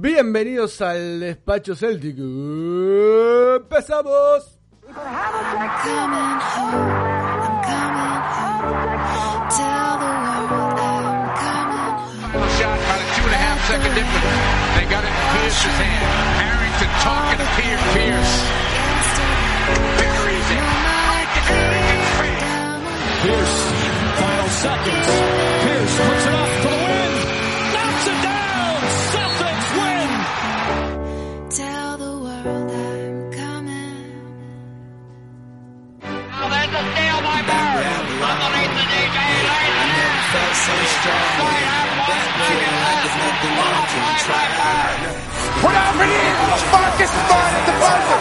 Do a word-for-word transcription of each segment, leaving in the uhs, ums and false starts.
Bienvenidos al Despacho Celtic. ¡Empezamos! Second difference. They got it in Pierce's hand. Harrington talking to Pierce. Pierce. Buries it. Pierce, final seconds. Pierce puts it up for the win. Knocks it down. Celtics win. Tell the world I'm coming. Now there's a steal by Bird. Underneath the D J. Lays it in. Felt so strong. Put out for you. Marcus Smart at the buzzer.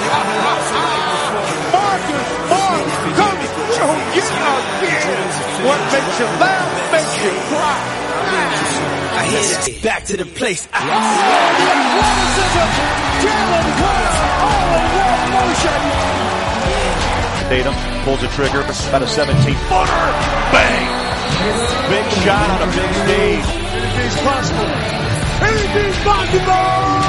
Marcus Smart coming to you again. What makes you laugh makes you cry. I hit it back to the place. I Jalen Carter, all in one motion. Tatum pulls the trigger, about a seventeen footer. Bang! Big shot on a big stage. Anything's possible. Anything's possible!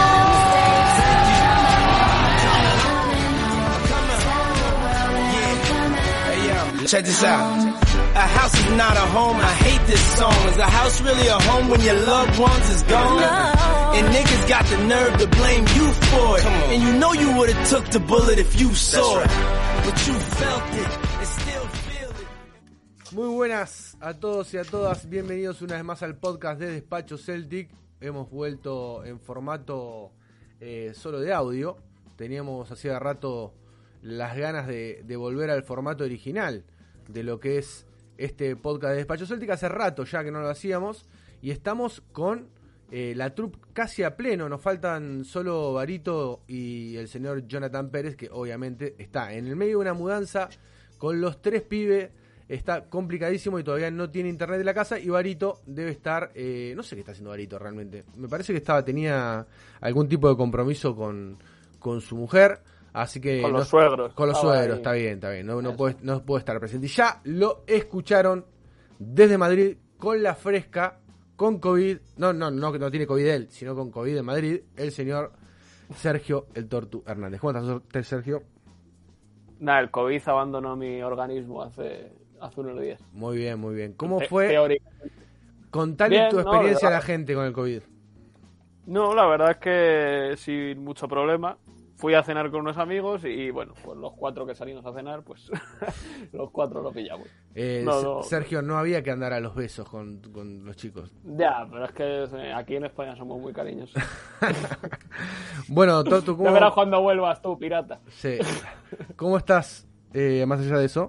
Check this out. A house is not a home. I hate this song. Is a house really a home when your loved ones is gone? And niggas got the nerve to blame you for it. And you know you would've took the bullet if you saw it. But you felt it and still feel it. Muy buenas a todos y a todas. Bienvenidos una vez más al podcast de Despacho Celtic. Hemos vuelto en formato eh, solo de audio. Teníamos hacía rato las ganas de, de volver al formato original de lo que es este podcast de Despacho Celtic. Hace rato ya que no lo hacíamos y estamos con eh, la troupe casi a pleno. Nos faltan solo Barito y el señor Jonathan Pérez, que obviamente está en el medio de una mudanza con los tres pibes. Está complicadísimo y todavía no tiene internet en la casa. Y Barito debe estar, eh, no sé qué está haciendo Barito realmente. Me parece que estaba tenía algún tipo de compromiso con, con su mujer. Así que con no, los suegros. Con los ah, suegros, ahí. está bien, está bien. No, no, puede, no puede estar presente. Y ya lo escucharon desde Madrid con la fresca, con COVID. No, no, no, no tiene COVID él, sino con COVID en Madrid. El señor Sergio El Tortu Hernández. ¿Cómo estás, Sergio? Nada, el COVID abandonó mi organismo hace, hace unos días. Muy bien, muy bien. ¿Cómo Te- fue? teórica. Contale Bien, tu no, experiencia la a la gente con el COVID. No, la verdad es que sin mucho problema. Fui a cenar con unos amigos y, bueno, pues los cuatro que salimos a cenar, pues los cuatro lo pillamos. Eh, No, no. Sergio, no había que andar a los besos con, con los chicos. Ya, pero es que eh, aquí en España somos muy cariñosos. Bueno, Tortu, ¿cómo, Ya verás cuando vuelvas tú, pirata. sí. ¿Cómo estás eh, más allá de eso?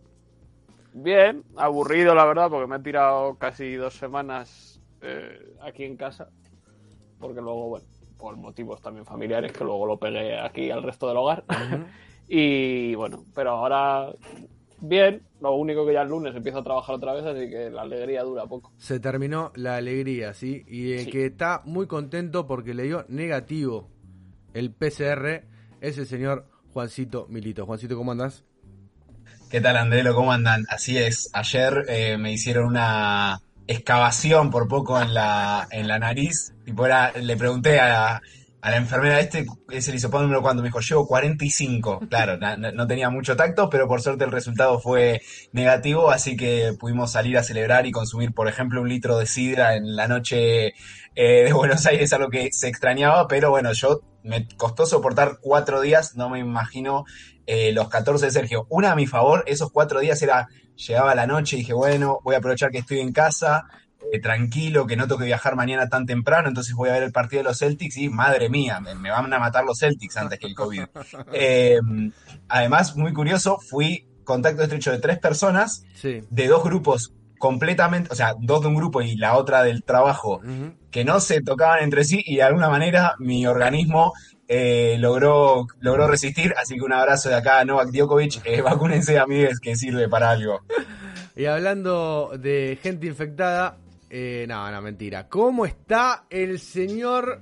Bien, aburrido la verdad, porque me he tirado casi dos semanas eh, aquí en casa. Porque luego, bueno, por motivos también familiares, que luego lo pegué aquí al resto del hogar. Uh-huh. Y bueno, pero ahora bien, lo único que ya el lunes empiezo a trabajar otra vez, así que la alegría dura poco. Se terminó la alegría, ¿sí? Y el Sí. que está muy contento porque le dio negativo el P C R es el señor Juancito Milito. Juancito, ¿cómo andás? ¿Qué tal, Andrelo? ¿Cómo andan? Así es, ayer eh, me hicieron una excavación por poco en la en la nariz. Tipo era, le pregunté a, a la enfermera, este es el hisopado número cuánto, me dijo, llevo cuarenta y cinco. Claro, no, no tenía mucho tacto, pero por suerte el resultado fue negativo, así que pudimos salir a celebrar y consumir, por ejemplo, un litro de sidra en la noche eh, de Buenos Aires, algo que se extrañaba, pero bueno, yo me costó soportar cuatro días, no me imagino eh, los catorce de Sergio. Una a mi favor, esos cuatro días era, llegaba la noche y dije, bueno, voy a aprovechar que estoy en casa, Eh, tranquilo, que no tengo que viajar mañana tan temprano, entonces voy a ver el partido de los Celtics y madre mía, me, me van a matar los Celtics antes que el COVID. Eh, además, muy curioso, fui contacto estrecho de tres personas, Sí. de dos grupos completamente, o sea, dos de un grupo y la otra del trabajo, Uh-huh. que no se tocaban entre sí y de alguna manera mi organismo eh, logró, logró resistir, así que un abrazo de acá a Novak Djokovic, eh, vacúnense amigues que sirve para algo. Y hablando de gente infectada, eh, no, no, mentira. ¿Cómo está el señor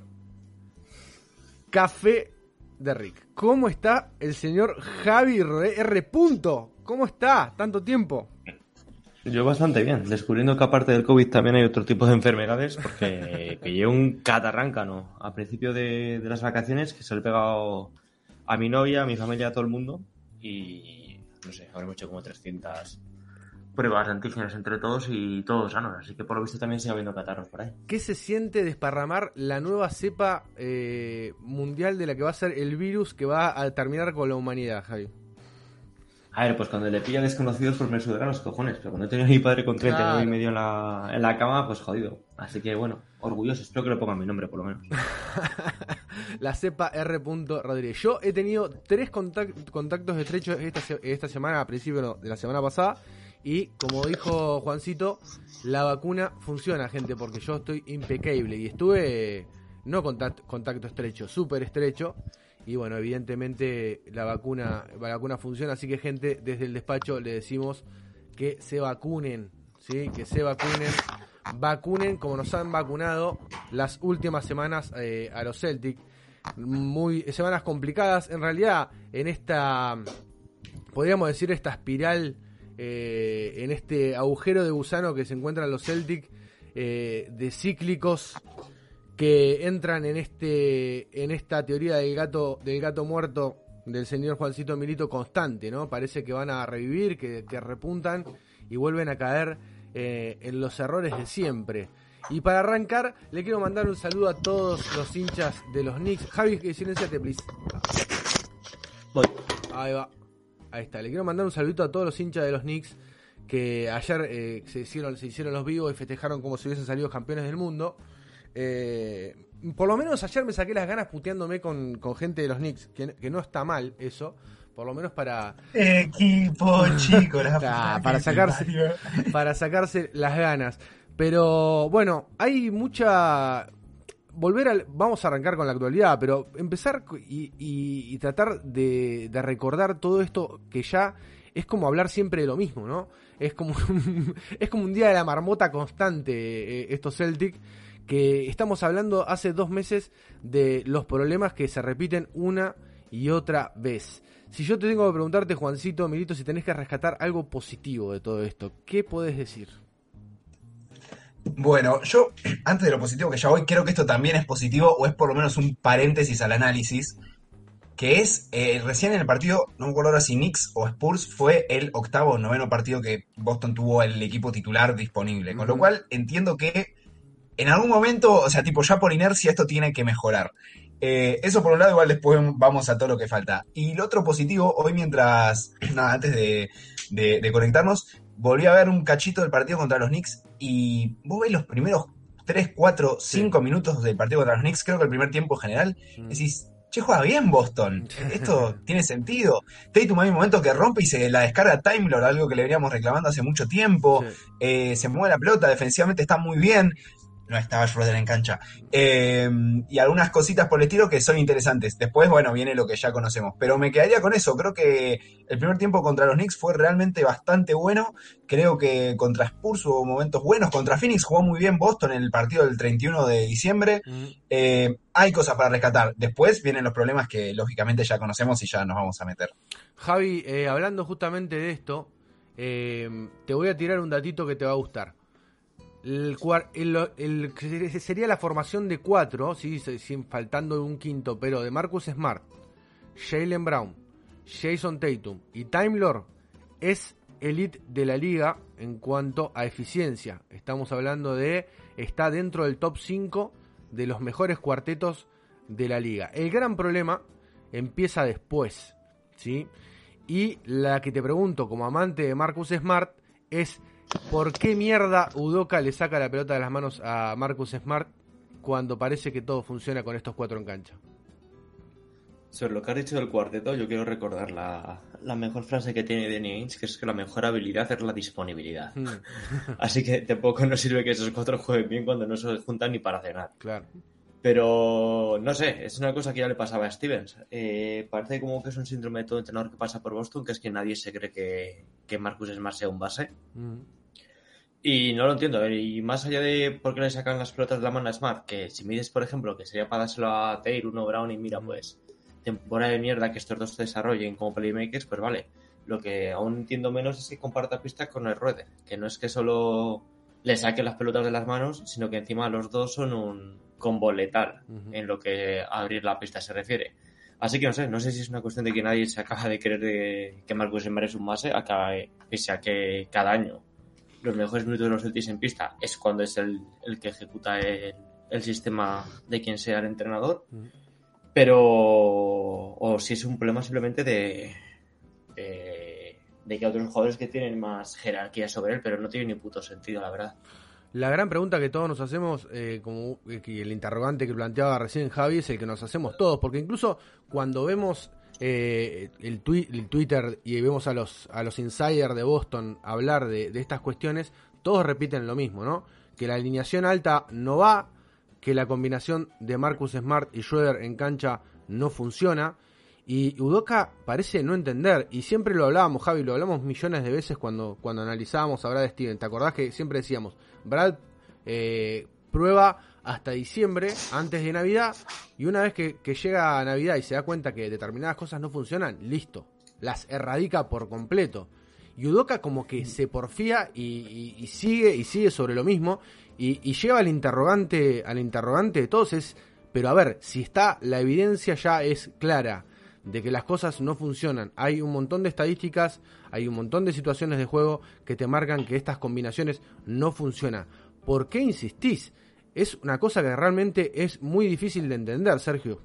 Café de Rick? ¿Cómo está el señor Javi R. Punto? ¿Cómo está? ¿Tanto tiempo? Yo bastante bien, descubriendo que aparte del COVID también hay otro tipo de enfermedades, porque pillé un catarráncano a principio de, de las vacaciones que se lo he pegado a mi novia, a mi familia, a todo el mundo, y no sé, habremos hecho como trescientas pruebas de antígenos entre todos y todos sanos, así que por lo visto también sigue habiendo catarros por ahí. ¿Qué se siente desparramar la nueva cepa eh, mundial de la que va a ser el virus que va a terminar con la humanidad, Javi? A ver, pues cuando le pilla desconocidos pues me sudarán los cojones, pero cuando he tenido a mi padre con treinta y nueve y medio en la, en la cama, pues jodido. Así que bueno, orgulloso, espero que le pongan mi nombre por lo menos. La cepa R. Rodríguez. Yo he tenido tres contact- contactos estrechos esta, esta semana, a principio de la semana pasada, y como dijo Juancito, la vacuna funciona, gente, porque yo estoy impecable y estuve, no contacto, contacto estrecho, súper estrecho. Y bueno, evidentemente la vacuna, la vacuna funciona, así que gente, desde el despacho le decimos que se vacunen, ¿sí? Que se vacunen, vacunen como nos han vacunado las últimas semanas eh, a los Celtic. Muy semanas complicadas, en realidad, en esta, podríamos decir, esta espiral, eh, en este agujero de gusano que se encuentran los Celtic, eh, de cíclicos que entran en este en esta teoría del gato del gato muerto del señor Juancito Milito constante, ¿no? Parece que van a revivir, que, que repuntan y vuelven a caer eh, en los errores de siempre. Y para arrancar, le quiero mandar un saludo a todos los hinchas de los Knicks. Javi, silenciate, please. Voy. Ahí va. Ahí está. Le quiero mandar un saludito a todos los hinchas de los Knicks que ayer eh, se hicieron se hicieron los vivos y festejaron como si hubiesen salido campeones del mundo. Eh, por lo menos ayer me saqué las ganas puteándome con, con gente de los Knicks, que, que no está mal eso, por lo menos para equipo chico, la para, para sacarse para sacarse las ganas. Pero bueno, hay mucha volver al vamos a arrancar con la actualidad, pero empezar y, y, y tratar de, de recordar todo esto que ya es como hablar siempre de lo mismo, ¿no? Es como un, es como un día de la marmota constante, eh, estos Celtic, que estamos hablando hace dos meses de los problemas que se repiten una y otra vez. Si yo te tengo que preguntarte, Juancito, Milito, si tenés que rescatar algo positivo de todo esto, ¿qué podés decir? Bueno, yo, antes de lo positivo que ya voy, creo que esto también es positivo, o es por lo menos un paréntesis al análisis, que es, eh, recién en el partido, no me acuerdo ahora si Knicks o Spurs, fue el octavo o noveno partido que Boston tuvo el equipo titular disponible, con lo cual entiendo que en algún momento, o sea, tipo ya por inercia esto tiene que mejorar. Eh, eso por un lado, igual después vamos a todo lo que falta. Y lo otro positivo, hoy mientras, nada, antes de, de, de conectarnos, volví a ver un cachito del partido contra los Knicks y vos ves los primeros tres, cuatro, cinco sí. minutos del partido contra los Knicks, creo que el primer tiempo general, mm. decís, che, juega bien Boston, esto tiene sentido. Tatum hay un momento que rompe y se la descarga Time Lord, algo que le veníamos reclamando hace mucho tiempo, sí. eh, se mueve la pelota, defensivamente está muy bien. No estaba Schroeder en cancha. Eh, y algunas cositas por el estilo que son interesantes. Después, bueno, viene lo que ya conocemos. Pero me quedaría con eso. Creo que el primer tiempo contra los Knicks fue realmente bastante bueno. Creo que contra Spurs hubo momentos buenos. Contra Phoenix jugó muy bien Boston en el partido del treinta y uno de diciembre. Mm. Eh, hay cosas para rescatar. Después vienen los problemas que lógicamente ya conocemos y ya nos vamos a meter. Javi, eh, hablando justamente de esto, eh, te voy a tirar un datito que te va a gustar. El, el, el, sería la formación de cuatro, ¿sí? Sin, faltando un quinto, pero de Marcus Smart, Jaylen Brown, Jason Tatum y Time Lord es elite de la liga en cuanto a eficiencia. Estamos hablando de, está dentro del top cinco de los mejores cuartetos de la liga. El gran problema empieza después, ¿sí? Y la que te pregunto como amante de Marcus Smart es: ¿por qué mierda Udoka le saca la pelota de las manos a Marcus Smart cuando parece que todo funciona con estos cuatro en cancha? Sobre lo que has dicho del cuarteto, yo quiero recordar la, la mejor frase que tiene Danny Ainge, que es que la mejor habilidad es la disponibilidad. Mm. Así que tampoco nos sirve que esos cuatro jueguen bien cuando no se juntan ni para cenar. Claro. Pero, no sé, es una cosa que ya le pasaba a Stevens. Eh, parece como que es un síndrome de todo entrenador que pasa por Boston, que es que nadie se cree que, que Marcus Smart sea un base. Mm. Y no lo entiendo. Y más allá de por qué le sacan las pelotas de la mano a Smart, que si mides, por ejemplo, que sería para dárselo a Taylor, uno Brown, y mira, pues, temporada de mierda que estos dos se desarrollen como playmakers, pues vale. Lo que aún entiendo menos es que comparta pista con el Rueder, que no es que solo le saque las pelotas de las manos, sino que encima los dos son un combo letal uh-huh. en lo que a abrir la pista se refiere. Así que no sé, no sé si es una cuestión de que nadie se acaba de creer de que Marcus Smart es un base, acaba, pese a que cada año los mejores minutos de los Celtics en pista es cuando es el, el que ejecuta el, el sistema de quien sea el entrenador, uh-huh. pero o si es un problema simplemente de, de, de que hay otros jugadores que tienen más jerarquía sobre él, pero no tiene ni puto sentido, la verdad. La gran pregunta que todos nos hacemos, eh, como que el interrogante que planteaba recién Javi, es el que nos hacemos todos, porque incluso cuando vemos eh, el, twi- el Twitter y vemos a los a los insiders de Boston hablar de, de estas cuestiones, todos repiten lo mismo, ¿no? Que la alineación alta no va, que la combinación de Marcus Smart y Schroeder en cancha no funciona, y Udoka parece no entender, y siempre lo hablábamos, Javi, lo hablamos millones de veces cuando, cuando analizábamos a Brad Stevens. ¿Te acordás que siempre decíamos, Brad eh, prueba hasta diciembre, antes de Navidad, y una vez que, que llega a Navidad y se da cuenta que determinadas cosas no funcionan, listo, las erradica por completo. Y Udoka como que se porfía y, y, y sigue y sigue sobre lo mismo, y, y lleva al interrogante, al interrogante de todos es, pero a ver, si está, la evidencia ya es clara de que las cosas no funcionan. Hay un montón de estadísticas, hay un montón de situaciones de juego que te marcan que estas combinaciones no funcionan. ¿Por qué insistís? Es una cosa que realmente es muy difícil de entender, Sergio.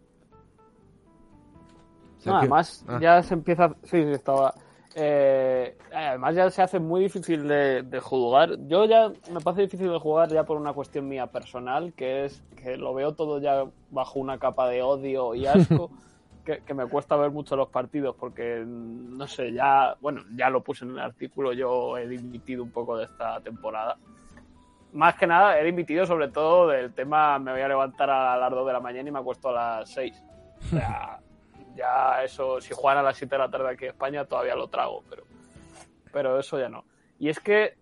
Sergio. No, además, ah. ya se empieza... Sí, sí, estaba... Eh, además ya se hace muy difícil de, de jugar. Yo ya me parece difícil de jugar ya por una cuestión mía personal, que es que lo veo todo ya bajo una capa de odio y asco. Que, que me cuesta ver mucho los partidos porque, no sé, ya, bueno, ya lo puse en el artículo, yo he dimitido un poco de esta temporada. Más que nada, he dimitido sobre todo del tema, me voy a levantar a las dos de la mañana y me acuesto a las seis. O sea, ya eso, si juegan a las siete de la tarde aquí en España todavía lo trago, pero, pero eso ya no. Y es que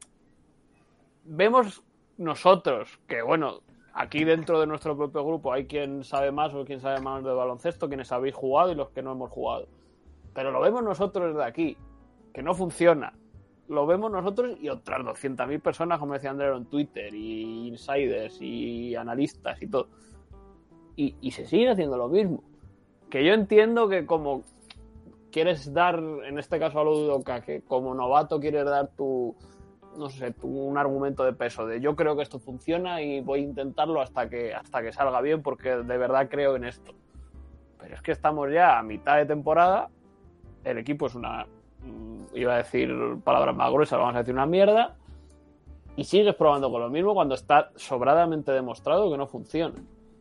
vemos nosotros que, bueno... Aquí dentro de nuestro propio grupo hay quien sabe más o quien sabe más de baloncesto, quienes habéis jugado y los que no hemos jugado. Pero lo vemos nosotros desde aquí, que no funciona. Lo vemos nosotros y otras doscientas mil personas, como decía Andrés, en Twitter, y insiders, y analistas y todo. Y, y se sigue haciendo lo mismo. Que yo entiendo que como quieres dar, en este caso a lo de Udoka, que como novato quieres dar tu... no sé, un argumento de peso de yo creo que esto funciona y voy a intentarlo hasta que hasta que salga bien porque de verdad creo en esto. Pero es que estamos ya a mitad de temporada, el equipo es una, iba a decir palabras más gruesas, vamos a decir una mierda, y sigues probando con lo mismo cuando está sobradamente demostrado que no funciona.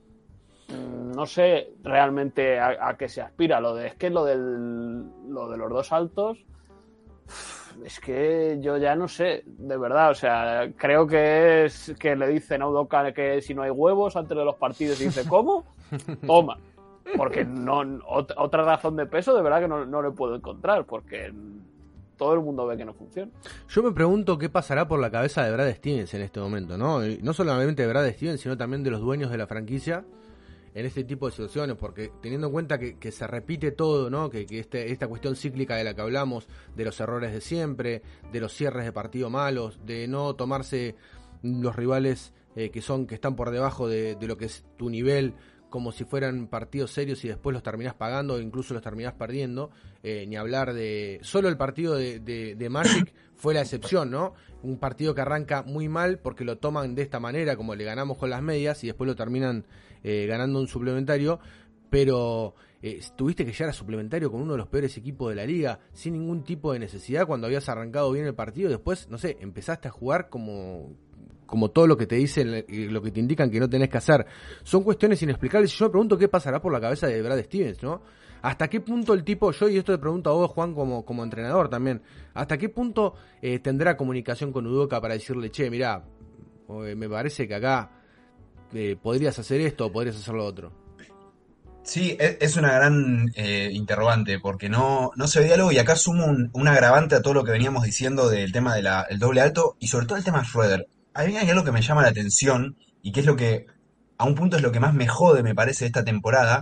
No sé realmente a, a qué se aspira. Lo de es que lo del lo de los dos altos, es que yo ya no sé, de verdad, o sea, creo que es que le dicen a Udoka que si no hay huevos antes de los partidos y dice, ¿cómo? Toma, porque no ot- otra razón de peso de verdad que no, no le puedo encontrar, porque todo el mundo ve que no funciona. Yo me pregunto qué pasará por la cabeza de Brad Stevens en este momento, ¿no? Y no solamente de Brad Stevens, sino también de los dueños de la franquicia en este tipo de situaciones, porque teniendo en cuenta que, que se repite todo, ¿no? Que, que este, esta cuestión cíclica de la que hablamos, de los errores de siempre, de los cierres de partido malos, de no tomarse los rivales eh, que son que están por debajo de, de lo que es tu nivel, como si fueran partidos serios y después los terminás pagando o incluso los terminás perdiendo, eh, ni hablar de... Solo el partido de, de, de Magic fue la excepción, ¿no? Un partido que arranca muy mal porque lo toman de esta manera, como le ganamos con las medias y después lo terminan eh, ganando un suplementario, pero eh, tuviste que llegar a suplementario con uno de los peores equipos de la liga, sin ningún tipo de necesidad cuando habías arrancado bien el partido, después, no sé, empezaste a jugar como... como todo lo que te dicen, lo que te indican que no tenés que hacer. Son cuestiones inexplicables y yo me pregunto qué pasará por la cabeza de Brad Stevens, ¿no? ¿Hasta qué punto el tipo, yo y esto te pregunto a vos, Juan, como, como entrenador también, hasta qué punto eh, tendrá comunicación con Udoka para decirle, che, mirá, eh, me parece que acá eh, podrías hacer esto o podrías hacer lo otro? Sí, es una gran eh, interrogante, porque no, no se ve diálogo, y acá sumo un, un agravante a todo lo que veníamos diciendo del tema del doble alto, y sobre todo el tema de Schroeder. A mí hay algo que me llama la atención, y que es lo que, a un punto es lo que más me jode, me parece, de esta temporada,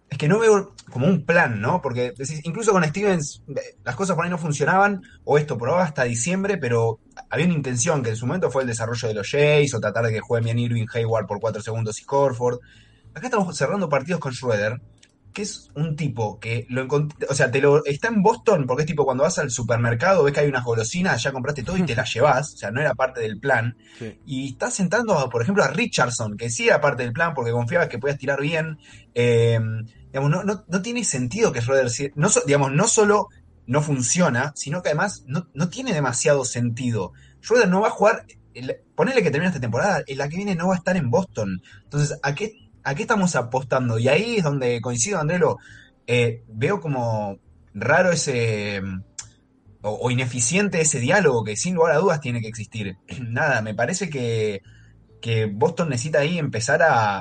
es que no veo como un plan, ¿no? Porque decís, incluso con Stevens las cosas por ahí no funcionaban, o esto probaba hasta diciembre, pero había una intención que en su momento fue el desarrollo de los Jays, o tratar de que jueguen bien Irving, Hayward por cuatro segundos y Horford. Acá estamos cerrando partidos con Schroeder, que es un tipo que lo encontré, o sea, te lo está en Boston porque es tipo cuando vas al supermercado, ves que hay unas golosinas, ya compraste todo y te las llevas, o sea, no era parte del plan. Sí. Y estás sentando, por ejemplo, a Richardson, que sí era parte del plan porque confiabas que podías tirar bien. Eh, digamos, no, no, no tiene sentido que Schroeder, no, digamos, no solo no funciona, sino que además no, no tiene demasiado sentido. Schroeder no va a jugar, el, ponele que termina esta temporada, en la que viene no va a estar en Boston. Entonces, ¿a qué ¿A qué estamos apostando? Y ahí es donde coincido, Andrelo. Eh, veo como raro ese... O, o ineficiente ese diálogo que sin lugar a dudas tiene que existir. Nada, me parece que, que Boston necesita ahí empezar a, a,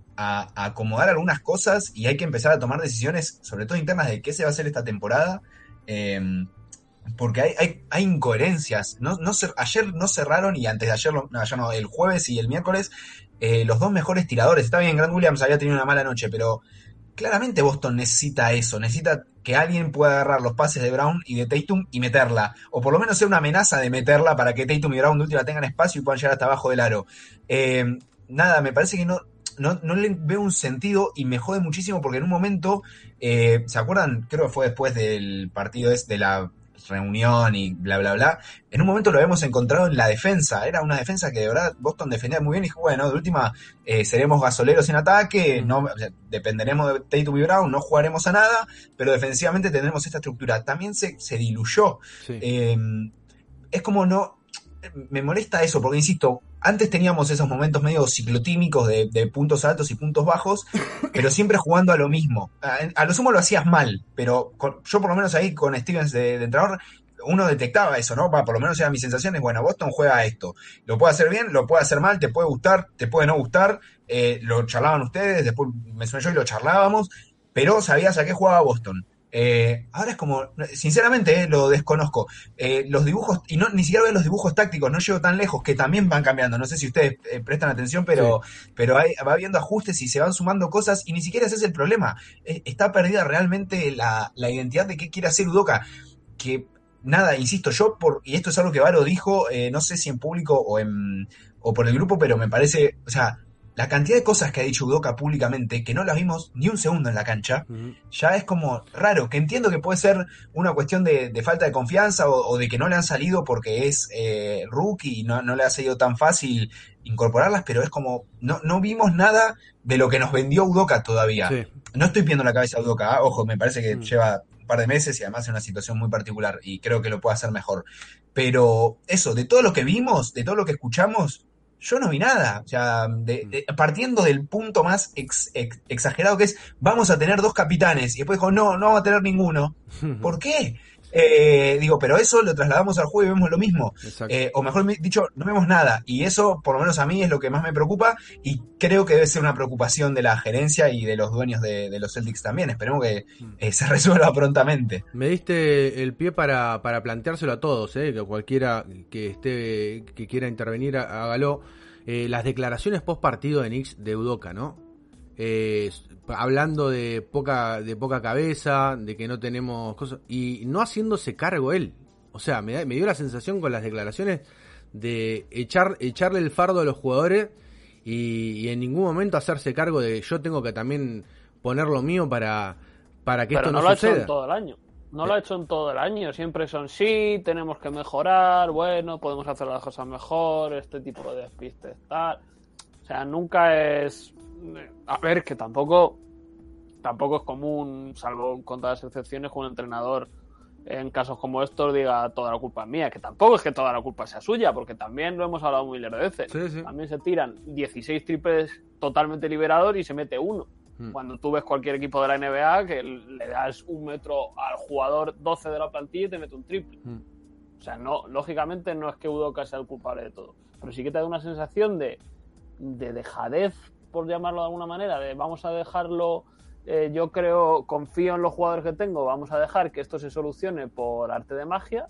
a acomodar algunas cosas y hay que empezar a tomar decisiones, sobre todo internas, de qué se va a hacer esta temporada. Eh, porque hay, hay, hay incoherencias. No, no, ayer no cerraron, y antes de ayer, no, ayer no, el jueves y el miércoles, eh, los dos mejores tiradores. Está bien, Grant Williams había tenido una mala noche, pero claramente Boston necesita eso. Necesita que alguien pueda agarrar los pases de Brown y de Tatum y meterla. O por lo menos ser una amenaza de meterla para que Tatum y Brown de última tengan espacio y puedan llegar hasta abajo del aro. Eh, nada, me parece que no... No, no le veo un sentido y me jode muchísimo porque en un momento, eh, ¿se acuerdan? Creo que fue después del partido es de la reunión y bla bla bla, en un momento lo habíamos encontrado en la defensa, era una defensa que de verdad Boston defendía muy bien y dijo, bueno, de última eh, seremos gasoleros en ataque, no, o sea, dependeremos de Tatum y Brown, no jugaremos a nada, pero defensivamente tendremos esta estructura. También se, se diluyó. Sí. Eh, es como no... Me molesta eso, porque insisto, antes teníamos esos momentos medio ciclotímicos de, de puntos altos y puntos bajos, pero siempre jugando a lo mismo. A, a lo sumo lo hacías mal, pero con, yo por lo menos ahí con Stevens de, de entrenador, uno detectaba eso, ¿no? Por lo menos era mi sensación, es bueno, Boston juega a esto. Lo puede hacer bien, lo puede hacer mal, te puede gustar, te puede no gustar, eh, lo charlaban ustedes, después me suena yo y lo charlábamos, pero sabías a qué jugaba Boston. Eh, ahora es como, sinceramente, eh, lo desconozco. Eh, los dibujos, y no ni siquiera veo los dibujos tácticos, no llego tan lejos, que también van cambiando. No sé si ustedes eh, prestan atención, pero, sí. pero hay, va habiendo ajustes y se van sumando cosas, y ni siquiera ese es el problema. Eh, está perdida realmente la, la identidad de qué quiere hacer Udoka. Que, nada, insisto, yo, por y esto es algo que Varo dijo, eh, no sé si en público o, en, o por el grupo, pero me parece, o sea, la cantidad de cosas que ha dicho Udoka públicamente, que no las vimos ni un segundo en la cancha, uh-huh. ya es como raro, que entiendo que puede ser una cuestión de, de falta de confianza o, o de que no le han salido porque es eh, rookie y no, no le ha sido tan fácil incorporarlas, pero es como, no, no vimos nada de lo que nos vendió Udoka todavía. Sí. No estoy pidiendo la cabeza de Udoka, ¿eh? Ojo, me parece que uh-huh. lleva un par de meses y además es una situación muy particular y creo que lo puede hacer mejor. Pero eso, de todo lo que vimos, de todo lo que escuchamos, yo no vi nada, o sea, de, de, partiendo del punto más ex, ex, exagerado que es, vamos a tener dos capitanes, y después dijo, no, no vamos a tener ninguno. ¿Por qué? Eh, digo, pero eso lo trasladamos al juego y vemos lo mismo. Eh, o mejor dicho, no vemos nada. Y eso, por lo menos a mí, es lo que más me preocupa, y creo que debe ser una preocupación de la gerencia y de los dueños de, de los Celtics también. Esperemos que eh, se resuelva prontamente. Me diste el pie para, para planteárselo a todos, eh, que cualquiera que esté que quiera intervenir, hágalo. Eh, las declaraciones post partido de Knicks de Udoka, ¿no? Eh, hablando de poca de poca cabeza, de que no tenemos cosas, y no haciéndose cargo él. O sea, me, me dio la sensación con las declaraciones de echar echarle el fardo a los jugadores y, y en ningún momento hacerse cargo de yo tengo que también poner lo mío para, para que Pero esto no, no lo suceda. Ha hecho en todo el año. No lo ha hecho en todo el año, siempre son sí, tenemos que mejorar, bueno, podemos hacer las cosas mejor, este tipo de despistes, tal. O sea, nunca es... A ver, que tampoco tampoco es común, salvo con todas las excepciones, que un entrenador en casos como estos diga toda la culpa es mía, que tampoco es que toda la culpa sea suya, porque también lo hemos hablado muy de veces. Sí, sí. También se tiran dieciséis triples totalmente liberados y se mete uno. Cuando tú ves cualquier equipo de la N B A que le das un metro al jugador doce de la plantilla y te mete un triple. Mm. O sea, no, lógicamente no es que Udoka sea el culpable de todo, pero sí que te da una sensación de, de dejadez, por llamarlo de alguna manera, de vamos a dejarlo, eh, yo creo, confío en los jugadores que tengo, vamos a dejar que esto se solucione por arte de magia,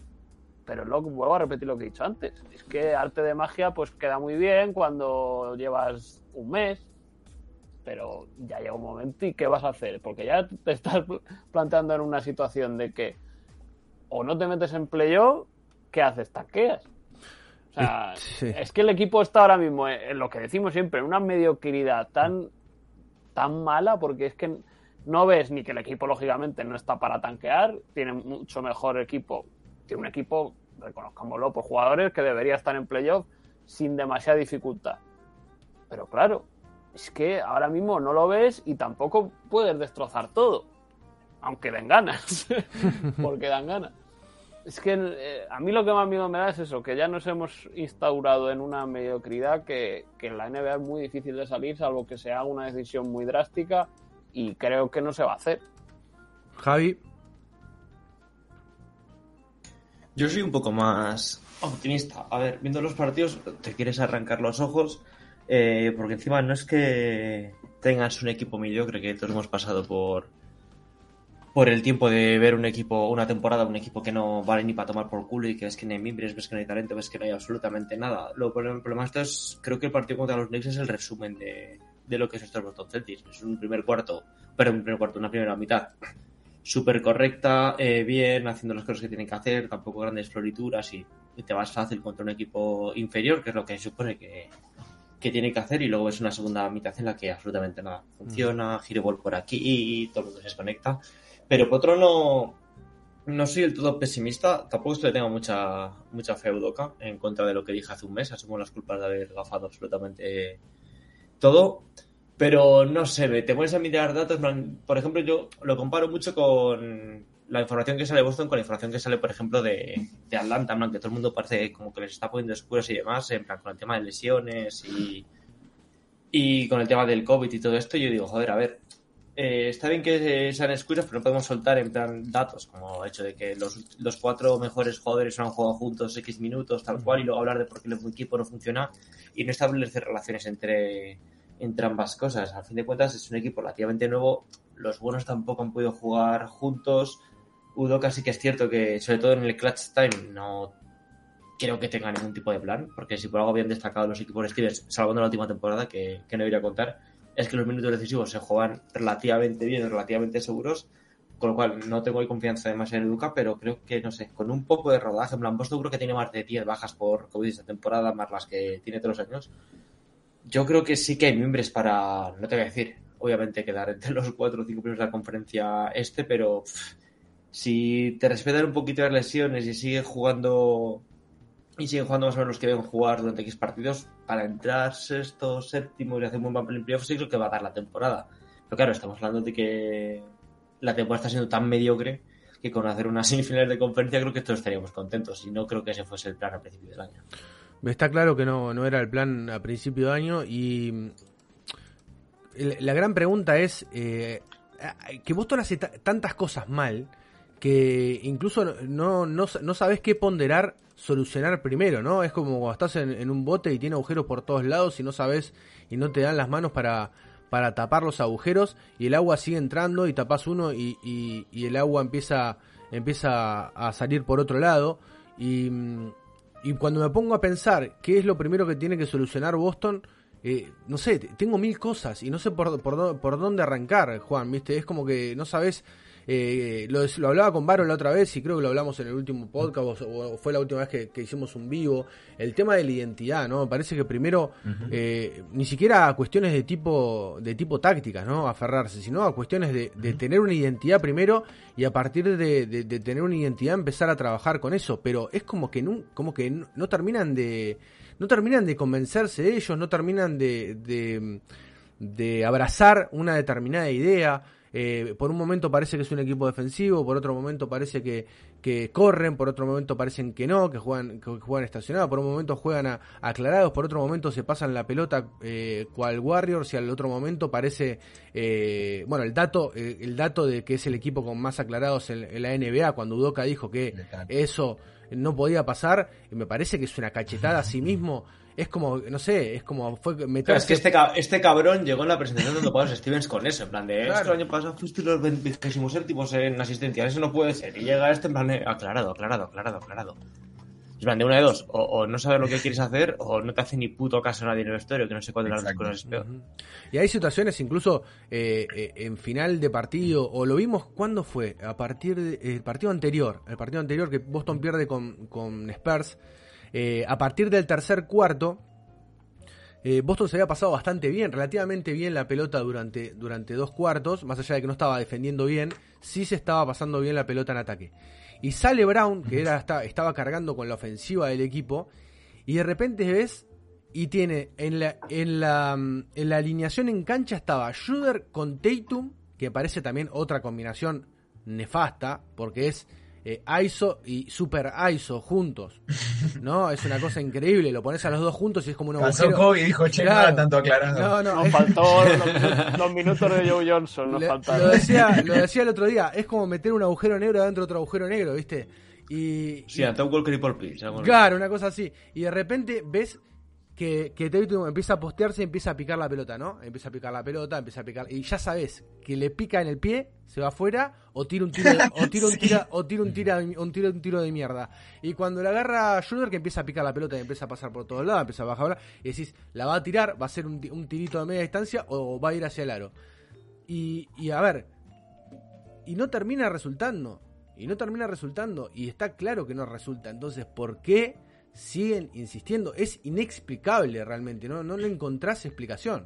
pero luego vuelvo a repetir lo que he dicho antes, es que arte de magia pues queda muy bien cuando llevas un mes, pero ya llega un momento y ¿qué vas a hacer? Porque ya te estás planteando en una situación de que o no te metes en playoff, ¿qué haces? ¿Tanqueas? O sea, sí. Es que el equipo está ahora mismo en lo que decimos siempre, en una mediocridad tan, tan mala, porque es que no ves ni que el equipo lógicamente no está para tanquear, tiene mucho mejor equipo, tiene un equipo, reconozcámoslo, por jugadores que debería estar en playoff sin demasiada dificultad. Pero claro, es que ahora mismo no lo ves y tampoco puedes destrozar todo, aunque den ganas, porque dan ganas. Es que eh, a mí lo que más miedo me da es eso, que ya nos hemos instaurado en una mediocridad que, que en la N B A es muy difícil de salir, salvo que se haga una decisión muy drástica, y creo que no se va a hacer. Javi. Yo soy un poco más optimista. A ver, viendo los partidos te quieres arrancar los ojos, eh, porque encima no es que tengas un equipo mediocre, que todos hemos pasado por por el tiempo de ver un equipo, una temporada, un equipo que no vale ni para tomar por culo y que ves que no hay mimbres, ves que no hay talento, ves que no hay absolutamente nada. Lo problema esto es, creo que el partido contra los Knicks es el resumen de, de lo que es estos Boston Celtics. Es un primer cuarto, pero un primer cuarto, una primera mitad súper correcta, eh, bien, haciendo las cosas que tienen que hacer, tampoco grandes florituras y, y te vas fácil contra un equipo inferior, que es lo que se supone que, que tiene que hacer, y luego es una segunda mitad en la que absolutamente nada funciona, giro ball por aquí y todo el mundo se desconecta. Pero por otro no, no soy del todo pesimista, tampoco es que le tenga mucha, mucha fe a Udoka en contra de lo que dije hace un mes, asumo las culpas de haber gafado absolutamente todo, pero no sé, te pones a mirar datos, por ejemplo yo lo comparo mucho con la información que sale de Boston con la información que sale por ejemplo de, de Atlanta, ¿no? Que todo el mundo parece como que les está poniendo escuros y demás, en plan con el tema de lesiones y, y con el tema del COVID y todo esto, yo digo, joder, a ver, Eh, está bien que sean excusas, pero no podemos soltar en plan datos, como el hecho de que los, los cuatro mejores jugadores no han jugado juntos X minutos, tal cual, y luego hablar de por qué el equipo no funciona y no establecer relaciones entre, entre ambas cosas. Al fin de cuentas es un equipo relativamente nuevo, los buenos tampoco han podido jugar juntos. Udoka sí que es cierto que, sobre todo en el clutch time, no creo que tenga ningún tipo de plan, porque si por algo habían destacado los equipos Steelers, salvando la última temporada, que, que no iría a contar, es que los minutos decisivos se juegan relativamente bien, relativamente seguros, con lo cual no tengo ahí confianza además en Udoka, pero creo que, no sé, con un poco de rodaje, en plan, Boston creo que tiene más de diez bajas por COVID esta temporada, más las que tiene todos los años. Yo creo que sí que hay miembros para, no te voy a decir, obviamente quedar entre los cuatro o cinco primeros de la conferencia este, pero pff, si te respetan un poquito las lesiones y sigues jugando... y siguen jugando más o menos los que deben jugar durante X partidos, para entrar sexto, séptimo y hacer un buen papel en playoff, sí creo que va a dar la temporada. Pero claro, estamos hablando de que la temporada está siendo tan mediocre que con hacer unas semifinales de conferencia creo que todos estaríamos contentos, y no creo que ese fuese el plan a principio del año. Está claro que no, no era el plan a principio de año, y la gran pregunta es eh, que Boston hace t- tantas cosas mal que incluso no, no, no sabes qué ponderar, solucionar primero, ¿no? Es como cuando estás en, en un bote y tiene agujeros por todos lados y no sabes y no te dan las manos para, para tapar los agujeros, y el agua sigue entrando y tapas uno y, y, y el agua empieza, empieza a salir por otro lado, y, y cuando me pongo a pensar qué es lo primero que tiene que solucionar Boston, eh, no sé, tengo mil cosas y no sé por, por, por dónde arrancar, Juan, ¿viste? Es como que no sabes. Eh, lo, lo hablaba con Varo la otra vez y creo que lo hablamos en el último podcast, o, o fue la última vez que, que hicimos un vivo, el tema de la identidad, ¿no? Parece que primero uh-huh. eh, ni siquiera a cuestiones de tipo de tipo tácticas, ¿no? Aferrarse, sino a cuestiones de, de tener una identidad primero, y a partir de, de, de tener una identidad empezar a trabajar con eso. Pero es como que no, como que no, no terminan de no terminan de convencerse de ellos, no terminan de, de, de abrazar una determinada idea. Eh, por un momento parece que es un equipo defensivo, por otro momento parece que, que corren, por otro momento parecen que no, que juegan, que juegan estacionados, por un momento juegan a, aclarados, por otro momento se pasan la pelota eh, cual Warriors, y al otro momento parece, eh, bueno, el dato eh, el dato de que es el equipo con más aclarados en, en la N B A, cuando Udoka dijo que eso no podía pasar, me parece que es una cachetada a sí mismo. Es como, no sé, es como fue meterse... Claro, es que este, este cabrón llegó en la presentación de los Pablo Stevens con eso, en plan de, claro, es que el año pasado fuiste los vigésimo séptimos en asistencia, eso no puede ser, y llega este en plan de, aclarado, aclarado, aclarado, aclarado. plan, de una de dos, o, o no sabes lo que quieres hacer, o no te hace ni puto caso nadie en el vestuario, que no sé cuál de las dos cosas es peor. Uh-huh. Y hay situaciones incluso eh, eh, en final de partido, o lo vimos, ¿cuándo fue? A partir del de, partido anterior, el partido anterior que Boston pierde con, con Spurs, eh, a partir del tercer cuarto, eh, Boston se había pasado bastante bien, relativamente bien la pelota durante, durante dos cuartos, más allá de que no estaba defendiendo bien, sí se estaba pasando bien la pelota en ataque. Y sale Brown, que era estaba, estaba cargando con la ofensiva del equipo, y de repente ves, y tiene en la, en la, en la alineación en cancha estaba Schroeder con Tatum, que parece también otra combinación nefasta, porque es eh, I S O y Super I S O juntos, ¿no? Es una cosa increíble, lo pones a los dos juntos y es como un Pasó agujero. Kobe y dijo, che, claro, nada tanto aclarando. No, no, nos es... faltó los, los minutos de Joe Johnson, nos Le, faltaron. Lo decía, lo decía el otro día, es como meter un agujero negro dentro de otro agujero negro, ¿viste? Y, sí, a Tom Walker y Paul Pierce. Claro, una cosa así. Y de repente ves que, que Tatum empieza a postearse y empieza a picar la pelota, ¿no? Empieza a picar la pelota, empieza a picar. Y ya sabes que le pica en el pie, se va afuera, o tira un tiro de, o tira un tira, o tira un tira, un tiro, un tiro de mierda. Y cuando le agarra a Schroeder, que empieza a picar la pelota y empieza a pasar por todos lados, empieza a bajar, y decís, la va a tirar, va a ser un, un tirito de media distancia, o va a ir hacia el aro. Y, y a ver, y no termina resultando. Y no termina resultando. Y está claro que no resulta. Entonces, ¿por qué siguen insistiendo? Es inexplicable realmente. No, no le encontrás explicación.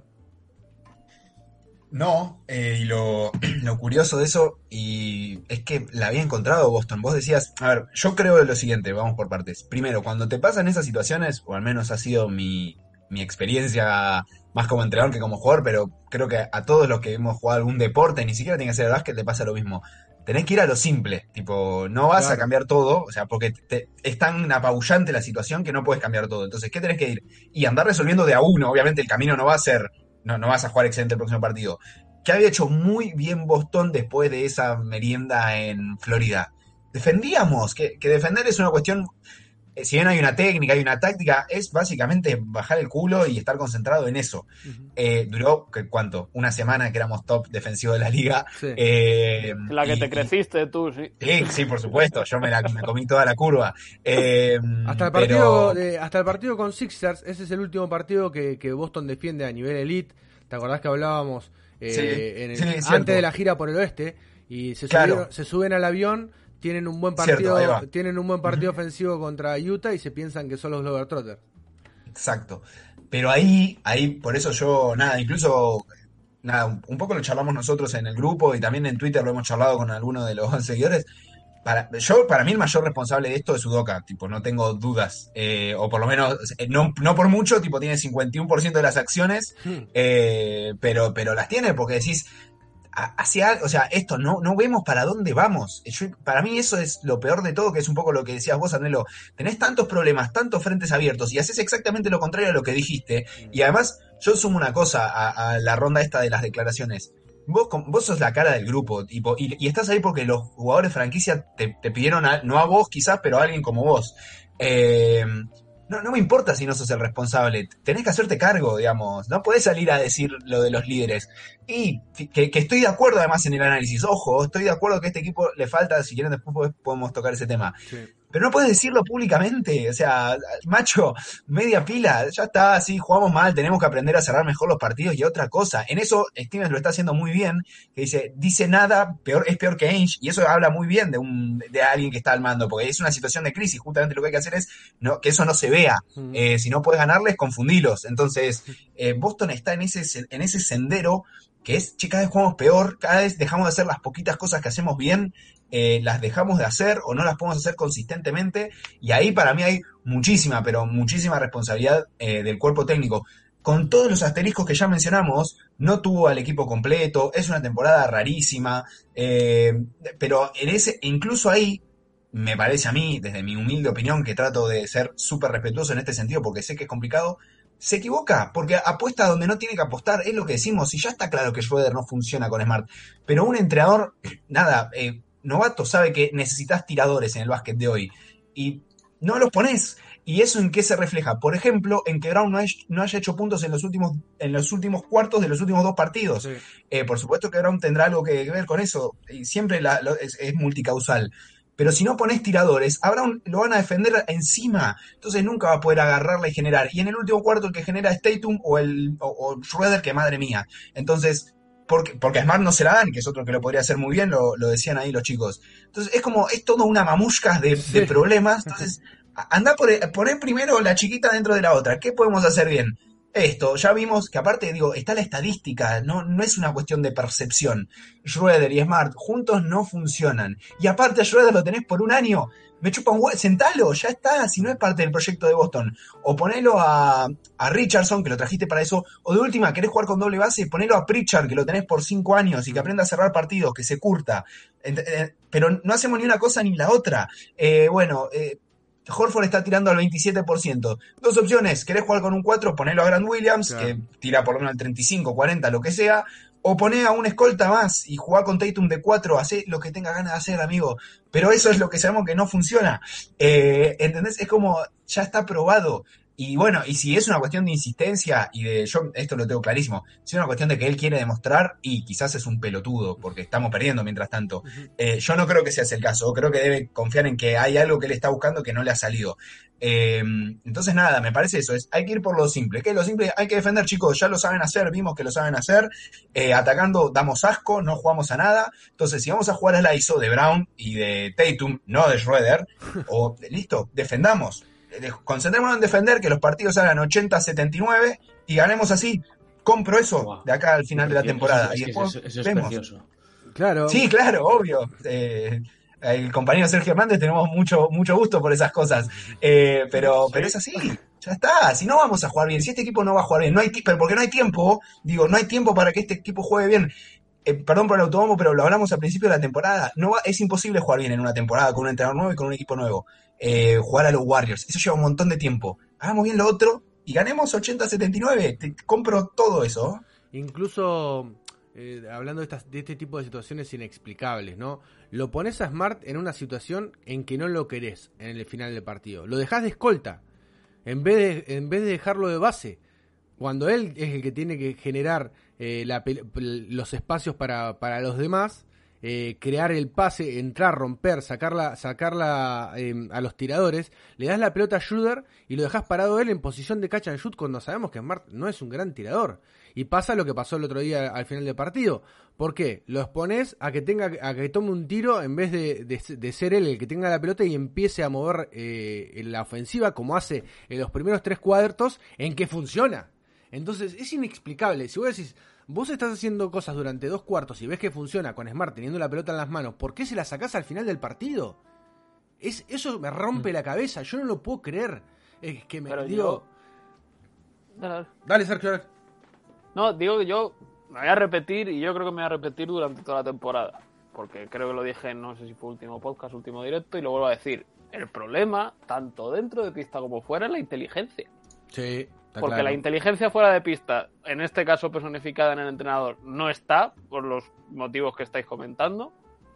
No, eh, y lo, lo curioso de eso y es que la había encontrado Boston. Vos decías, a ver, yo creo lo siguiente, vamos por partes. Primero, cuando te pasan esas situaciones, o al menos ha sido mi, mi experiencia más como entrenador que como jugador, pero creo que a todos los que hemos jugado algún deporte, ni siquiera tiene que ser el básquet, te pasa lo mismo. Tenés que ir a lo simple, tipo, no vas claro. a cambiar todo, o sea, porque te, es tan apabullante la situación que no puedes cambiar todo. Entonces, ¿qué tenés que ir? Y andar resolviendo de a uno, obviamente el camino no va a ser, no, no vas a jugar excelente el próximo partido. ¿Qué había hecho muy bien Boston después de esa merienda en Florida? Defendíamos, que, que defender es una cuestión, si bien hay una técnica, hay una táctica, es básicamente bajar el culo y estar concentrado en eso. Uh-huh. Eh, duró, ¿cuánto? Una semana que éramos top defensivo de la liga. Sí. Eh, la que y, te creciste tú, sí. Sí, sí, por supuesto. Yo me, la, me comí toda la curva. Eh, hasta, el partido pero... de, hasta el partido con Sixers, ese es el último partido que, que Boston defiende a nivel elite. ¿Te acordás que hablábamos eh, sí, en el, sí, antes de la gira por el oeste? Y se, claro. subieron, se suben al avión... Tienen un buen partido, Cierto, tienen un buen partido uh-huh. ofensivo contra Utah y se piensan que son los Globetrotters. Exacto. Pero ahí, ahí, por eso yo, nada, incluso, nada, un poco lo charlamos nosotros en el grupo y también en Twitter lo hemos charlado con algunos de los seguidores. Para, yo, para mí el mayor responsable de esto es Udoka, tipo, no tengo dudas, eh, o por lo menos, no, no por mucho, tipo, tiene cincuenta y uno por ciento de las acciones, hmm. eh, pero, pero las tiene porque decís, hacia, o sea, esto, no, no vemos para dónde vamos. Yo, para mí eso es lo peor de todo, que es un poco lo que decías vos, Anelo. Tenés tantos problemas, tantos frentes abiertos, y haces exactamente lo contrario a lo que dijiste. Y además, yo sumo una cosa a, a la ronda esta de las declaraciones. Vos, vos sos la cara del grupo, tipo, y, y estás ahí porque los jugadores franquicia te, te pidieron, a, no a vos quizás, pero a alguien como vos. Eh... No, no me importa si no sos el responsable, tenés que hacerte cargo, digamos, no podés salir a decir lo de los líderes. Y que, que estoy de acuerdo además en el análisis, ojo, estoy de acuerdo que a este equipo le falta, si quieren después podemos tocar ese tema. Sí. Pero no puedes decirlo públicamente, o sea, macho, media pila, ya está, así, jugamos mal, tenemos que aprender a cerrar mejor los partidos y otra cosa. En eso Stevens lo está haciendo muy bien, que dice, dice nada, peor es peor que Ainge, y eso habla muy bien de un de alguien que está al mando, porque es una situación de crisis, justamente lo que hay que hacer es no, que eso no se vea, mm. eh, si no puedes ganarles, confundilos. Entonces, eh, Boston está en ese, en ese sendero que es, che, cada vez jugamos peor, cada vez dejamos de hacer las poquitas cosas que hacemos bien, eh, las dejamos de hacer o no las podemos hacer consistentemente, y ahí para mí hay muchísima, pero muchísima responsabilidad eh, del cuerpo técnico. Con todos los asteriscos que ya mencionamos, no tuvo al equipo completo, es una temporada rarísima, eh, pero en ese, incluso ahí, me parece a mí, desde mi humilde opinión, que trato de ser súper respetuoso en este sentido porque sé que es complicado, se equivoca, porque apuesta donde no tiene que apostar, es lo que decimos, y ya está claro que Schroeder no funciona con Smart, pero un entrenador, nada, eh, novato sabe que necesitas tiradores en el básquet de hoy, y no los pones. ¿Y eso en qué se refleja? Por ejemplo, en que Brown no, hay, no haya hecho puntos en los últimos en los últimos cuartos de los últimos dos partidos. Sí. Eh, por supuesto que Brown tendrá algo que ver con eso, y siempre la, lo, es, es multicausal. pero si no pones tiradores, a Brown lo van a defender encima, entonces nunca va a poder agarrarla y generar. Y en el último cuarto el que genera es Tatum o, el, o, o Schroeder, que madre mía. Entonces, porque, porque a Smart no se la dan, que es otro que lo podría hacer muy bien, lo, lo decían ahí los chicos. Entonces es como, es todo una mamushka de, de problemas. Entonces, anda por poner primero la chiquita dentro de la otra. ¿Qué podemos hacer bien? Esto, ya vimos que aparte, digo, está la estadística, no, no es una cuestión de percepción. Schroeder y Smart juntos no funcionan. Y aparte a Schroeder lo tenés por un año, me chupa un huevo, sentalo, ya está, si no es parte del proyecto de Boston. O ponelo a, a Richardson, que lo trajiste para eso, o de última, querés jugar con doble base, ponelo a Pritchard, que lo tenés por cinco años y que aprenda a cerrar partidos, que se curta. Pero no hacemos ni una cosa ni la otra. Eh, bueno, eh, Horford está tirando al veintisiete por ciento. Dos opciones, querés jugar con un cuatro, ponelo a Grant Williams, claro, que tira por lo menos al treinta y cinco, cuarenta, lo que sea, o poné a un escolta más y jugá con Tatum de cuatro, hacé lo que tenga ganas de hacer, amigo. Pero eso es lo que sabemos que no funciona. Eh, ¿Entendés? Es como, ya está probado. Y bueno, y si es una cuestión de insistencia y de, yo esto lo tengo clarísimo, si es una cuestión de que él quiere demostrar y quizás es un pelotudo porque estamos perdiendo mientras tanto, uh-huh. eh, yo no creo que sea ese el caso, creo que debe confiar en que hay algo que él está buscando que no le ha salido. Eh, entonces nada, me parece eso, es, hay que ir por lo simple, que lo simple hay que defender, chicos, ya lo saben hacer, vimos que lo saben hacer, eh, atacando damos asco, no jugamos a nada, entonces si vamos a jugar a la I S O de Brown y de Tatum, no de Schroeder, o listo, defendamos. Concentrémonos en defender, que los partidos hagan ochenta a setenta y nueve y ganemos así. Compro eso wow. de acá al final de la temporada. Es, es, y después eso, eso es vemos. Precioso. Claro. Sí, claro, obvio. Eh, el compañero Sergio Hernández tenemos mucho, mucho gusto por esas cosas. Eh, pero, sí. pero es así. Ya está. Si no vamos a jugar bien, si este equipo no va a jugar bien, no hay pero porque no hay tiempo, digo, no hay tiempo para que este equipo juegue bien. Eh, perdón por el autobombo, pero lo hablamos al principio de la temporada. No va, es imposible jugar bien en una temporada con un entrenador nuevo y con un equipo nuevo. Eh, jugar a los Warriors, eso lleva un montón de tiempo. Hagamos bien lo otro y ganemos ochenta a setenta y nueve. Te compro todo eso. Incluso eh, hablando de, estas, de este tipo de situaciones inexplicables, ¿no? Lo pones a Smart en una situación en que no lo querés en el final del partido. Lo dejás de escolta en vez de, en vez de dejarlo de base. Cuando él es el que tiene que generar eh, la, los espacios para, para los demás. Eh, crear el pase, entrar, romper, sacarla, sacarla eh, a los tiradores, le das la pelota a Schroeder y lo dejas parado él en posición de catch and shoot cuando sabemos que Smart no es un gran tirador. Y pasa lo que pasó el otro día al final del partido. ¿Por qué? Lo expones a que tenga, a que tome un tiro en vez de, de, de ser él el que tenga la pelota y empiece a mover eh, en la ofensiva como hace en los primeros tres cuartos en que funciona. Entonces es inexplicable. Si vos decís, vos estás haciendo cosas durante dos cuartos y ves que funciona con Smart teniendo la pelota en las manos, ¿por qué se la sacás al final del partido? Es, eso me rompe mm. la cabeza, yo no lo puedo creer. Es que me Pero digo... Yo... Dale, dale. dale, Sergio. No, digo que yo me voy a repetir y yo creo que me voy a repetir durante toda la temporada. Porque creo que lo dije, no sé si fue último podcast, último directo, y lo vuelvo a decir. El problema, tanto dentro de pista como fuera, es la inteligencia. Sí. Porque claro. la inteligencia fuera de pista, en este caso personificada en el entrenador, no está, por los motivos que estáis comentando.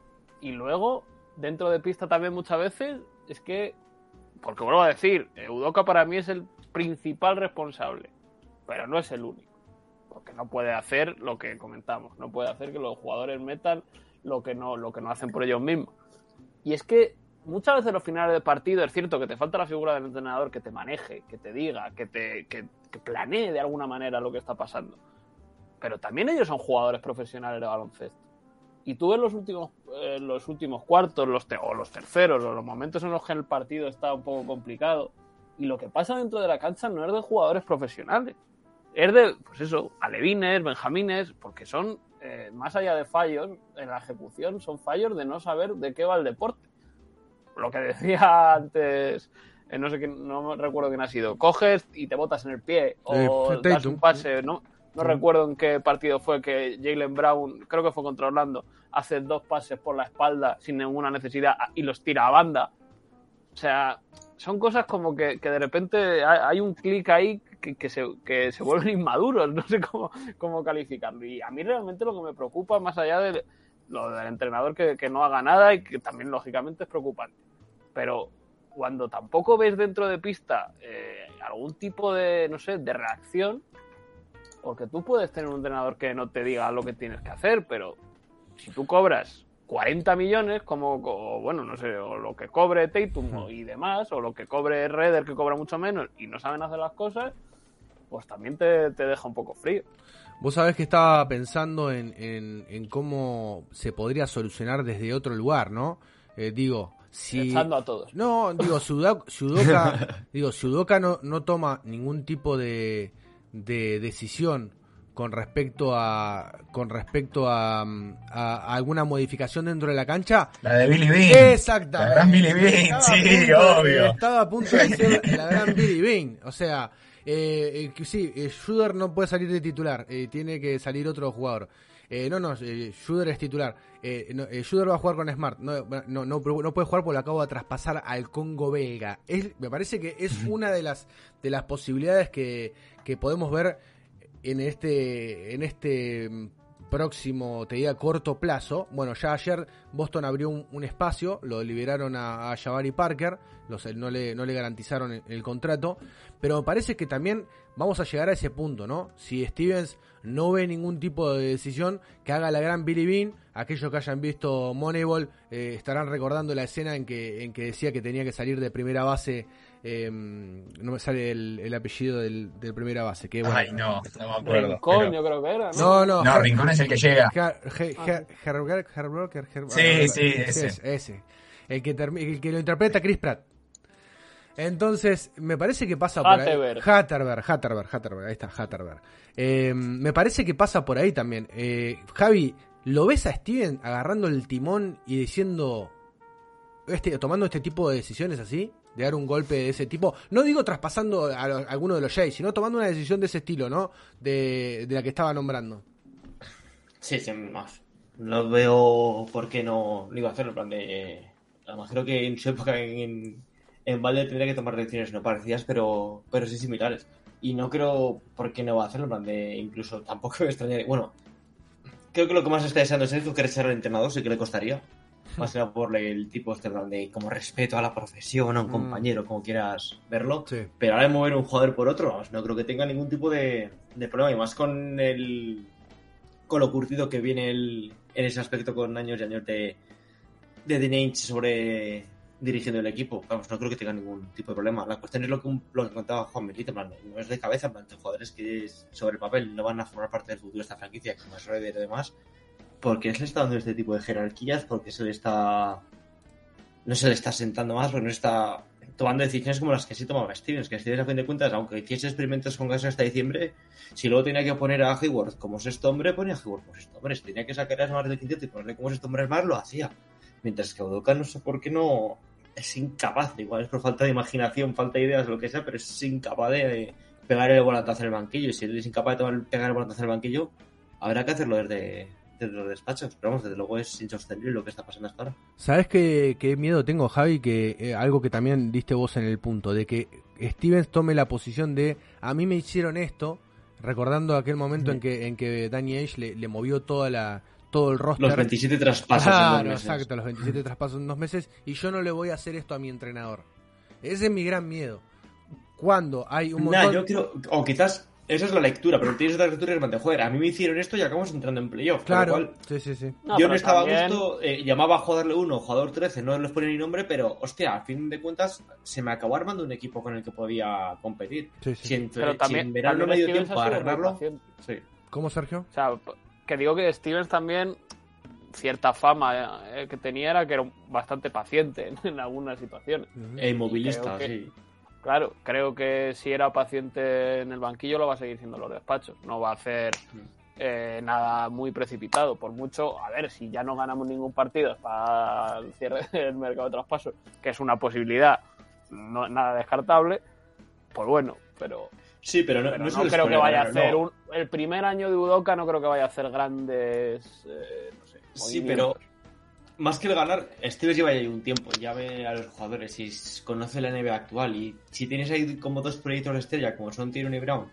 Y luego, dentro de pista también muchas veces, es que, porque vuelvo a decir, Udoka para mí es el principal responsable, pero no es el único. Porque no puede hacer lo que comentamos, no puede hacer que los jugadores metan lo que no, lo que no hacen por ellos mismos. Y es que muchas veces en los finales de partido es cierto que te falta la figura del entrenador que te maneje, que te diga, que te que, que planee de alguna manera lo que está pasando. Pero también ellos son jugadores profesionales de baloncesto. Y tú en los últimos, eh, los últimos cuartos, los te- o los terceros, o los momentos en los que el partido está un poco complicado, y lo que pasa dentro de la cancha no es de jugadores profesionales. Es de, pues eso, alevines, benjamines, porque son, eh, más allá de fallos en la ejecución, son fallos de no saber de qué va el deporte. Lo que decía antes, eh, no sé quién, no recuerdo quién ha sido, coges y te botas en el pie o eh, das un pase, no, no sí. recuerdo en qué partido fue que Jaylen Brown, creo que fue contra Orlando, hace dos pases por la espalda sin ninguna necesidad y los tira a banda. O sea, son cosas como que, que de repente hay, hay un clic ahí que, que, se, que se vuelven inmaduros, no sé cómo, cómo calificarlo. Y a mí realmente lo que me preocupa, más allá de lo del entrenador que, que no haga nada y que también lógicamente es preocupante, pero cuando tampoco ves dentro de pista eh, algún tipo de, no sé, de reacción, porque tú puedes tener un entrenador que no te diga lo que tienes que hacer, pero si tú cobras cuarenta millones, como, o, bueno, no sé, o lo que cobre Tatum o, y demás, o lo que cobre Redder, que cobra mucho menos, y no saben hacer las cosas, pues también te, te deja un poco frío. Vos sabés que estaba pensando en, en, en cómo se podría solucionar desde otro lugar, ¿no? Eh, digo, si... Echando a todos. No, digo, Sudoka, Sudoka, digo, Sudoka no, no toma ningún tipo de, de decisión con respecto a con respecto a, a, a alguna modificación dentro de la cancha. La de Billy Bean. Exactamente. La gran Billy Bean, sí, punto, obvio. Estaba a punto de decir la gran Billy Bean. O sea, eh, eh, sí, eh, Schroeder no puede salir de titular, eh, tiene que salir otro jugador. Eh, no, no, eh, Schroeder es titular. Eh, no, eh, Schroeder va a jugar con Smart. No, no, no, no puede jugar porque lo acabo de traspasar al Congo belga. Es, me parece que es una de las de las posibilidades que, que podemos ver en este en este próximo, te diría, corto plazo. Bueno, ya ayer Boston abrió un, un espacio, lo liberaron a, a Jabari Parker, los, no, le, no le garantizaron el, el contrato, pero me parece que también vamos a llegar a ese punto, ¿no? Si Stevens no ve ningún tipo de decisión, que haga la gran Billy Bean. Aquellos que hayan visto Moneyball eh, estarán recordando la escena en que en que decía que tenía que salir de primera base. Eh, no me sale el, el apellido del, del primera base. Que, bueno, Ay, no, no me acuerdo. Rincón, pero... yo creo que era, ¿no? No, no. No, Rincón es el que llega. Sí, sí, ese. Ese. El que, term- el que lo interpreta Chris Pratt. Entonces, me parece que pasa por ahí. Hatterberg, Hatterberg, Hatterberg, ahí está, Hatterberg. Eh, me parece que pasa por ahí también. Eh, Javi, ¿lo ves a Steven agarrando el timón y diciendo, este, tomando este tipo de decisiones así? De dar un golpe de ese tipo. No digo traspasando a, lo, a alguno de los Jays, sino tomando una decisión de ese estilo, ¿no? De, de la que estaba nombrando. Sí, sí, más. No veo por qué no lo iba a hacer. En plan de. A lo mejor creo que en su época en, en Valde tendría que tomar decisiones no parecidas, pero, pero sí similares. Y no creo por qué no va a hacerlo. En plan de. Incluso tampoco me extrañaría. Bueno, creo que lo que más está deseando es eso, querer ser el entrenador, sí que le costaría. Más que nada por el tipo este plan de como respeto a la profesión, a un mm. compañero, como quieras verlo. Sí. Pero ahora de mover un jugador por otro, vamos, no creo que tenga ningún tipo de, de problema. Y más con el con lo curtido que viene el, en ese aspecto con años y años de, de D N H sobre dirigiendo el equipo. Vamos, no creo que tenga ningún tipo de problema. La cuestión es lo que, lo que contaba Juan Benito, no es de cabeza, en plan, de jugadores que sobre el papel no van a formar parte del futuro de esta franquicia, como es Raider y demás. Porque se le está dando este tipo de jerarquías, porque se le está no se le está sentando más, porque no está tomando decisiones como las que sí tomaba Stevens, que Stevens a fin de cuentas, aunque hiciese experimentos con gas hasta diciembre, si luego tenía que poner a Hayward como sexto hombre, ponía a Hayward como sexto hombre, si tenía que sacar a más del quinteto y ponerle como sexto hombre más, lo hacía, mientras que Udoka no sé por qué no es incapaz, igual es por falta de imaginación, falta de ideas, lo que sea, pero es incapaz de pegar el volantazo en el banquillo, y si él es incapaz de tomar, pegar el volantazo en el banquillo, habrá que hacerlo desde de los despachos, pero vamos, desde luego es insostenible lo que está pasando hasta ahora. ¿Sabes qué, qué miedo tengo, Javi? Que eh, algo que también diste vos en el punto, de que Stevens tome la posición de a mí me hicieron esto, recordando aquel momento mm. en que en que Danny Ainge le, le movió toda la todo el roster. Los veintisiete traspasos claro, en dos meses. Exacto, los veintisiete traspasos en dos meses, y yo no le voy a hacer esto a mi entrenador. Ese es mi gran miedo. Cuando hay un montón... Nah, yo creo, o quizás esa es la lectura, pero tienes otra lectura y es mantener, joder, a mí me hicieron esto y acabamos entrando en playoff. Claro, cual, sí, sí, sí. No, yo no estaba también... a gusto, eh, llamaba a jugador uno, jugador trece, no les ponía ni nombre, pero, hostia, a fin de cuentas, se me acabó armando un equipo con el que podía competir. Sí, sí. Si en, pero también, sin verano medio tiempo para arreglarlo. Sí. ¿Cómo, Sergio? O sea, que digo que Stevens también, cierta fama eh, que tenía era que era bastante paciente en, en algunas situaciones. Uh-huh. E inmovilista, que... sí. Claro, creo que si era paciente en el banquillo lo va a seguir siendo los despachos. No va a hacer eh, nada muy precipitado. Por mucho, a ver, si ya no ganamos ningún partido para el cierre del mercado de traspasos, que es una posibilidad no nada descartable, pues bueno, pero... Sí, pero no, pero no, no creo que vaya a hacer... No. Un, el primer año de Udoka no creo que vaya a hacer grandes... Eh, no sé, sí, pero... Más que el ganar, Stevens lleva ya un tiempo, ya ve a los jugadores y conoce la N B A actual, y si tienes ahí como dos proyectos de estrella como son Tyrone y Brown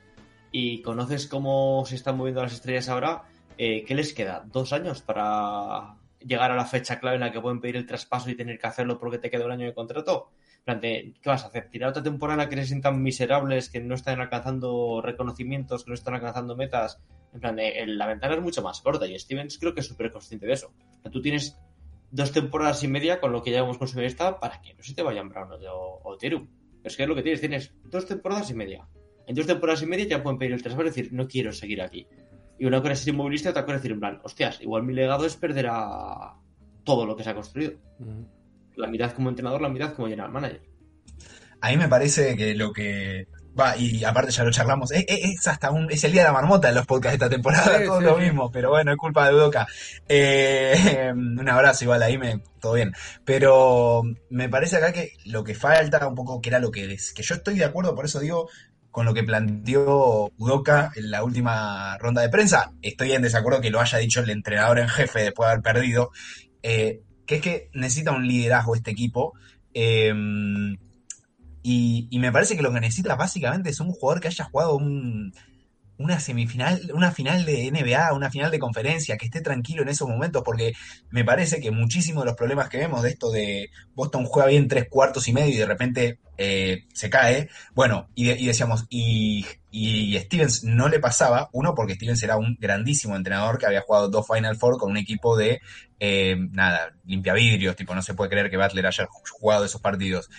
y conoces cómo se están moviendo las estrellas ahora, eh, ¿qué les queda? ¿Dos años para llegar a la fecha clave en la que pueden pedir el traspaso y tener que hacerlo porque te queda un año de contrato? En plan de, ¿qué vas a hacer? ¿Tirar otra temporada que se sientan miserables, que no están alcanzando reconocimientos, que no están alcanzando metas? En plan de, la ventana es mucho más corta y Stevens creo que es súper consciente de eso. Tú tienes dos temporadas y media con lo que ya hemos conseguido esta para que no se te vayan Brown o, o Terum. Es que es lo que tienes, tienes dos temporadas y media. En dos temporadas y media ya pueden pedir el traspaso y decir, no quiero seguir aquí. Y una cosa es ser inmovilista y otra cosa es decir, en plan, hostias, igual mi legado es perder a todo lo que se ha construido. Uh-huh. La mitad como entrenador, la mitad como general manager. A mí me parece que lo que... Va, y aparte ya lo charlamos, es, es hasta un, es el día de la marmota en los podcasts de esta temporada, sí, todo sí, lo sí. mismo, pero bueno, es culpa de Udoka. Eh, un abrazo igual ahí, me, todo bien. Pero me parece acá que lo que falta un poco, que era lo que, que yo estoy de acuerdo, por eso digo, con lo que planteó Udoka en la última ronda de prensa, estoy en desacuerdo que lo haya dicho el entrenador en jefe después de haber perdido, eh, que es que necesita un liderazgo este equipo, eh, Y, y me parece que lo que necesita básicamente es un jugador que haya jugado un, una semifinal, una final de N B A, una final de conferencia, que esté tranquilo en esos momentos, porque me parece que muchísimos de los problemas que vemos de esto de Boston juega bien tres cuartos y medio y de repente eh, se cae, bueno, y, de, y decíamos, y, y Stevens no le pasaba, uno porque Stevens era un grandísimo entrenador que había jugado dos Final Four con un equipo de eh, nada, limpiavidrios, tipo, no se puede creer que Butler haya jugado esos partidos.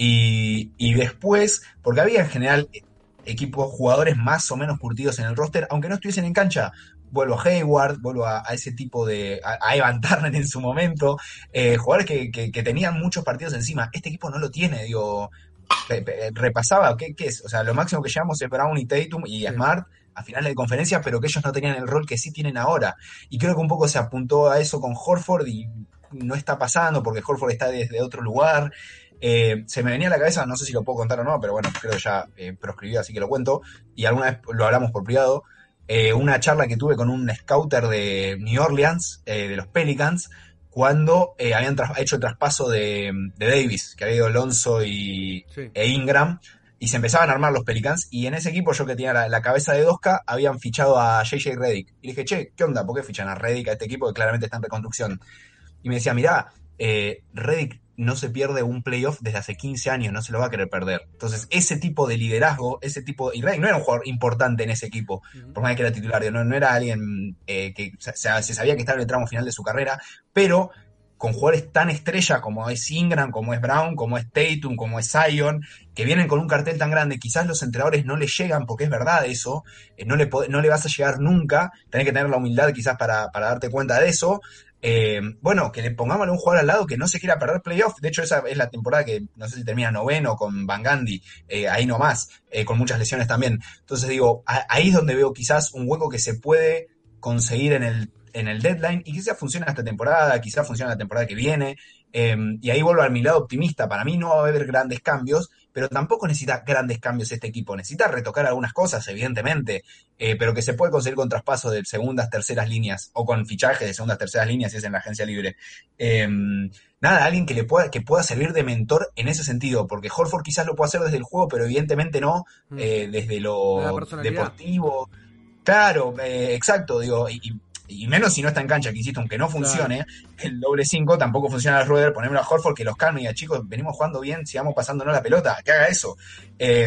Y, y después, porque había en general equipos, jugadores más o menos curtidos en el roster, aunque no estuviesen en cancha. Vuelvo a Hayward, vuelvo a, a ese tipo de... a, a Evan Turner en su momento, eh, jugadores que, que, que tenían muchos partidos encima. Este equipo no lo tiene, digo, pe, pe, repasaba, ¿qué, ¿qué es? O sea, lo máximo que llevamos es Brown y Tatum y sí. Smart a finales de conferencia, pero que ellos no tenían el rol que sí tienen ahora. Y creo que un poco se apuntó a eso con Horford y no está pasando porque Horford está desde otro lugar. Eh, se me venía a la cabeza, no sé si lo puedo contar o no, pero bueno, creo que ya eh, proscribí, así que lo cuento, y alguna vez lo hablamos por privado, eh, una charla que tuve con un scouter de New Orleans, eh, de los Pelicans, cuando eh, habían tras- hecho el traspaso de, de Davis, que había ido Alonso y, sí. e Ingram, y se empezaban a armar los Pelicans, y en ese equipo yo que tenía la, la cabeza de Doska, habían fichado a J J Redick, y le dije, che, ¿qué onda? ¿Por qué fichan a Redick, a este equipo que claramente está en reconstrucción? Y me decía, mirá, eh, Redick no se pierde un playoff desde hace quince años, no se lo va a querer perder. Entonces, ese tipo de liderazgo, ese tipo de... Y Redick no era un jugador importante en ese equipo, uh-huh. por más que era titular, no, no era alguien eh, que o sea, se sabía que estaba en el tramo final de su carrera, pero con jugadores tan estrella como es Ingram, como es Brown, como es Tatum, como es Zion, que vienen con un cartel tan grande, quizás los entrenadores no le llegan, porque es verdad eso, eh, no, le pod- no le vas a llegar nunca, tenés que tener la humildad quizás para, para darte cuenta de eso. Eh, bueno, que le pongamos a un jugador al lado que no se quiera perder playoff. De hecho, esa es la temporada que no sé si termina noveno con Van Gundy, eh, ahí nomás, eh, con muchas lesiones también. Entonces digo, a, ahí es donde veo quizás un hueco que se puede conseguir en el, en el deadline y quizás funcione esta temporada, quizás funcione la temporada que viene. Eh, y ahí vuelvo a mi lado optimista. Para mí no va a haber grandes cambios, pero tampoco necesita grandes cambios este equipo. Necesita retocar algunas cosas, evidentemente, eh, pero que se puede conseguir con traspaso de segundas, terceras líneas, o con fichaje de segundas, terceras líneas si es en la agencia libre. Eh, nada, alguien que le pueda, que pueda servir de mentor en ese sentido, porque Horford quizás lo pueda hacer desde el juego, pero evidentemente no eh, desde lo deportivo. Claro, eh, exacto, digo, y, y y menos si no está en cancha, que insisto, aunque no funcione, claro. El doble cinco tampoco funciona al Rueder, ponémoslo a Horford que los calme y diga, chicos, venimos jugando bien, sigamos pasándonos la pelota, que haga eso. Eh,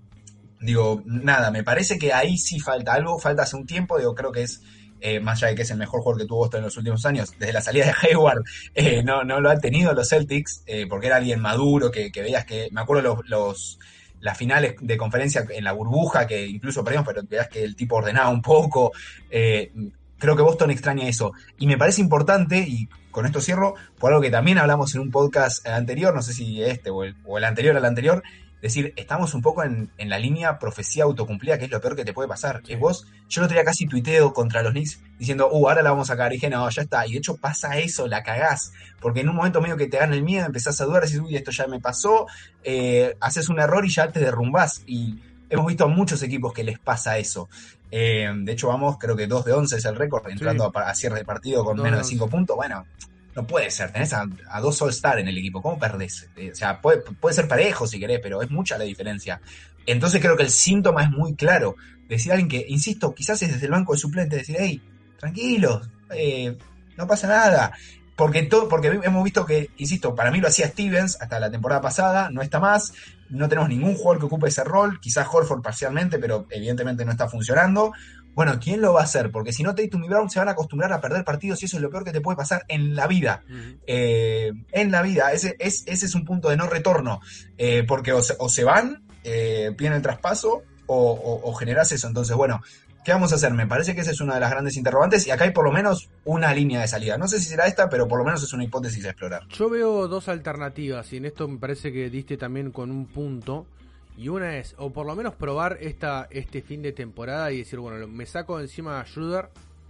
digo, nada, me parece que ahí sí falta algo, falta hace un tiempo, digo, creo que es, eh, más allá de que es el mejor jugador que tuvo Boston en los últimos años, desde la salida de Hayward, eh, no, no lo han tenido los Celtics, eh, porque era alguien maduro, que, que veías que, me acuerdo los... los las finales de conferencia en la burbuja, que incluso perdimos, pero veas que el tipo ordenaba un poco, eh, creo que Boston extraña eso. Y me parece importante, y con esto cierro, por algo que también hablamos en un podcast anterior, no sé si este o el, o el anterior al anterior, decir, estamos un poco en, en la línea profecía autocumplida, que es lo peor que te puede pasar. Sí. Es vos, yo el otro día casi tuiteo contra los Knicks, diciendo, uh, ahora la vamos a cagar. Y dije, no, ya está. Y de hecho pasa eso, la cagás. Porque en un momento medio que te gana el miedo, empezás a dudar, decís, uy, esto ya me pasó, eh, haces un error y ya te derrumbás. Y hemos visto a muchos equipos que les pasa eso. Eh, de hecho, vamos, creo que dos de once es el récord, entrando sí. a, a cierre de partido con dos menos de cinco puntos. Bueno, no puede ser, tenés a, a dos All-Star en el equipo, ¿cómo perdés? Eh, o sea, puede, puede ser parejo si querés, pero es mucha la diferencia. Entonces creo que el síntoma es muy claro. Decir a alguien que, insisto, quizás es desde el banco de suplentes, decir, hey, tranquilos, eh, no pasa nada. Porque, todo, porque hemos visto que, insisto, para mí lo hacía Stevens hasta la temporada pasada, no está más, no tenemos ningún jugador que ocupe ese rol, quizás Horford parcialmente, pero evidentemente no está funcionando. Bueno, ¿quién lo va a hacer? Porque si no, Tatum y Brown se van a acostumbrar a perder partidos y eso es lo peor que te puede pasar en la vida. Uh-huh. Eh, en la vida, ese es, ese es un punto de no retorno. Eh, porque o se, o se van, eh, piden el traspaso, o, o, o generas eso. Entonces, bueno, ¿qué vamos a hacer? Me parece que esa es una de las grandes interrogantes y acá hay por lo menos una línea de salida. No sé si será esta, pero por lo menos es una hipótesis a explorar. Yo veo dos alternativas y en esto me parece que diste también con un punto. Y una es, o por lo menos probar esta este fin de temporada y decir, bueno, me saco encima a Schroeder,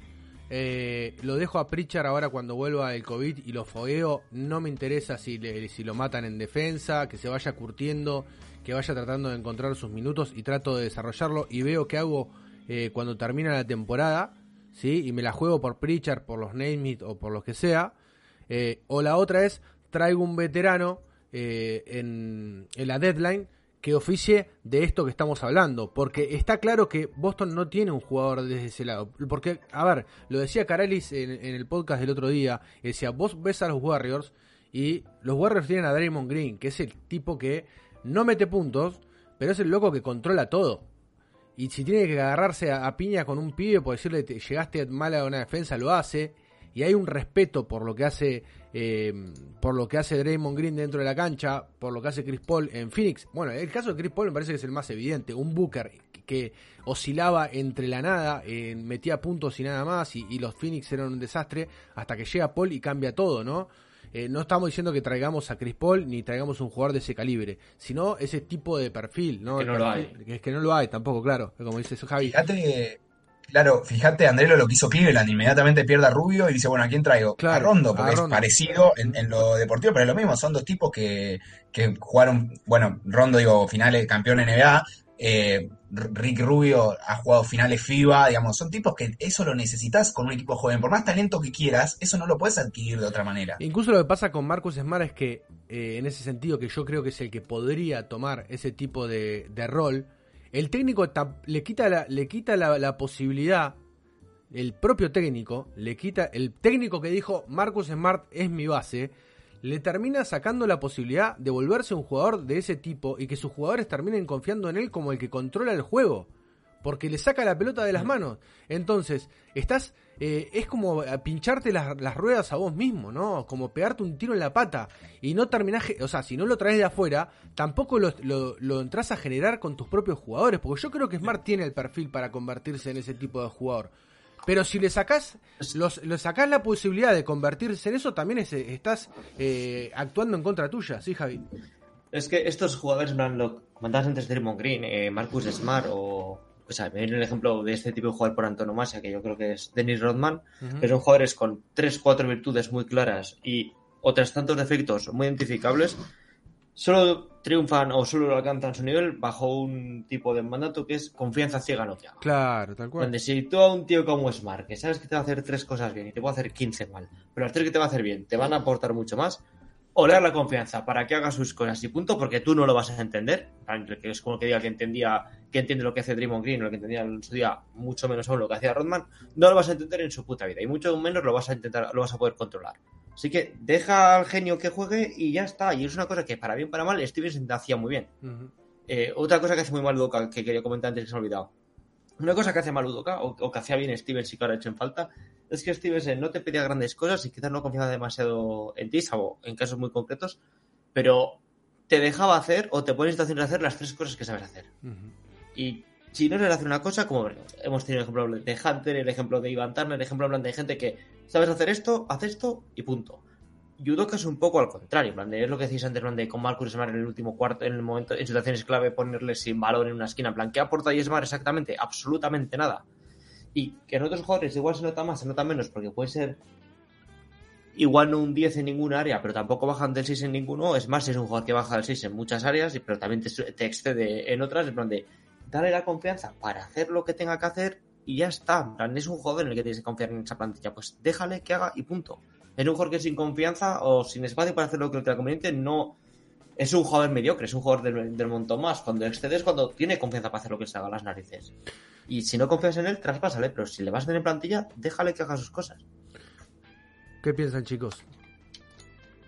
eh, lo dejo a Pritchard ahora cuando vuelva el COVID y lo fogueo, no me interesa si, le, si lo matan en defensa, que se vaya curtiendo, que vaya tratando de encontrar sus minutos y trato de desarrollarlo y veo qué hago eh, cuando termina la temporada, ¿sí? Y me la juego por Pritchard, por los Naismith o por lo que sea, eh, o la otra es, traigo un veterano eh, en, en la deadline que oficie de esto que estamos hablando, porque está claro que Boston no tiene un jugador desde ese lado, porque, a ver, lo decía Carelis en, en el podcast del otro día, decía, vos ves a los Warriors, y los Warriors tienen a Draymond Green, que es el tipo que no mete puntos, pero es el loco que controla todo, y si tiene que agarrarse a, a piña con un pibe por decirle, te, llegaste mal a una defensa, lo hace, y hay un respeto por lo que hace eh, por lo que hace Draymond Green dentro de la cancha, por lo que hace Chris Paul en Phoenix. Bueno, el caso de Chris Paul me parece que es el más evidente, un Booker que, que oscilaba entre la nada, eh, metía puntos y nada más, y, y los Phoenix eran un desastre, hasta que llega Paul y cambia todo, ¿no? Eh, no estamos diciendo que traigamos a Chris Paul ni traigamos un jugador de ese calibre, sino ese tipo de perfil, ¿no? Que no perfil, lo hay. Que es que no lo hay tampoco, claro, como dice eso Javi. Fíjate... Claro, fíjate, Andrelo lo que hizo Cleveland, inmediatamente pierde a Rubio y dice, bueno, ¿a quién traigo? Claro, a Rondo, porque a Rondo. Es parecido en, en lo deportivo, pero es lo mismo, son dos tipos que, que jugaron, bueno, Rondo, digo, finales, campeón N B A, eh, Rick Rubio ha jugado finales FIBA, digamos, son tipos que eso lo necesitas con un equipo joven, por más talento que quieras, eso no lo puedes adquirir de otra manera. Incluso lo que pasa con Marcus Smart es que, eh, en ese sentido, que yo creo que es el que podría tomar ese tipo de, de rol, el técnico le quita la, le quita la, la posibilidad, el propio técnico, le quita, el técnico que dijo Marcus Smart es mi base, le termina sacando la posibilidad de volverse un jugador de ese tipo y que sus jugadores terminen confiando en él como el que controla el juego, porque le saca la pelota de las manos. Entonces, estás eh, es como pincharte las, las ruedas a vos mismo, ¿no? Como pegarte un tiro en la pata y no terminás, o sea, si no lo traes de afuera, tampoco lo, lo, lo entras a generar con tus propios jugadores, porque yo creo que Smart tiene el perfil para convertirse en ese tipo de jugador. Pero si le sacás, los, le sacás la posibilidad de convertirse en eso, también es, estás eh, actuando en contra tuya, ¿sí, Javi? Es que estos jugadores, lo comentabas antes de Draymond Green, eh, Marcus Smart o... O sea, me viene el ejemplo de este tipo de jugador por antonomasia, que yo creo que es Dennis Rodman, uh-huh. que son jugadores con tres, cuatro virtudes muy claras y otros tantos defectos muy identificables, solo triunfan o solo alcanzan su nivel bajo un tipo de mandato que es confianza ciega no te haga. Claro, tal cual. Donde si tú a un tío como Smart, que sabes que te va a hacer tres cosas bien y te va a hacer quince mal, pero las tres que te va a hacer bien te van a aportar mucho más, o le das la confianza para que haga sus cosas y punto, porque tú no lo vas a entender, que es como que diga que entendía, que entiende lo que hace Draymond Green o lo que entendía en su día, mucho menos aún lo que hacía Rodman, no lo vas a entender en su puta vida y mucho menos lo vas a intentar, lo vas a poder controlar. Así que deja al genio que juegue y ya está. Y es una cosa que para bien para mal Stevens hacía muy bien. Uh-huh. Eh, otra cosa que hace muy mal Udoka, que quería comentar antes que se me ha olvidado. Una cosa que hace mal Udoka, o, o que hacía bien Stevens y que ahora ha hecho en falta, es que Stevens no te pedía grandes cosas y quizás no confiaba demasiado en ti, salvo en casos muy concretos, pero te dejaba hacer o te ponía en situación de hacer las tres cosas que sabes hacer. Uh-huh. Y si no sabes hacer una cosa, como hemos tenido el ejemplo de Hunter, el ejemplo de Ivan Turner, el ejemplo de gente que sabes hacer esto, haz esto y punto. Y Udoka es un poco al contrario, en plan de, es lo que decís antes, de con Marcus Smart en el último cuarto, en el momento, en situaciones clave, ponerle sin balón en una esquina, en plan, ¿qué aporta ahí Smart exactamente? Absolutamente nada. Y que en otros jugadores igual se nota más, se nota menos, porque puede ser igual no un diez en ninguna área, pero tampoco bajan del seis en ninguno. Es más, es un jugador que baja del seis en muchas áreas, pero también te, te excede en otras, en plan de, dale la confianza para hacer lo que tenga que hacer y ya está. En plan, es un jugador en el que tienes que confiar en esa plantilla, pues déjale que haga y punto. Es un jugador que sin confianza o sin espacio para hacer lo que le queda conveniente no es un jugador mediocre, es un jugador del, del montón más. Cuando excedes, cuando tiene confianza para hacer lo que se haga las narices. Y si no confías en él, traspásale, pero si le vas a tener en plantilla, déjale que haga sus cosas. ¿Qué piensan, chicos?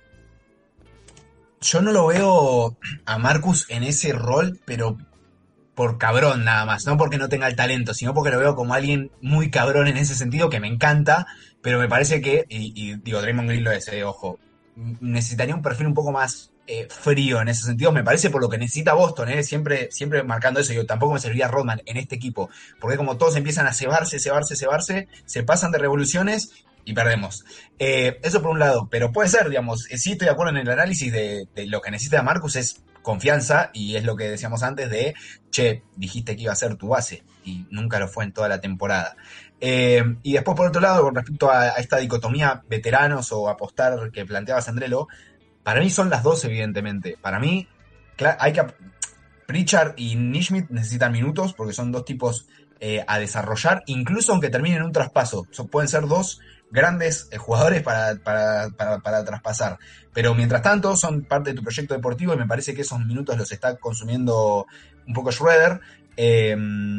Yo no lo veo a Marcus en ese rol, pero por cabrón nada más, no porque no tenga el talento, sino porque lo veo como alguien muy cabrón en ese sentido, que me encanta, pero me parece que, y, y digo, Draymond Green lo es, eh, ojo, necesitaría un perfil un poco más eh, frío en ese sentido, me parece por lo que necesita Boston, eh, siempre, siempre marcando eso. Yo tampoco me serviría Rodman en este equipo, porque como todos empiezan a cebarse, cebarse, cebarse, se pasan de revoluciones y perdemos. Eh, eso por un lado, pero puede ser, digamos, eh, sí estoy de acuerdo en el análisis de, de lo que necesita Marcus es confianza, y es lo que decíamos antes de, che, dijiste que iba a ser tu base, y nunca lo fue en toda la temporada. Eh, y después, por otro lado, con respecto a, a esta dicotomía veteranos o apostar que planteaba Sandrelo, para mí son las dos, evidentemente. Para mí, claro, hay que... Pritchard y Nishmith necesitan minutos, porque son dos tipos eh, a desarrollar, incluso aunque terminen un traspaso. So, pueden ser dos grandes eh, jugadores para, para, para, para traspasar. Pero mientras tanto son parte de tu proyecto deportivo y me parece que esos minutos los está consumiendo un poco Schroeder. Eh,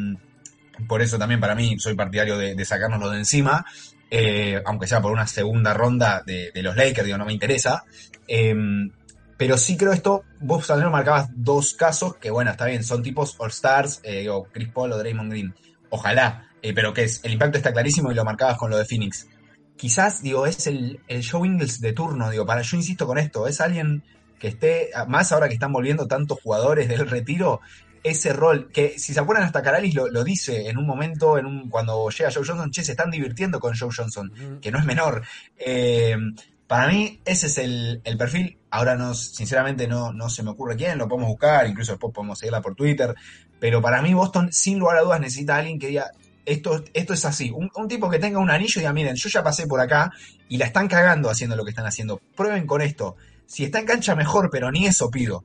por eso también para mí soy partidario de, de sacárnoslo de encima, eh, aunque sea por una segunda ronda de, de los Lakers, digo, no me interesa. Eh, pero sí creo esto, vos Sandro marcabas dos casos que bueno, está bien, son tipos All-Stars, eh, o Chris Paul o Draymond Green. Ojalá, eh, pero que es, el impacto está clarísimo y lo marcabas con lo de Phoenix. Quizás, digo, es el, el Joe Ingles de turno, digo, para, yo insisto con esto, es alguien que esté, más ahora que están volviendo tantos jugadores del retiro, ese rol, que si se acuerdan hasta Caralis lo, lo dice en un momento, en un cuando llega Joe Johnson, che, se están divirtiendo con Joe Johnson, uh-huh. que no es menor. Eh, para mí, ese es el, el perfil, ahora no, sinceramente no, no se me ocurre quién, lo podemos buscar, incluso después podemos seguirla por Twitter, pero para mí Boston, sin lugar a dudas, necesita a alguien que diga, Esto, esto es así, un, un tipo que tenga un anillo y diga, miren, yo ya pasé por acá y la están cagando haciendo lo que están haciendo, prueben con esto, si está en cancha mejor, pero ni eso pido.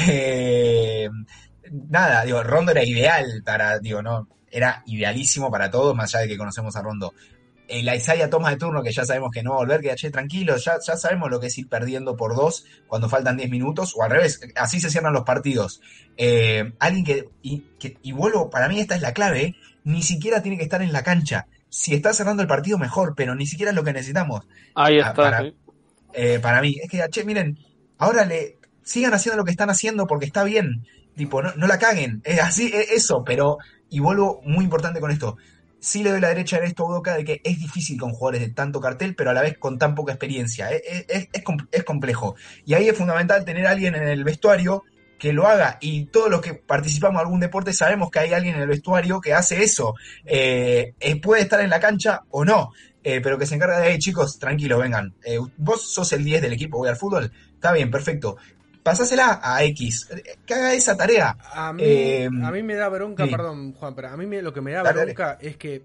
Eh, nada, digo, Rondo era ideal para, digo, no, era idealísimo para todos, más allá de que conocemos a Rondo. El Isaiah Thomas de turno, que ya sabemos que no va a volver, que che, tranquilo, ya, ya sabemos lo que es ir perdiendo por dos cuando faltan diez minutos, o al revés, así se cierran los partidos. Eh, alguien que y, que, y vuelvo, para mí esta es la clave, ¿eh? Ni siquiera tiene que estar en la cancha. Si está cerrando el partido, mejor, pero ni siquiera es lo que necesitamos. Ahí está, para, sí. eh, para mí, es que, che, miren, ahora le sigan haciendo lo que están haciendo porque está bien. Tipo, no, no la caguen. Es así, es eso, pero, y vuelvo muy importante con esto. Sí le doy la derecha en esto a Udoka de que es difícil con jugadores de tanto cartel, pero a la vez con tan poca experiencia. Es, es, es, es complejo. Y ahí es fundamental tener a alguien en el vestuario que lo haga, y todos los que participamos en algún deporte sabemos que hay alguien en el vestuario que hace eso, eh, eh, puede estar en la cancha o no, eh, pero que se encarga de, hey chicos, tranquilos, vengan, eh, vos sos el diez del equipo, voy al fútbol, está bien, perfecto, pasásela a X, que haga esa tarea. A mí, eh, a mí me da bronca, sí. perdón Juan, pero a mí me, lo que me da dale, bronca dale. es que,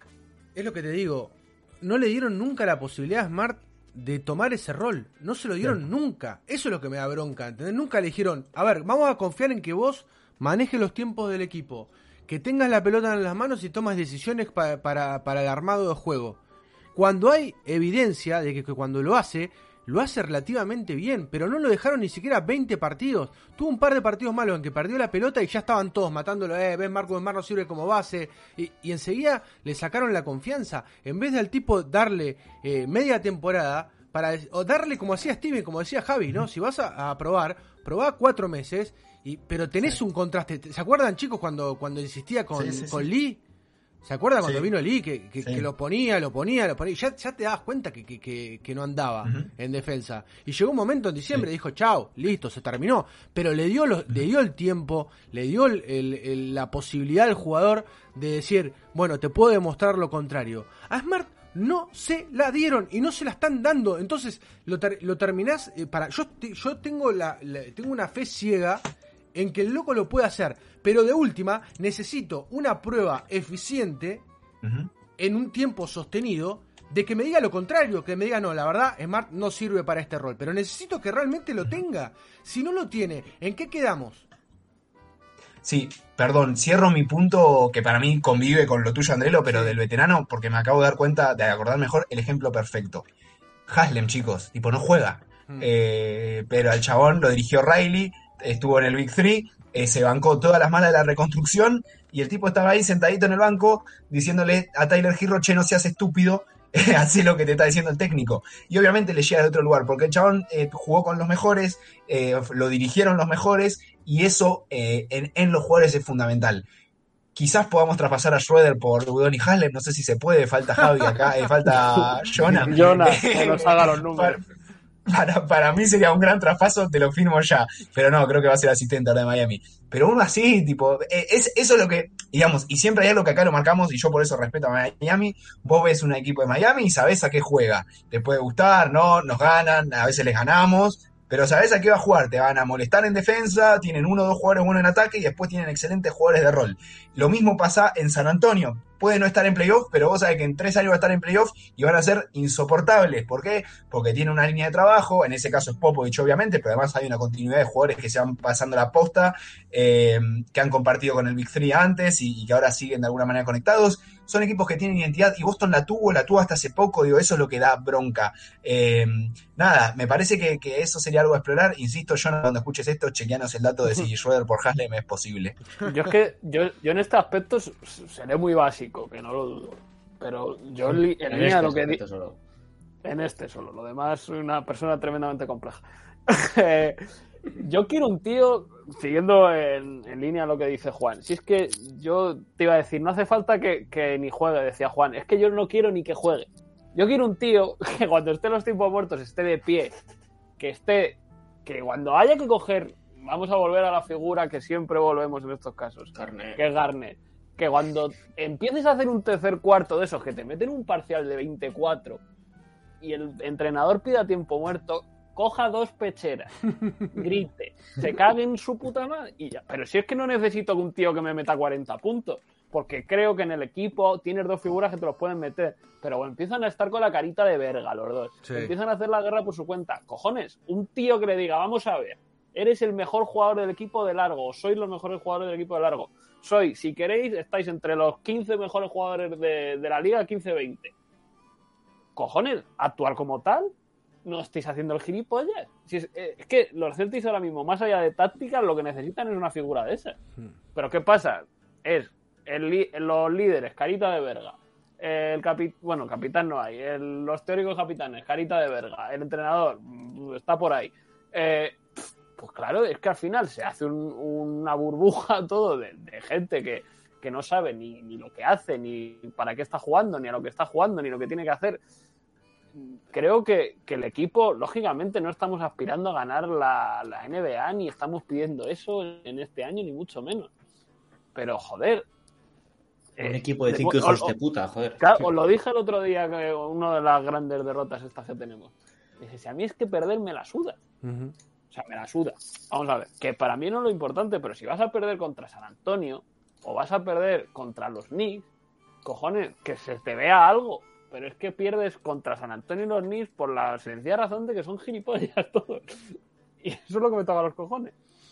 es lo que te digo, no le dieron nunca la posibilidad a Smart de tomar ese rol, no se lo dieron sí. nunca, eso es lo que me da bronca, ¿entendés? Nunca le dijeron, a ver, vamos a confiar en que vos manejes los tiempos del equipo, que tengas la pelota en las manos y tomas decisiones pa- para, para el armado de juego, cuando hay evidencia de que, que cuando lo hace, lo hace relativamente bien, pero no lo dejaron ni siquiera veinte partidos, tuvo un par de partidos malos en que perdió la pelota y ya estaban todos matándolo, eh, ven Marco Smart no sirve como base, y, y enseguida le sacaron la confianza, en vez de al tipo darle eh, media temporada, para o darle como hacía Steven, como decía Javi, ¿no? Si vas a, a probar, probá cuatro meses, y, pero tenés sí. un contraste, ¿se acuerdan chicos cuando, cuando insistía con, sí, sí, con sí. Lee? ¿Se acuerdan cuando sí. vino Lee? Que, que, sí. que lo ponía, lo ponía, lo ponía. Ya, ya te dabas cuenta que, que, que, que no andaba uh-huh. en defensa. Y llegó un momento en diciembre, sí. dijo, chao, listo, se terminó. Pero le dio, los, uh-huh. le dio el tiempo, le dio el, el, el, la posibilidad al jugador de decir, bueno, te puedo demostrar lo contrario. A Smart no se la dieron y no se la están dando. Entonces, lo, ter, lo terminás... Eh, para Yo, yo tengo, la, la, tengo una fe ciega en que el loco lo puede hacer, pero de última necesito una prueba eficiente uh-huh. en un tiempo sostenido de que me diga lo contrario, que me diga no, la verdad Smart no sirve para este rol, pero necesito que realmente lo tenga. Si no lo tiene, ¿en qué quedamos? Sí, perdón, cierro mi punto que para mí convive con lo tuyo, Andrelo, pero sí. del veterano, porque me acabo de dar cuenta, de acordar mejor el ejemplo perfecto. Haslem, chicos, tipo no juega, uh-huh. eh, pero al chabón lo dirigió Riley, estuvo en el Big Three, eh, se bancó todas las malas de la reconstrucción y el tipo estaba ahí sentadito en el banco diciéndole a Tyler Herro, che, no seas estúpido, Así lo que te está diciendo el técnico. Y obviamente le llega de otro lugar, porque el chabón eh, jugó con los mejores, eh, lo dirigieron los mejores, y eso eh, en, en los jugadores es fundamental. Quizás podamos traspasar a Schroeder por Udoni Haslem, no sé si se puede, falta Javi acá, eh, falta Jonah. Jonah, que nos haga los números. Para, para, para mí sería un gran traspaso, te lo firmo ya. Pero no, creo que va a ser asistente ahora de Miami. Pero uno así, tipo, es, eso es lo que, digamos, y siempre hay algo que acá lo marcamos, y yo por eso respeto a Miami. Vos ves un equipo de Miami y sabés a qué juega. Te puede gustar, no, nos ganan, a veces les ganamos, pero sabés a qué va a jugar. Te van a molestar en defensa, tienen uno o dos jugadores buenos en ataque y después tienen excelentes jugadores de rol. Lo mismo pasa en San Antonio. Puede no estar en playoff, pero vos sabés que en tres años va a estar en playoff y van a ser insoportables. ¿Por qué? Porque tiene una línea de trabajo, en ese caso es Popovich obviamente, pero además hay una continuidad de jugadores que se van pasando la posta, eh, que han compartido con el Big Three antes y, y que ahora siguen de alguna manera conectados. Son equipos que tienen identidad y Boston la tuvo, la tuvo hasta hace poco, digo, eso es lo que da bronca. Eh, nada, me parece que, que eso sería algo a explorar. Insisto, yo cuando escuches esto, chequeanos el dato de si Schroeder por Haslem es posible. Yo es que, yo, yo en este aspecto seré muy básico, que no lo dudo. Pero yo en, li, en, en línea este, lo que di... Solo. En este solo, lo demás soy una persona tremendamente compleja. Yo quiero un tío, siguiendo en, en línea lo que dice Juan, si es que yo te iba a decir, no hace falta que, que ni juegue, decía Juan, es que yo no quiero ni que juegue. Yo quiero un tío que cuando esté los tiempos muertos esté de pie, que esté, que cuando haya que coger, vamos a volver a la figura que siempre volvemos en estos casos, Garnett. que es Garnett, que cuando empieces a hacer un tercer cuarto de esos que te meten un parcial de veinticuatro y el entrenador pida tiempo muerto, coja dos pecheras, grite, se cague en su puta madre y ya. Pero si es que no necesito un tío que me meta cuarenta puntos, porque creo que en el equipo tienes dos figuras que te los pueden meter, pero bueno, empiezan a estar con la carita de verga los dos, sí. Empiezan a hacer la guerra por su cuenta. Cojones, un tío que le diga, vamos a ver, eres el mejor jugador del equipo de largo, o sois los mejores jugadores del equipo de largo, soy, si queréis, estáis entre los quince mejores jugadores de, de la liga, quince veinte. Cojones, actuar como tal. No estáis haciendo el gilipollas. Si es, eh, es que los Celtics ahora mismo, más allá de tácticas, lo que necesitan es una figura de esa. Hmm. Pero ¿qué pasa? Es el li- los líderes, carita de verga. El capi- bueno, capitán no hay. El, los teóricos capitanes, carita de verga. El entrenador está por ahí. Eh, pues claro, es que al final se hace un, una burbuja todo de, de gente que, que no sabe ni, ni lo que hace, ni para qué está jugando, ni a lo que está jugando, ni lo que tiene que hacer. Creo que, que el equipo, lógicamente, no estamos aspirando a ganar la, la N B A, ni estamos pidiendo eso en este año, ni mucho menos. Pero, joder... Un eh, equipo de cinco hijos o, de puta, joder. Claro, os lo dije el otro día, que una de las grandes derrotas estas que tenemos. Dije, si a mí es que perder me la suda. Uh-huh. O sea, me la suda. Vamos a ver, que para mí no es lo importante, pero si vas a perder contra San Antonio, o vas a perder contra los Knicks, cojones, que se te vea algo. Pero es que pierdes contra San Antonio y los Knicks por la sencilla razón de que son gilipollas todos. Y eso es lo que me toca los cojones.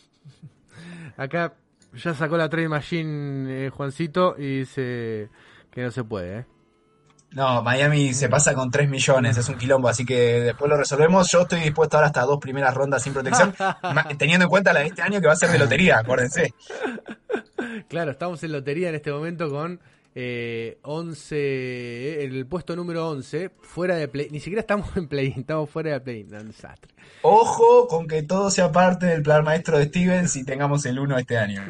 Acá ya sacó la trade machine eh, Juancito y dice que no se puede, ¿eh? No, Miami se pasa con tres millones, es un quilombo, así que después lo resolvemos. Yo estoy dispuesto ahora hasta dos primeras rondas sin protección, teniendo en cuenta la de este año que va a ser de lotería, acuérdense. Claro, estamos en lotería en este momento con... Eh, once, el puesto número once, fuera de play, ni siquiera estamos en play, estamos fuera de play, no, un desastre. Ojo con que todo sea parte del plan maestro de Stevens y tengamos el uno este año.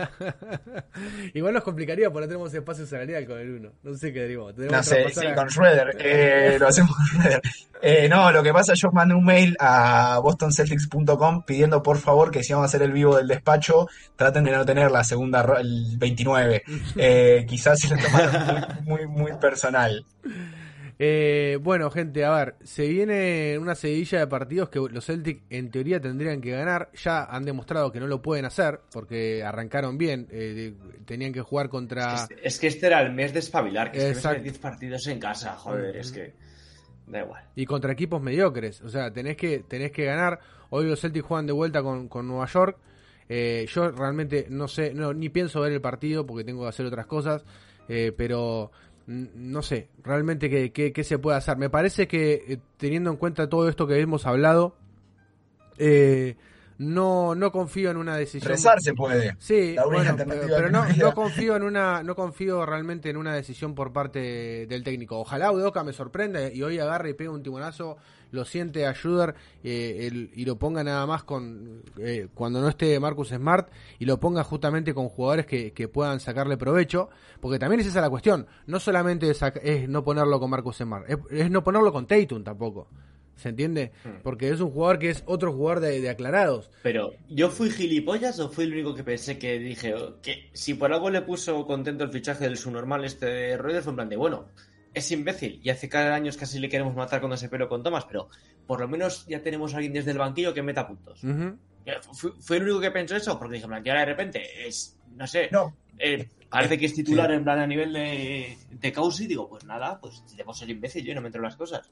Igual nos complicaría porque no tenemos espacio salarial con el uno, no sé qué digo. No sé, sí, a... con Schroeder, eh, lo hacemos con Schroeder. Eh, no, lo que pasa, yo mandé un mail a boston celtics punto com pidiendo por favor que si vamos a hacer el vivo del despacho, traten de no tener la segunda, el veintinueve. Eh, quizás se lo tomaron muy, muy, muy personal. Eh, bueno, gente, a ver, se viene una seguidilla de partidos que los Celtics en teoría tendrían que ganar. Ya han demostrado que no lo pueden hacer porque arrancaron bien. Eh, tenían que jugar contra... Es, es que este era el mes de espabilar, que es que diez partidos en casa, joder, mm-hmm. es que... Da igual. Y contra equipos mediocres, o sea, tenés que tenés que ganar. Hoy los Celtics juegan de vuelta con, con Nueva York. Eh, yo realmente no sé, no, ni pienso ver el partido porque tengo que hacer otras cosas. Eh, pero no sé, realmente qué, qué, qué se puede hacer. Me parece que eh, teniendo en cuenta todo esto que hemos hablado, eh, no no confío en una decisión. Rezar se puede. Sí, La única bueno, alternativa pero, pero que no, me queda. no confío en una no confío realmente en una decisión por parte del técnico. Ojalá Udoka me sorprenda y hoy agarre y pegue un timonazo, lo siente a Schroeder eh, el, y lo ponga nada más con eh, cuando no esté Marcus Smart y lo ponga justamente con jugadores que, que puedan sacarle provecho, porque también es esa la cuestión. No solamente es, es no ponerlo con Marcus Smart, es, es no ponerlo con Tatum tampoco. ¿Se entiende? Porque es un jugador que es otro jugador de, de aclarados. Pero, ¿yo fui gilipollas o fui el único que pensé que dije oh, que si por algo le puso contento el fichaje del subnormal este de Roeder fue en plan de, bueno, es imbécil y hace cada año casi le queremos matar cuando se peleó con Thomas, pero por lo menos ya tenemos a alguien desde el banquillo que meta puntos. Uh-huh. Fui, fui el único que pensó eso, porque dije, en plan, que ahora de repente es, no sé, No. eh, parece que es titular sí. En plan a nivel de, de Causi, digo, pues nada, pues debo ser imbécil yo y no me entro en las cosas.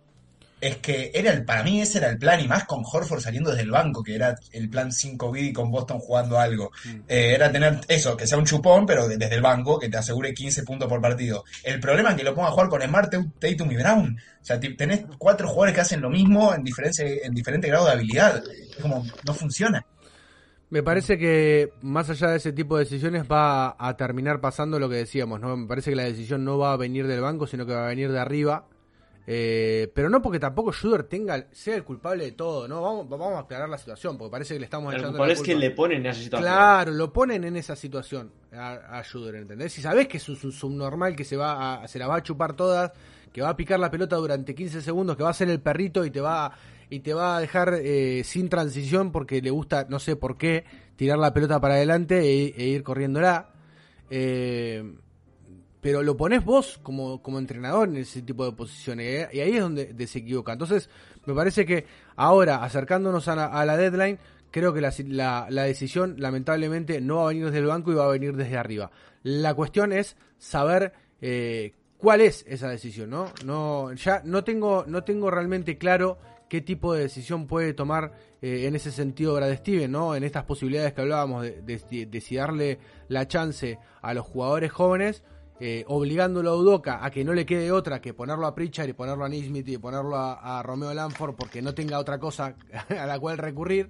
Es que era el, para mí ese era el plan, y más con Horford saliendo desde el banco, que era el plan cinco B con Boston jugando algo. Mm. Eh, era tener eso, que sea un chupón, pero desde el banco, que te asegure quince puntos por partido. El problema es que lo ponga a jugar con Smart, Tatum y Brown. O sea, tenés cuatro jugadores que hacen lo mismo en, diferente, en diferente grado de habilidad. Es como, no funciona. Me parece que más allá de ese tipo de decisiones va a terminar pasando lo que decíamos, ¿no? Me parece que la decisión no va a venir del banco, sino que va a venir de arriba. Eh, pero no porque tampoco Schroeder tenga sea el culpable de todo, ¿no? Vamos, vamos a aclarar la situación, porque parece que le estamos echando la culpa. El culpable es que le ponen en esa situación. Claro, lo ponen en esa situación a, a Schroeder, ¿entendés? Si sabés que es un subnormal que se va a, se la va a chupar todas, que va a picar la pelota durante quince segundos, que va a ser el perrito y te va y te va a dejar eh, sin transición porque le gusta, no sé por qué, tirar la pelota para adelante e, e ir corriéndola. Eh... Pero lo pones vos como, como entrenador en ese tipo de posiciones, ¿eh? Y ahí es donde, donde se equivoca. Entonces, me parece que ahora, acercándonos a la, a la deadline, creo que la, la, la decisión, lamentablemente, no va a venir desde el banco y va a venir desde arriba. La cuestión es saber eh, cuál es esa decisión, ¿no? No, ya no tengo, no tengo realmente claro qué tipo de decisión puede tomar eh, en ese sentido Brad Stevens, ¿no? En estas posibilidades que hablábamos de, de, de, de si darle la chance a los jugadores jóvenes, Eh, obligándolo a Udoka a que no le quede otra que ponerlo a Pritchard y ponerlo a Nesmith y ponerlo a, a Romeo Langford porque no tenga otra cosa a la cual recurrir,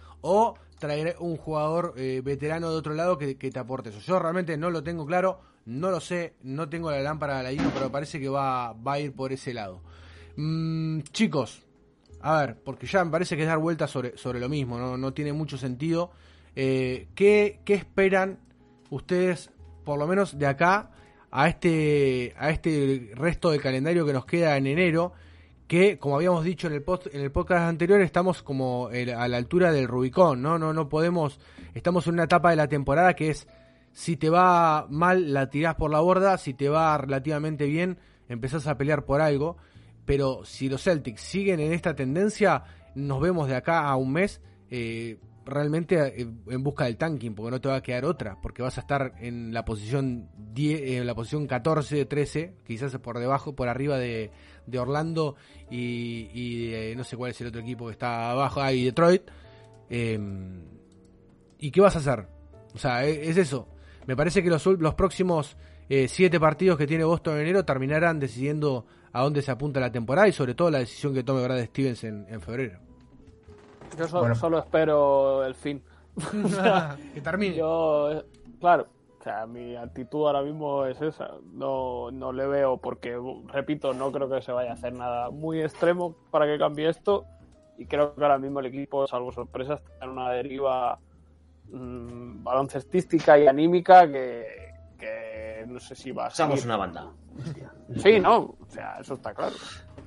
o traer un jugador eh, veterano de otro lado que, que te aporte eso. Yo realmente no lo tengo claro, no lo sé, no tengo la lámpara de Aladino, pero parece que va, va a ir por ese lado. Mm, chicos, a ver, porque ya me parece que es dar vueltas sobre, sobre lo mismo, no, no tiene mucho sentido. Eh, ¿qué, ¿Qué esperan ustedes, por lo menos de acá, a este a este resto del calendario que nos queda en enero, que como habíamos dicho en el post, en el podcast anterior, estamos como el, a la altura del Rubicón, ¿no? No no podemos, estamos en una etapa de la temporada que es, si te va mal la tirás por la borda, si te va relativamente bien empezás a pelear por algo, pero si los Celtics siguen en esta tendencia, nos vemos de acá a un mes eh, realmente en busca del tanking, porque no te va a quedar otra, porque vas a estar en la posición diez, en la posición catorce, trece, quizás por debajo, por arriba de, de Orlando y, y de, no sé cuál es el otro equipo que está abajo, ah, y Detroit. Eh, ¿Y qué vas a hacer? O sea, es, es eso. Me parece que los, los próximos eh, siete partidos que tiene Boston en enero terminarán decidiendo a dónde se apunta la temporada y sobre todo la decisión que tome Brad Stevens en, en febrero. Yo solo, bueno. solo espero el fin. O sea, que termine. Yo, claro, o sea, mi actitud ahora mismo es esa. No, no le veo, porque, repito, no creo que se vaya a hacer nada muy extremo para que cambie esto. Y creo que ahora mismo el equipo, salvo sorpresas, está en una deriva mmm, baloncestística y anímica que, que no sé si va a ser. Somos una banda. Sí, no, o sea, eso está claro.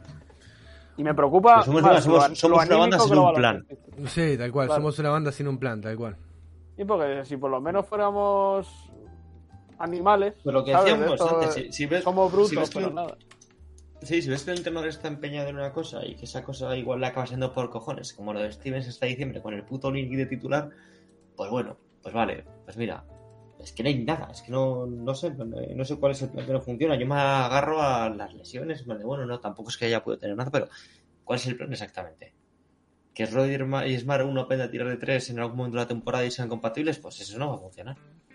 Y me preocupa. Somos, más, somos, lo, somos lo una banda sin un plan. Sí, tal cual. Claro. Somos una banda sin un plan, tal cual. Y porque si por lo menos fuéramos animales. Pero lo que ¿sabes? decíamos Esto, antes, si, si ves, somos brutos, si ves pero que, nada. Sí, si ves que el entrenador está empeñado en una cosa y que esa cosa igual le acaba siendo por cojones, como lo de Stevens hasta diciembre con el puto Link de titular, pues bueno, pues vale, pues mira. Es que no hay nada, es que no, no sé, no sé cuál es el plan que no funciona. Yo me agarro a las lesiones, bueno, no, tampoco es que haya podido tener nada, pero ¿cuál es el plan exactamente? ¿Que Roeder y Smart uno aprenda a tirar de tres en algún momento de la temporada y sean compatibles? Pues eso no va a funcionar.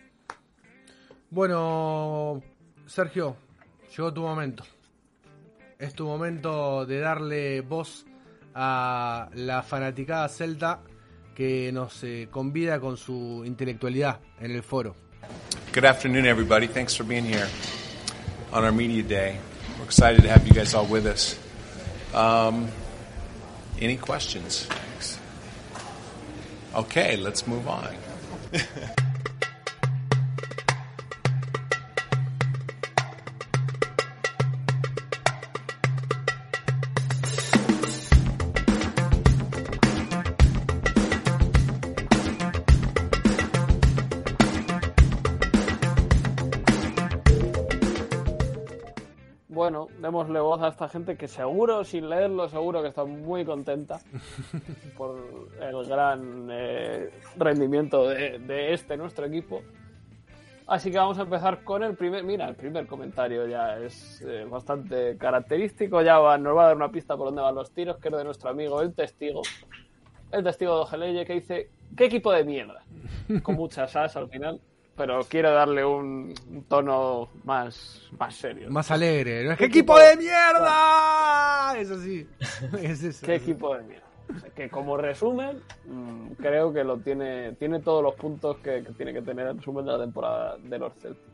Bueno, Sergio, llegó tu momento. Es tu momento de darle voz a la fanaticada celta que nos eh, convida con su intelectualidad en el foro. Good afternoon, everybody. Thanks for being here on our media day. We're excited to have you guys all with us. Um, any questions? Okay, let's move on. Bueno, démosle voz a esta gente que seguro, sin leerlo, seguro que está muy contenta por el gran eh, rendimiento de, de este nuestro equipo. Así que vamos a empezar con el primer... Mira, el primer comentario ya es eh, bastante característico. Ya va, nos va a dar una pista por dónde van los tiros, que es de nuestro amigo El Testigo. El Testigo de Ojeleye, que dice: ¿qué equipo de mierda? Con muchas as al final. Pero quiero darle un, un tono más, más serio. Más alegre. ¿No? ¿Qué ¿Qué equipo de mierda? Eso sí. Es eso. ¿Qué equipo de mierda? O sea, que como resumen, mmm, creo que lo tiene tiene todos los puntos que, que tiene que tener el resumen de la temporada de los Celtics.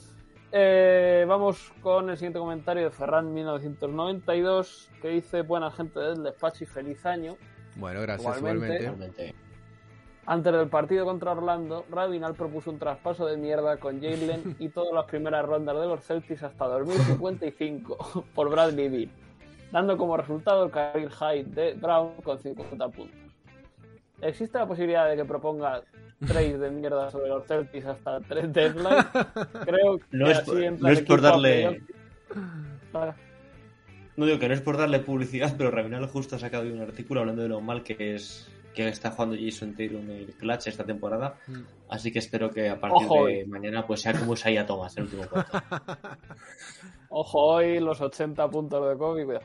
Eh, vamos con el siguiente comentario de Ferran mil novecientos noventa y dos, que dice: buena gente del despacho y feliz año. Bueno, gracias, igualmente. igualmente. Antes del partido contra Orlando, Rabinal propuso un traspaso de mierda con Jalen y todas las primeras rondas de los Celtics hasta dos mil cincuenta y cinco por Bradley Beal, dando como resultado el career high de Brown con cincuenta puntos. ¿Existe la posibilidad de que proponga trades de mierda sobre los Celtics hasta tres deadlines? Creo que no es, así por, entra no es por darle... Para... No digo que no es por darle publicidad, pero Rabinal justo ha sacado un artículo hablando de lo mal que es que está jugando Jason Tatum en el clutch esta temporada, mm. así que espero que a partir Ojo de hoy. mañana pues sea como Isaiah Thomas el último cuarto. Ojo hoy, los ochenta puntos de Kobe, cuidado.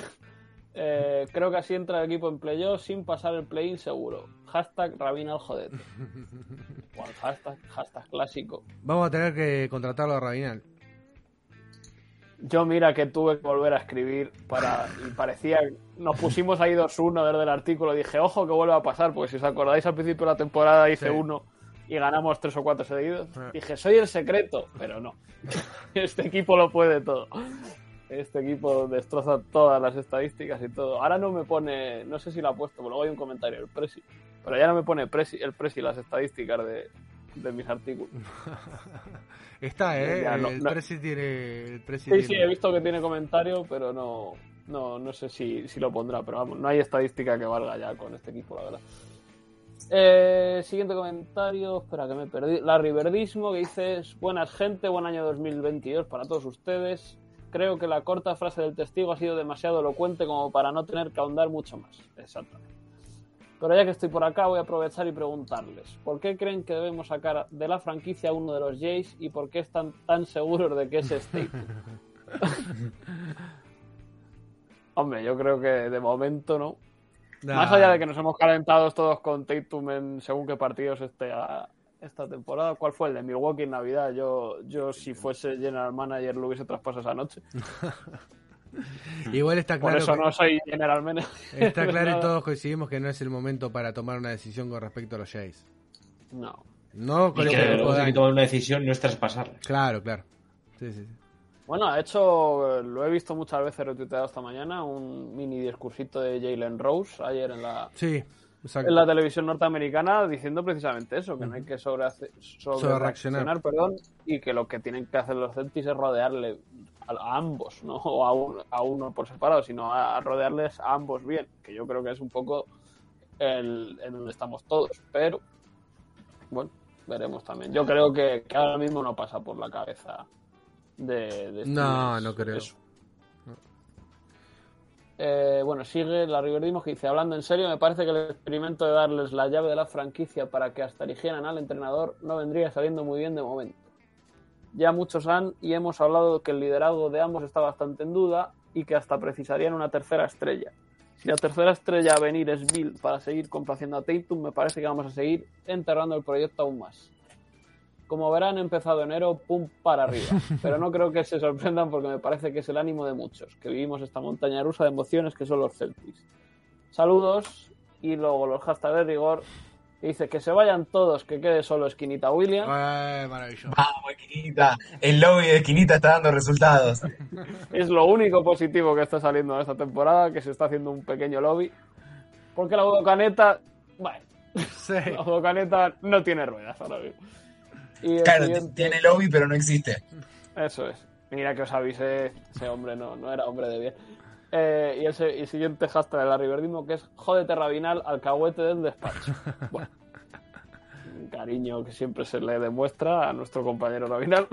eh, creo que así entra el equipo en playoff sin pasar el play-in seguro. Hashtag Rabinal jodete. Bueno, hashtag, hashtag clásico. Vamos a tener que contratarlo a Rabinal. Yo mira que tuve que volver a escribir para y parecía... Nos pusimos ahí dos uno desde el artículo y dije, ojo que vuelva a pasar, porque si os acordáis al principio de la temporada hice sí. uno y ganamos tres o cuatro seguidos. Sí. Dije, soy el secreto, pero no. Este equipo lo puede todo. Este equipo destroza todas las estadísticas y todo. Ahora no me pone... No sé si lo ha puesto, pero luego hay un comentario del Presi. Pero ya no me pone Presi, el Presi las estadísticas de... de mis artículos. Está, ¿eh? Ya, no, el no. Presi tiene... El Presi sí, tiene... sí, he visto que tiene comentario, pero no no no sé si, si lo pondrá, pero vamos, no hay estadística que valga ya con este equipo, la verdad. Eh, siguiente comentario, espera que me perdí. Larry Verdismo, que dice: buenas gente, buen año dos mil veintidós para todos ustedes. Creo que la corta frase del testigo ha sido demasiado elocuente como para no tener que ahondar mucho más. Exactamente. Pero ya que estoy por acá voy a aprovechar y preguntarles: ¿por qué creen que debemos sacar de la franquicia a uno de los Jays y por qué están tan seguros de que es Staple? Hombre, yo creo que de momento no. Nah. Más allá de que nos hemos calentado todos con Tatum en según qué partidos esté a esta temporada. ¿Cuál fue el de Milwaukee en Navidad? Yo, yo si fuese general manager lo hubiese traspasado esa noche. Igual está claro. Por eso que... no soy general manager. Está claro y todos coincidimos que no es el momento para tomar una decisión con respecto a los Jays. No. No, con y que hay que tomar una decisión no es traspasarla. Claro, claro. Sí, sí, sí. Bueno, ha hecho, lo he visto muchas veces retuiteado esta mañana, un mini discursito de Jalen Rose ayer en la, sí, en la televisión norteamericana diciendo precisamente eso, que no hay que sobre, sobre reaccionar, perdón, y que lo que tienen que hacer los Celtics es rodearle a, a ambos, no o a, un, a uno por separado, sino a, a rodearles a ambos bien, que yo creo que es un poco el, en donde estamos todos, pero bueno, veremos también. Yo creo que, que ahora mismo no pasa por la cabeza de, de no, no creo. No. Eh, bueno, sigue la Riverdimos que dice: hablando en serio, me parece que el experimento de darles la llave de la franquicia para que hasta eligieran al entrenador no vendría saliendo muy bien de momento. Ya muchos han y hemos hablado de que el liderazgo de ambos está bastante en duda y que hasta precisarían una tercera estrella. Si la tercera estrella a venir es Bill para seguir complaciendo a Tatum, me parece que vamos a seguir enterrando el proyecto aún más. Como verán, he empezado enero, pum, para arriba. Pero no creo que se sorprendan porque me parece que es el ánimo de muchos, que vivimos esta montaña rusa de emociones que son los Celtics. Saludos Y luego los hashtags de rigor. Dice que se vayan todos, que quede solo Esquinita Williams. Eh, maravilloso. Vamos, Esquinita. El lobby de Esquinita está dando resultados. Es lo único positivo que está saliendo en esta temporada, que se está haciendo un pequeño lobby. Porque la Budokaneta, bueno, Sí. la Budokaneta no tiene ruedas ahora mismo. Y el Claro, siguiente- tiene lobby, pero no existe. Eso es. Mira que os avisé, ese hombre no, no era hombre de bien. Eh, y, ese, y el siguiente hashtag de la Riverdismo, que es jódete Rabinal, alcahuete del despacho. Bueno, un cariño que siempre se le demuestra a nuestro compañero Rabinal.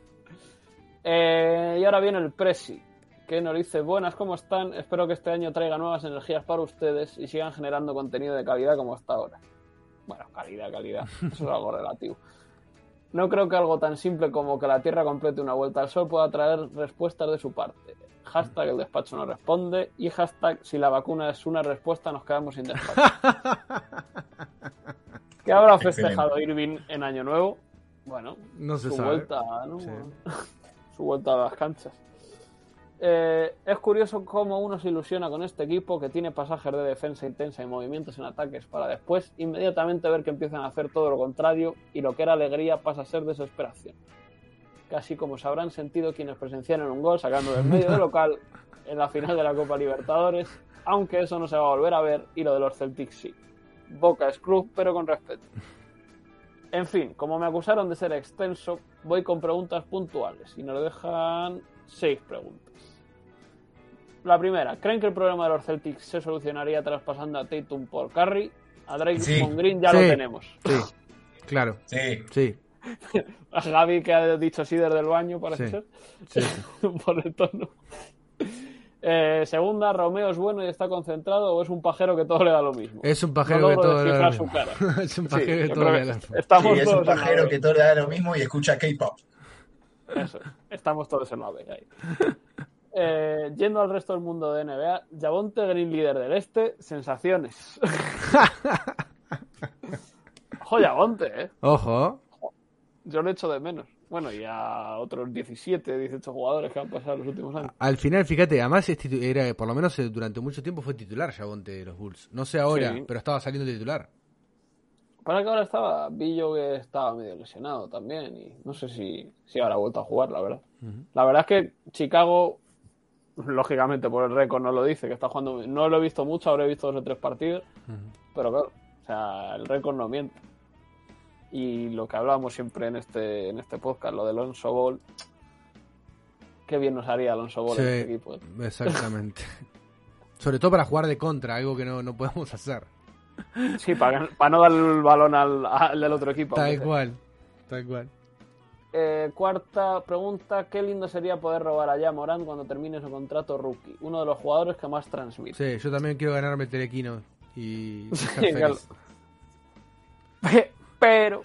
eh, y ahora viene el Presi, que nos dice: buenas, ¿cómo están? Espero que este año traiga nuevas energías para ustedes y sigan generando contenido de calidad como hasta ahora. Bueno, calidad, calidad, eso es algo relativo. No creo que algo tan simple como que la Tierra complete una vuelta al Sol pueda traer respuestas de su parte. Hashtag el despacho no responde y hashtag si la vacuna es una respuesta nos quedamos sin despacho. ¿Qué habrá festejado Irving en Año Nuevo? Bueno, No se su sabe. vuelta, ¿no? Sí. Su vuelta a las canchas. Eh, es curioso cómo uno se ilusiona con este equipo que tiene pasajes de defensa intensa y movimientos en ataques para después inmediatamente ver que empiezan a hacer todo lo contrario y lo que era alegría pasa a ser desesperación. Casi como se habrán sentido quienes presenciaron un gol sacando del medio del local en la final de la Copa Libertadores, aunque eso no se va a volver a ver y lo de los Celtics sí. Boca es club, pero con respeto. En fin, como me acusaron de ser extenso, voy con preguntas puntuales y nos dejan seis preguntas. La primera, ¿creen que el problema de los Celtics se solucionaría traspasando a Tatum por Curry? A Drake Sí. con Green ya Sí. lo tenemos. Sí, claro. Sí. Sí. A Gaby, que ha dicho sí desde el baño, parece Sí. ser. Sí, sí. Por el tono. Eh, segunda, ¿Romeo es bueno y está concentrado o es un pajero que todo le da lo mismo? Es un pajero No que logro todo le da descifrar lo su mismo. cara. Es un Sí, pajero que yo todo creo le que da lo mismo. Estamos Sí, es todos un en la pajero B. que todo le da lo mismo y escucha K-pop. Eso, estamos todos en la B ahí. Eh, yendo al resto del mundo de N B A, Javonte Green, líder del este, sensaciones. Ojo, Javonte, ¿eh? Ojo. Yo lo echo de menos. Bueno, y a otros diecisiete, dieciocho jugadores que han pasado los últimos años. Al final, fíjate, además es titu- era, por lo menos eh, durante mucho tiempo fue titular Javonte de los Bulls. No sé ahora, Sí. pero estaba saliendo titular. Para que ahora estaba, vi yo que estaba medio lesionado también y no sé si, si ahora ha vuelto a jugar, la verdad. Ujú. La verdad es que Chicago, lógicamente por el récord no lo dice, que está jugando, no lo he visto mucho, habré visto dos o tres partidos, pero claro, o sea, el récord no miente. Y lo que hablábamos siempre en este en este podcast, lo de Alonso Ball, qué bien nos haría Alonso Ball Sí, en este equipo. ¿eh? exactamente. Sobre todo para jugar de contra, algo que no, no podemos hacer. Sí, para, para no dar el balón al, al del otro equipo. Tal aunque sea. cual, tal cual. Eh, cuarta pregunta, qué lindo sería poder robar a Ja Morant cuando termine su contrato rookie. Uno de los jugadores que más transmite. Sí, yo también quiero ganarme el telequino y y ser Sí, feliz. claro. Pe- Pero...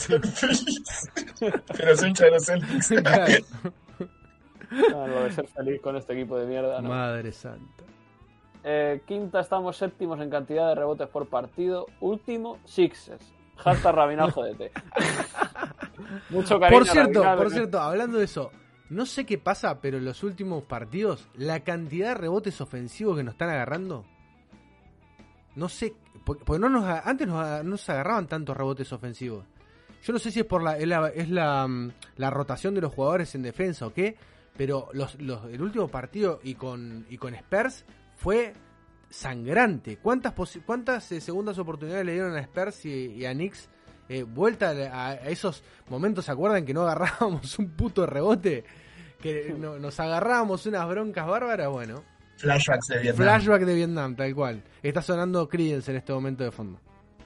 Pero es hincha de los Celtics. Claro. Ah, lo de ser feliz con este equipo de mierda, ¿no? Madre santa. Eh, quinta, estamos séptimos en cantidad de rebotes por partido. Último, Sixers. Hashtag Rabinal, jodete. Mucho cariño. Por cierto, Rabinal. por cierto, hablando de eso, no sé qué pasa, pero en los últimos partidos, la cantidad de rebotes ofensivos que nos están agarrando, no sé, porque, porque no nos, antes nos, no nos agarraban tantos rebotes ofensivos. Yo no sé si es por la, es la, es la, mm, la rotación de los jugadores en defensa o qué, pero los, los, el último partido y con, y con Spurs fue sangrante. ¿Cuántas, posi- cuántas eh, segundas oportunidades le dieron a Spurs y, y a Knicks? Eh, vuelta a, a esos momentos, ¿se acuerdan que no agarrábamos un puto rebote? Que no, nos agarrábamos unas broncas bárbaras, bueno. Flashbacks de Vietnam. Flashback de Vietnam, tal cual. Está sonando Creedence en este momento de fondo.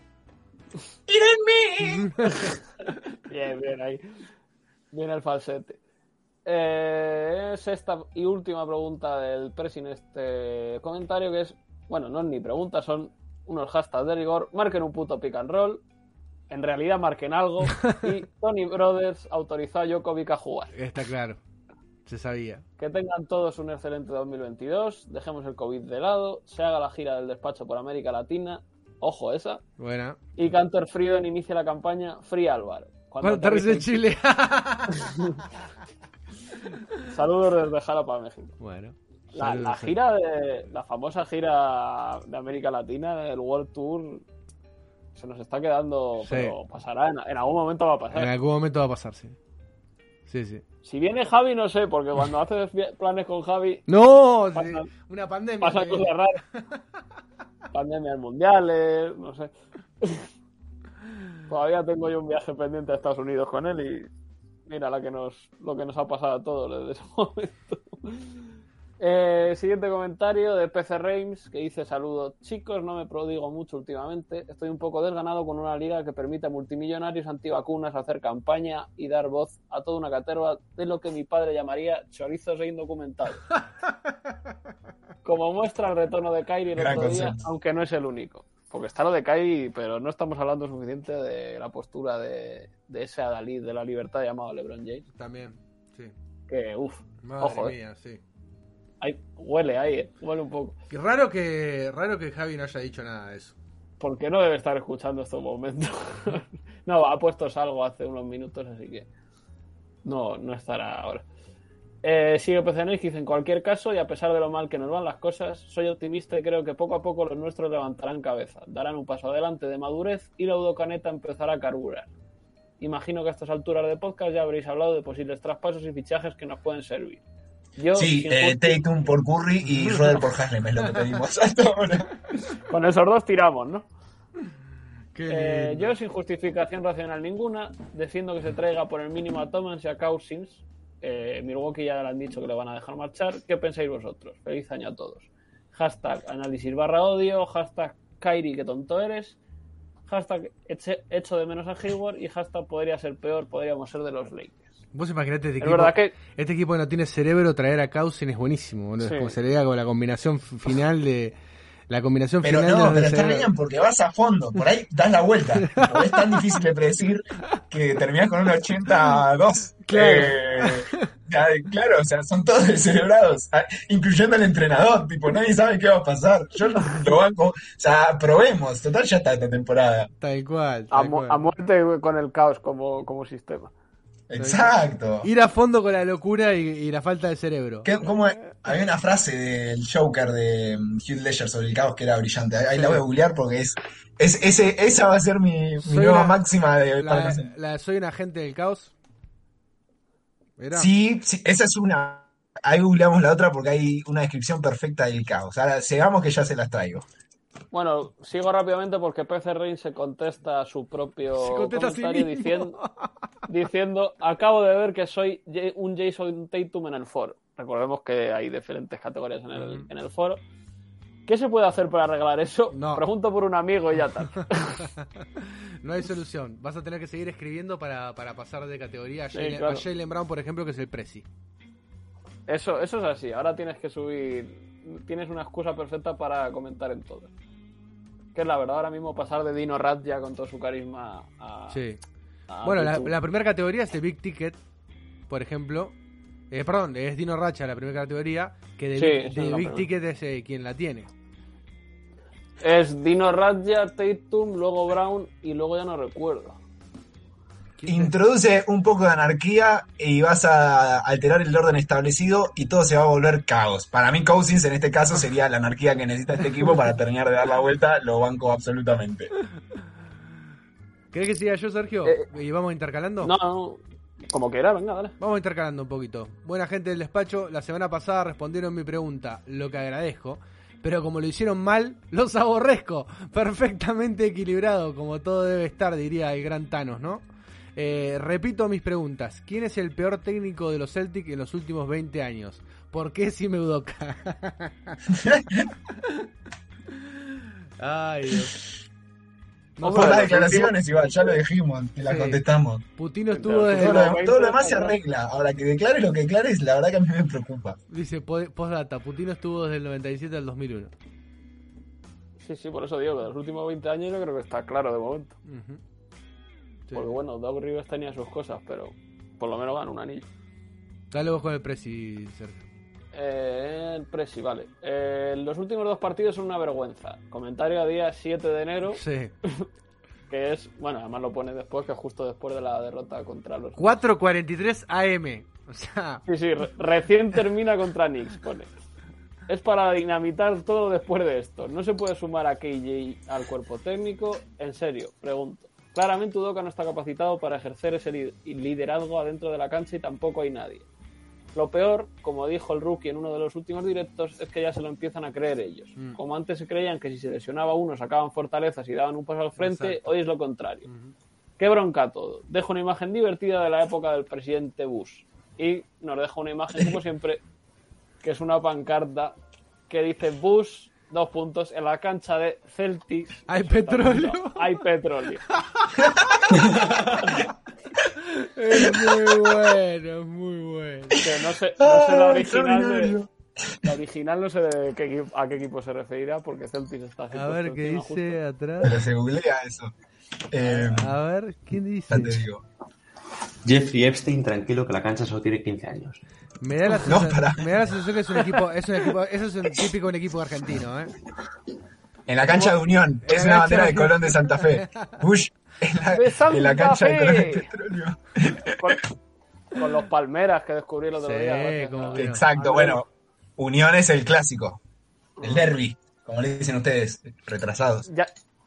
Bien, bien ahí. Bien el falsete. Eh, sexta y última pregunta del press en este comentario, que es, bueno, no es ni pregunta, son unos hashtags de rigor. Marquen un puto pick and roll. En realidad marquen algo. Y Tony Brothers autorizó a Djokovic a jugar. Está claro. Se sabía. Que tengan todos un excelente dos mil veintidós. Dejemos el COVID de lado. Se haga la gira del despacho por América Latina. Ojo esa. Buena. Y Canter Frieden inicia la campaña Free Álvaro. Cuando aterrice en Chile. Saludos desde Jalapa, México. Bueno. La, la gira de la famosa gira de América Latina, el World Tour, se nos está quedando, sí. Pero pasará, en, en algún momento va a pasar. En algún momento va a pasar, sí. Sí, sí. Si viene Javi, no sé, porque cuando haces planes con Javi... ¡No! Pasan, sí. Una pandemia. Pasan cosas raras. Pandemias mundiales, no sé. Todavía tengo yo un viaje pendiente a Estados Unidos con él y mira la que nos, lo que nos ha pasado a todos desde ese momento. Eh, siguiente comentario de P C Reims, que dice: saludos chicos, no me prodigo mucho últimamente, estoy un poco desganado con una liga que permite a multimillonarios antivacunas hacer campaña y dar voz a toda una caterva de lo que mi padre llamaría chorizos e indocumentados. Como muestra el retorno de Kyrie el Gran otro concepto. día, aunque no es el único, porque está lo de Kyrie, pero no estamos hablando suficiente de la postura de, de ese adalid de la libertad llamado LeBron James. También, sí. Que uff, Madre ojo, mía, eh. sí. Ahí, huele ahí, eh. Huele un poco. Qué raro que, raro que Javi no haya dicho nada de eso. Porque no debe estar escuchando estos momentos. No, ha puesto algo hace unos minutos, así que no, no estará ahora. Eh, sigue P C N, que dice: en cualquier caso, y a pesar de lo mal que nos van las cosas, soy optimista y creo que poco a poco los nuestros levantarán cabeza, darán un paso adelante de madurez y la Udocaneta empezará a carburar. Imagino que a estas alturas de podcast ya habréis hablado de posibles traspasos y fichajes que nos pueden servir. Yo, sí, eh, Tatum por Curry y Schroeder por Haslem es lo que pedimos hasta ahora. Con esos dos tiramos, ¿no? Eh, yo, sin justificación racional ninguna, defiendo que se traiga por el mínimo a Thomas y a Cousins. Eh, Milwaukee ya le han dicho que le van a dejar marchar. ¿Qué pensáis vosotros? Feliz año a todos. Hashtag análisis barra odio, hashtag Kyrie que tonto eres, hashtag eche, echo de menos a Hayward y hashtag podría ser peor, podríamos ser de los Lakers. Vos imaginate este es equipo, verdad que... este equipo que no tiene cerebro, traer a Cousins es buenísimo, ¿no? Sí. Como se le diga con la combinación final de la combinación pero final no, de pero está bien porque vas a fondo, por ahí das la vuelta. Porque es tan difícil de predecir que terminás con un ochenta a dos. Claro. Eh, claro, o sea, son todos descerebrados, incluyendo al entrenador, tipo, nadie sabe qué va a pasar. Yo lo banco, o sea, probemos, total ya está esta temporada. Tal cual. Tal a, cual. a muerte con el caos como, como sistema. Exacto. Ir a fondo con la locura y, y la falta de cerebro. ¿Qué, cómo es? Había una frase del Joker de Heath Ledger sobre el caos que era brillante. Ahí sí. La voy a googlear porque es, es ese, esa va a ser mi, mi nueva una, máxima de la, la, la soy un agente del caos. ¿Era? Sí, sí, esa es una. Ahí googleamos la otra porque hay una descripción perfecta del caos. Ahora, sigamos que ya se las traigo. Bueno, sigo rápidamente porque P C Rain se contesta a su propio comentario diciendo, diciendo: acabo de ver que soy un Jason Tatum en el foro. Recordemos que hay diferentes categorías en el, en el foro. ¿Qué se puede hacer para arreglar eso? No. Pregunto por un amigo y ya está. No hay solución. Vas a tener que seguir escribiendo para, para pasar de categoría a Sí, Jaylen, claro. a Jaylen Brown, por ejemplo, que es el presi. Eso, eso es así. Ahora tienes que subir... Tienes una excusa perfecta para comentar en todo. Que es la verdad, ahora mismo pasar de Dino Rat ya con todo su carisma a... Sí. a Bueno, la, Tatum. la primera categoría es de Big Ticket, por ejemplo. Eh, perdón, es Dino Racha la primera categoría, que de, Sí, Big, esa es de la Big primera. Ticket es eh, quien la tiene. Es Dino Radja, Tatum, luego Brown y luego ya no recuerdo. Introduce un poco de anarquía y vas a alterar el orden establecido y todo se va a volver caos. Para mí Cousins en este caso sería la anarquía que necesita este equipo para terminar de dar la vuelta. Lo banco absolutamente. ¿Querés que siga yo, Sergio? Eh, ¿Y vamos intercalando? No, no, como quiera, venga, dale. Vamos intercalando un poquito. Buena gente del despacho, la semana pasada respondieron mi pregunta, lo que agradezco. Pero como lo hicieron mal, los aborrezco. Perfectamente equilibrado, como todo debe estar, diría el gran Thanos, ¿no? Eh, repito mis preguntas. ¿Quién es el peor técnico de los Celtics en los últimos veinte años? ¿Por qué Ime Udoka? Ay, Dios. No por las declaraciones, igual, ya lo dijimos, te las Sí. contestamos. Putino estuvo desde... Todo lo, todo lo demás se arregla. Ahora que declare lo que declares, la verdad que a mí me preocupa. Dice, po- postdata, Putino estuvo desde el noventa y siete al dos mil uno. Sí, sí, por eso digo que de los últimos veinte años yo creo que está claro de momento. Uh-huh. Sí. Porque bueno, Doug Rivers tenía sus cosas, pero por lo menos gana un anillo. Dale vos con el presi, Sergio. Eh, el Presi, vale. Eh, los últimos dos partidos son una vergüenza. Comentario a día siete de enero, Sí. que es, bueno, además lo pone después, que es justo después de la derrota contra los... cuatro cuarenta y tres A M. O sea, Sí, sí, re- recién termina contra Knicks, pone. es para dinamitar todo después de esto. No se puede sumar a K J al cuerpo técnico. En serio, pregunto. Claramente Udoka no está capacitado para ejercer ese li- liderazgo adentro de la cancha y tampoco hay nadie. Lo peor, como dijo el rookie en uno de los últimos directos, es que ya se lo empiezan a creer ellos. Mm. Como antes se creían que si se lesionaba uno sacaban fortalezas y daban un paso al frente, exacto, hoy es lo contrario. Uh-huh. Qué bronca todo. Dejo una imagen divertida de la época del presidente Bush. Y nos deja una imagen, como siempre, que es una pancarta que dice Bush, dos puntos, en la cancha de Celtics. Hay petróleo. Hay petróleo. Es muy bueno, es muy bueno. Que no sé, no sé la original de, la original no sé de qué, a qué equipo se referirá, porque Celtics está a ver qué dice justo atrás. Pero se googlea eso. Eh, a ver, ¿quién dice? Ya te digo. Jeffrey Epstein, tranquilo que la cancha solo tiene quince años. Me da la sensación, no, para. me da la sensación que es un equipo, es un equipo, eso es un típico un equipo argentino, ¿eh? En la cancha de Unión, es una bandera de Colón de Santa Fe. Bush en la, de Santa en la cancha Fe. de Colón de Petróleo. Con, con los Palmeras que descubrí el otro sí, día. Como que Exacto, no. Bueno, Unión es el clásico. El derbi, como le dicen ustedes, retrasados. Ya.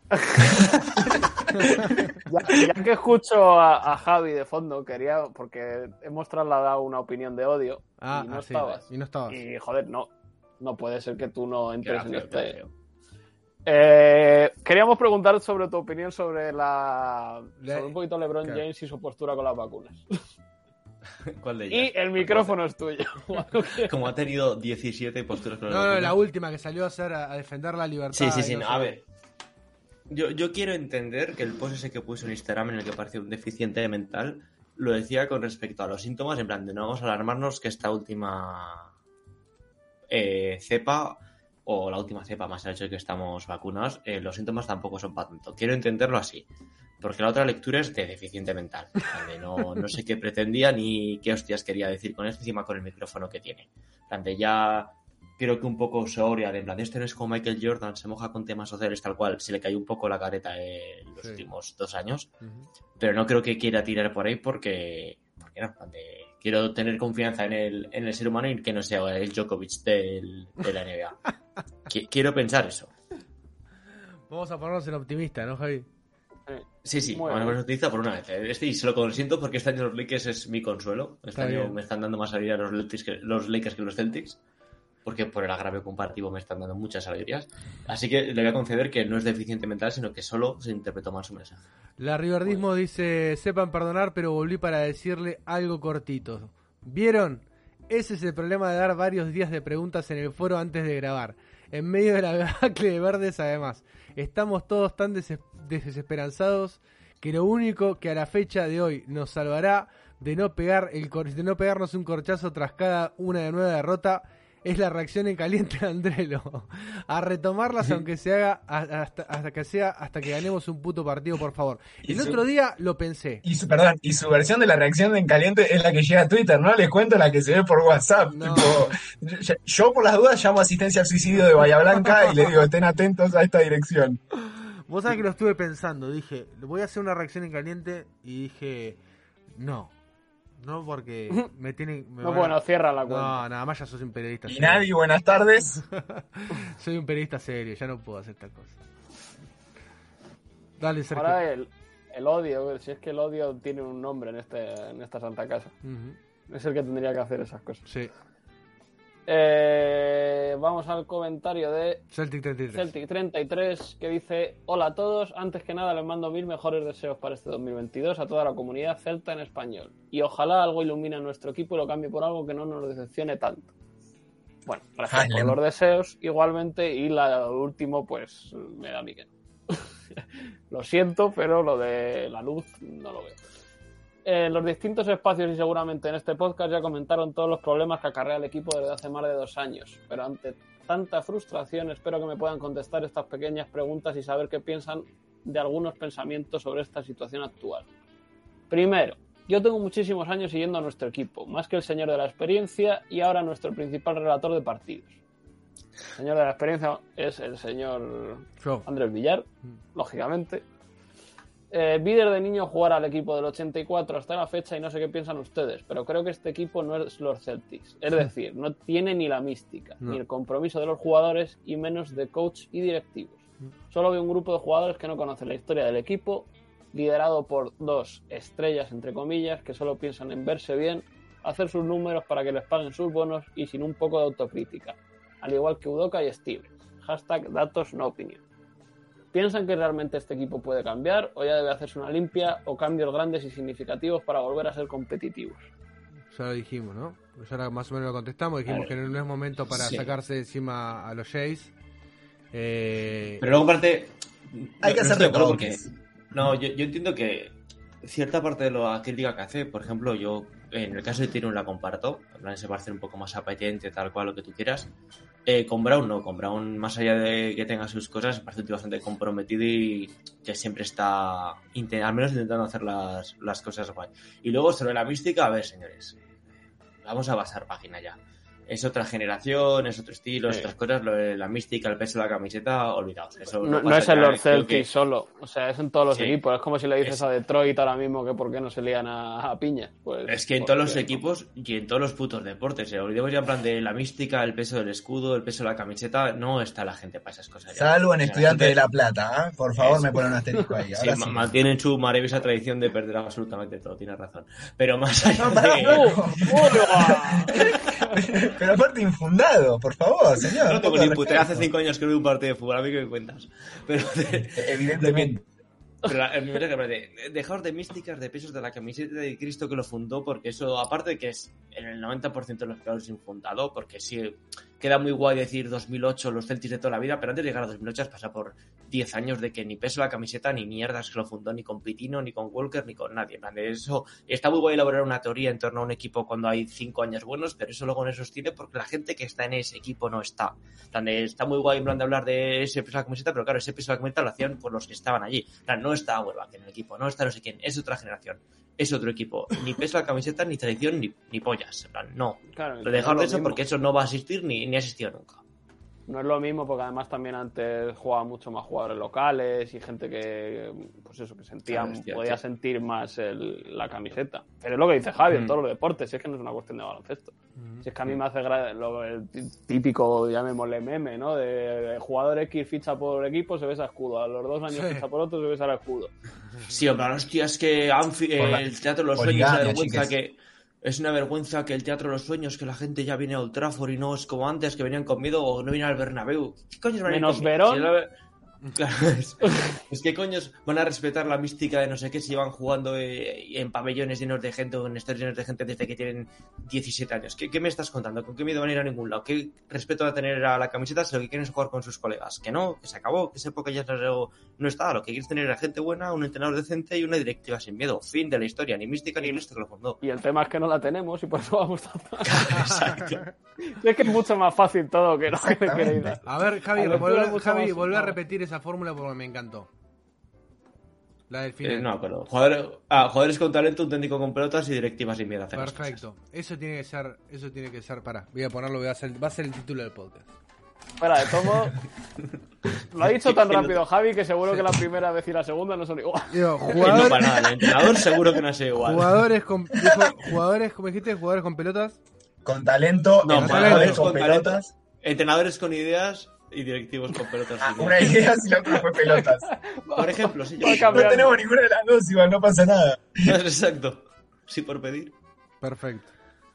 ya, ya que escucho a, a Javi de fondo, quería, porque hemos trasladado una opinión de odio ah, y no ah, estabas. Sí, y no estabas. Y joder, no, no puede ser que tú no entres Gracias, en este. gracias. Eh, queríamos preguntar sobre tu opinión sobre la Le... sobre un poquito LeBron claro. James y su postura con las vacunas. ¿Cuál de ellas? Y el micrófono es tuyo. Como ha tenido diecisiete posturas con no, no, la última que salió a hacer a, a defender la libertad. Sí, sí, sí, no no, a ver. Yo, yo quiero entender que el post ese que puso en Instagram en el que parecía un deficiente mental lo decía con respecto a los síntomas, en plan de no vamos a alarmarnos que esta última eh, cepa o la última cepa más el hecho de que estamos vacunados, eh, los síntomas tampoco son para tanto. Quiero entenderlo así, porque la otra lectura es de deficiente mental. De no, no sé qué pretendía ni qué hostias quería decir con esto, encima con el micrófono que tiene. En de ya creo que un poco sobria, de en plan, este no es como Michael Jordan, se moja con temas sociales tal cual, se le cayó un poco la careta en los sí. últimos dos años, uh-huh. pero no creo que quiera tirar por ahí porque, porque no, de, quiero tener confianza en el, en el ser humano y que no sea el Djokovic del, de la N B A. Quiero pensar eso. Vamos a ponernos en optimista, ¿no, Javi? Sí, sí, vamos a ponernos optimista por una vez. Este, y se lo consiento porque este año los Lakers es mi consuelo. Este Está año bien. Me están dando más alegría los Lakers, que, los Lakers que los Celtics. Porque por el agravio comparativo me están dando muchas alegrías. Así que le voy a conceder que no es deficiente mental, sino que solo se interpretó mal su mensaje. La Riverdismo bueno. dice, sepan perdonar, pero volví para decirle algo cortito. ¿Vieron? Ese es el problema de dar varios días de preguntas en el foro antes de grabar. En medio de la debacle de Verdes, además. Estamos todos tan des- desesperanzados que lo único que a la fecha de hoy nos salvará de no, pegar el cor- de no pegarnos un corchazo tras cada una de nueva derrota es la reacción en caliente de Andrelo. A retomarlas aunque se haga hasta, hasta que sea hasta que ganemos un puto partido, por favor. El su, otro día lo pensé. Y su, perdón, y su versión de la reacción en caliente es la que llega a Twitter, ¿no? Les cuento la que se ve por WhatsApp. No. Tipo, yo, yo por las dudas llamo a asistencia al suicidio de Bahía Blanca y le digo, estén atentos a esta dirección. Vos sabés que lo estuve pensando, dije, voy a hacer una reacción en caliente y dije, no. No, porque me tienen... Me no, van... bueno, cierra la cuenta. No, nada más ya sos un periodista y serio. nadie, buenas tardes. Soy un periodista serio, ya no puedo hacer esta cosa. Dale, Sergio. Ahora el, el odio, si es que el odio tiene un nombre en este en esta santa casa. Uh-huh. Es el que tendría que hacer esas cosas. Sí. Eh, vamos al comentario de Celtic treinta y tres. Celtic treinta y tres que dice: hola a todos, antes que nada les mando mil mejores deseos para este dos mil veintidós a toda la comunidad celta en español y ojalá algo ilumine a nuestro equipo y lo cambie por algo que no nos decepcione tanto. Bueno, gracias por los deseos igualmente, y la, lo último pues me da a mí que no. Lo siento, pero lo de la luz no lo veo. En eh, los distintos espacios y seguramente en este podcast ya comentaron todos los problemas que acarrea el equipo desde hace más de dos años, pero ante tanta frustración espero que me puedan contestar estas pequeñas preguntas y saber qué piensan de algunos pensamientos sobre esta situación actual. Primero, yo tengo muchísimos años siguiendo a nuestro equipo, más que el señor de la experiencia y ahora nuestro principal relator de partidos. El señor de la experiencia es el señor Andrés Villar, lógicamente. Eh, vi desde niño jugar al equipo del ochenta y cuatro hasta la fecha y no sé qué piensan ustedes, pero creo que este equipo no es los Celtics. Es decir, no tiene ni la mística, no. ni el compromiso de los jugadores y menos de coach y directivos. Solo veo un grupo de jugadores que no conocen la historia del equipo, liderado por dos estrellas, entre comillas, que solo piensan en verse bien, hacer sus números para que les paguen sus bonos y sin un poco de autocrítica. Al igual que Udoka y Stevens. Hashtag datos, no opinión. ¿Piensan que realmente este equipo puede cambiar o ya debe hacerse una limpia o cambios grandes y significativos para volver a ser competitivos? Ya lo dijimos, ¿no? Ya más o menos lo contestamos. Dijimos que no es momento para sí. sacarse encima a los Jays. Eh... Pero luego parte... Hay que no hacerlo porque... No, yo, yo entiendo que cierta parte de la crítica que hace, por ejemplo, yo en el caso de Tyrion la comparto. En plan, se va a hacer un poco más apetente, tal cual, lo que tú quieras. Eh, con Brown no, con Brown, más allá de que tenga sus cosas, me parece un tío bastante comprometido y que siempre está, al menos intentando hacer las, las cosas guay. Y luego sobre la mística, a ver, señores, vamos a pasar página ya. Es otra generación, es otro estilo, sí. es otras cosas, lo de la mística, el peso de la camiseta, olvidaos. Eso no, no es en los Celtics que... solo, o sea, es en todos los sí. equipos. Es como si le dices es... a Detroit ahora mismo que por qué no se lían a, a piña. Pues, es que en todos los equipos y en todos los putos deportes, ¿eh? Olvidemos ya en plan de la mística, el peso del escudo, el peso de la camiseta, no está la gente para esas cosas. Ya. Salvo en Estudiantes de La Plata, ¿eh? Por favor, es... me ponen un asterisco ahí. Sí, sí. Mantienen su maravillosa tradición de perder absolutamente todo, tienes razón. Pero más allá no, de... Pero aparte infundado, por favor, señor. No tengo ni puta, hace cinco años que no veo un partido de fútbol, a mí que me cuentas. Pero de, evidentemente. Pero la, el primer que dejaos de místicas, de pesos de la camiseta de Cristo que lo fundó, porque eso, aparte de que es en el noventa por ciento de los casos infundado, porque sí, queda muy guay decir dos mil ocho, los Celtics de toda la vida, pero antes de llegar a dos mil ocho has pasado por diez años de que ni peso la camiseta, ni mierdas que lo fundó, ni con Pitino, ni con Walker, ni con nadie. En plan de eso, está muy guay elaborar una teoría en torno a un equipo cuando hay cinco años buenos, pero eso luego no sostiene porque la gente que está en ese equipo no está. En plan de, está muy guay en plan de hablar de ese peso de la camiseta, pero claro, ese peso de la camiseta lo hacían por los que estaban allí. En plan, no está Auerbach en el equipo, no está no sé quién, es otra generación, es otro equipo, ni peso la camiseta, ni tradición, ni, ni pollas, en plan, no. Claro, lo dejamos no de eso porque eso no va a existir ni, ni ha existido nunca. No es lo mismo porque además también antes jugaba mucho más jugadores locales y gente que, pues eso, que sentía, claro, hostia, podía tío. sentir más el, la camiseta. Pero es lo que dice Javi, mm. en todos los deportes, si es que no es una cuestión de baloncesto. Mm. Si es que a mí me hace gra- lo, el típico, llamémosle meme, ¿no? De, de jugador X ficha por equipo, se besa escudo. A los dos años sí. ficha por otro, se besa el escudo. Sí, hombre, hostia, es que Anfi- eh, el Teatro de los Sueños, la vergüenza que... Es una vergüenza que el Teatro de los Sueños, que la gente ya viene a Old Trafford y no es como antes, que venían con miedo o no vienen al Bernabéu. ¿Qué coños van a Menos Verón. Si la... Claro, es, es que coños van a respetar la mística de no sé qué si van jugando eh, en pabellones llenos de gente o en estadios llenos de gente desde que tienen diecisiete años. ¿Qué, ¿Qué me estás contando? ¿Con qué miedo van a ir a ningún lado? ¿Qué respeto va a tener a la camiseta si lo que quieren es jugar con sus colegas? Que no, que se acabó, que esa época ya no, no está. Lo que quieres tener es gente buena, un entrenador decente y una directiva sin miedo. Fin de la historia, ni mística ni listo que lo fundó. Y el tema es que no la tenemos y por eso vamos a... Exacto. Es que es mucho más fácil todo que lo que te queréis dar. A ver, Javi, volver, Javi, volver a repetir esa fórmula porque me encantó. La del final. Eh, no, pero jugadores, ah, jugadores con talento, un técnico con pelotas y directivas sin miedo a hacer. Perfecto. Eso tiene que ser, eso tiene que ser, pará, voy a ponerlo, voy a hacer, va a ser el título del podcast. Espera, de todo lo ha dicho tan rápido Javi que seguro que la primera vez y la segunda no son igual. Digo, jugador... No para nada, el entrenador seguro que no es igual. Jugadores con, dijo, jugadores, ¿cómo dijiste? Jugadores con pelotas. Con talento, no, jugadores con, con pelotas. Talento, entrenadores con ideas y directivos con pelotas. Ah, una idea y la otra fue pelotas. Por ejemplo, si yo... No tenemos ninguna de las dos, igual no pasa nada. Exacto. Sí, por pedir. Perfecto.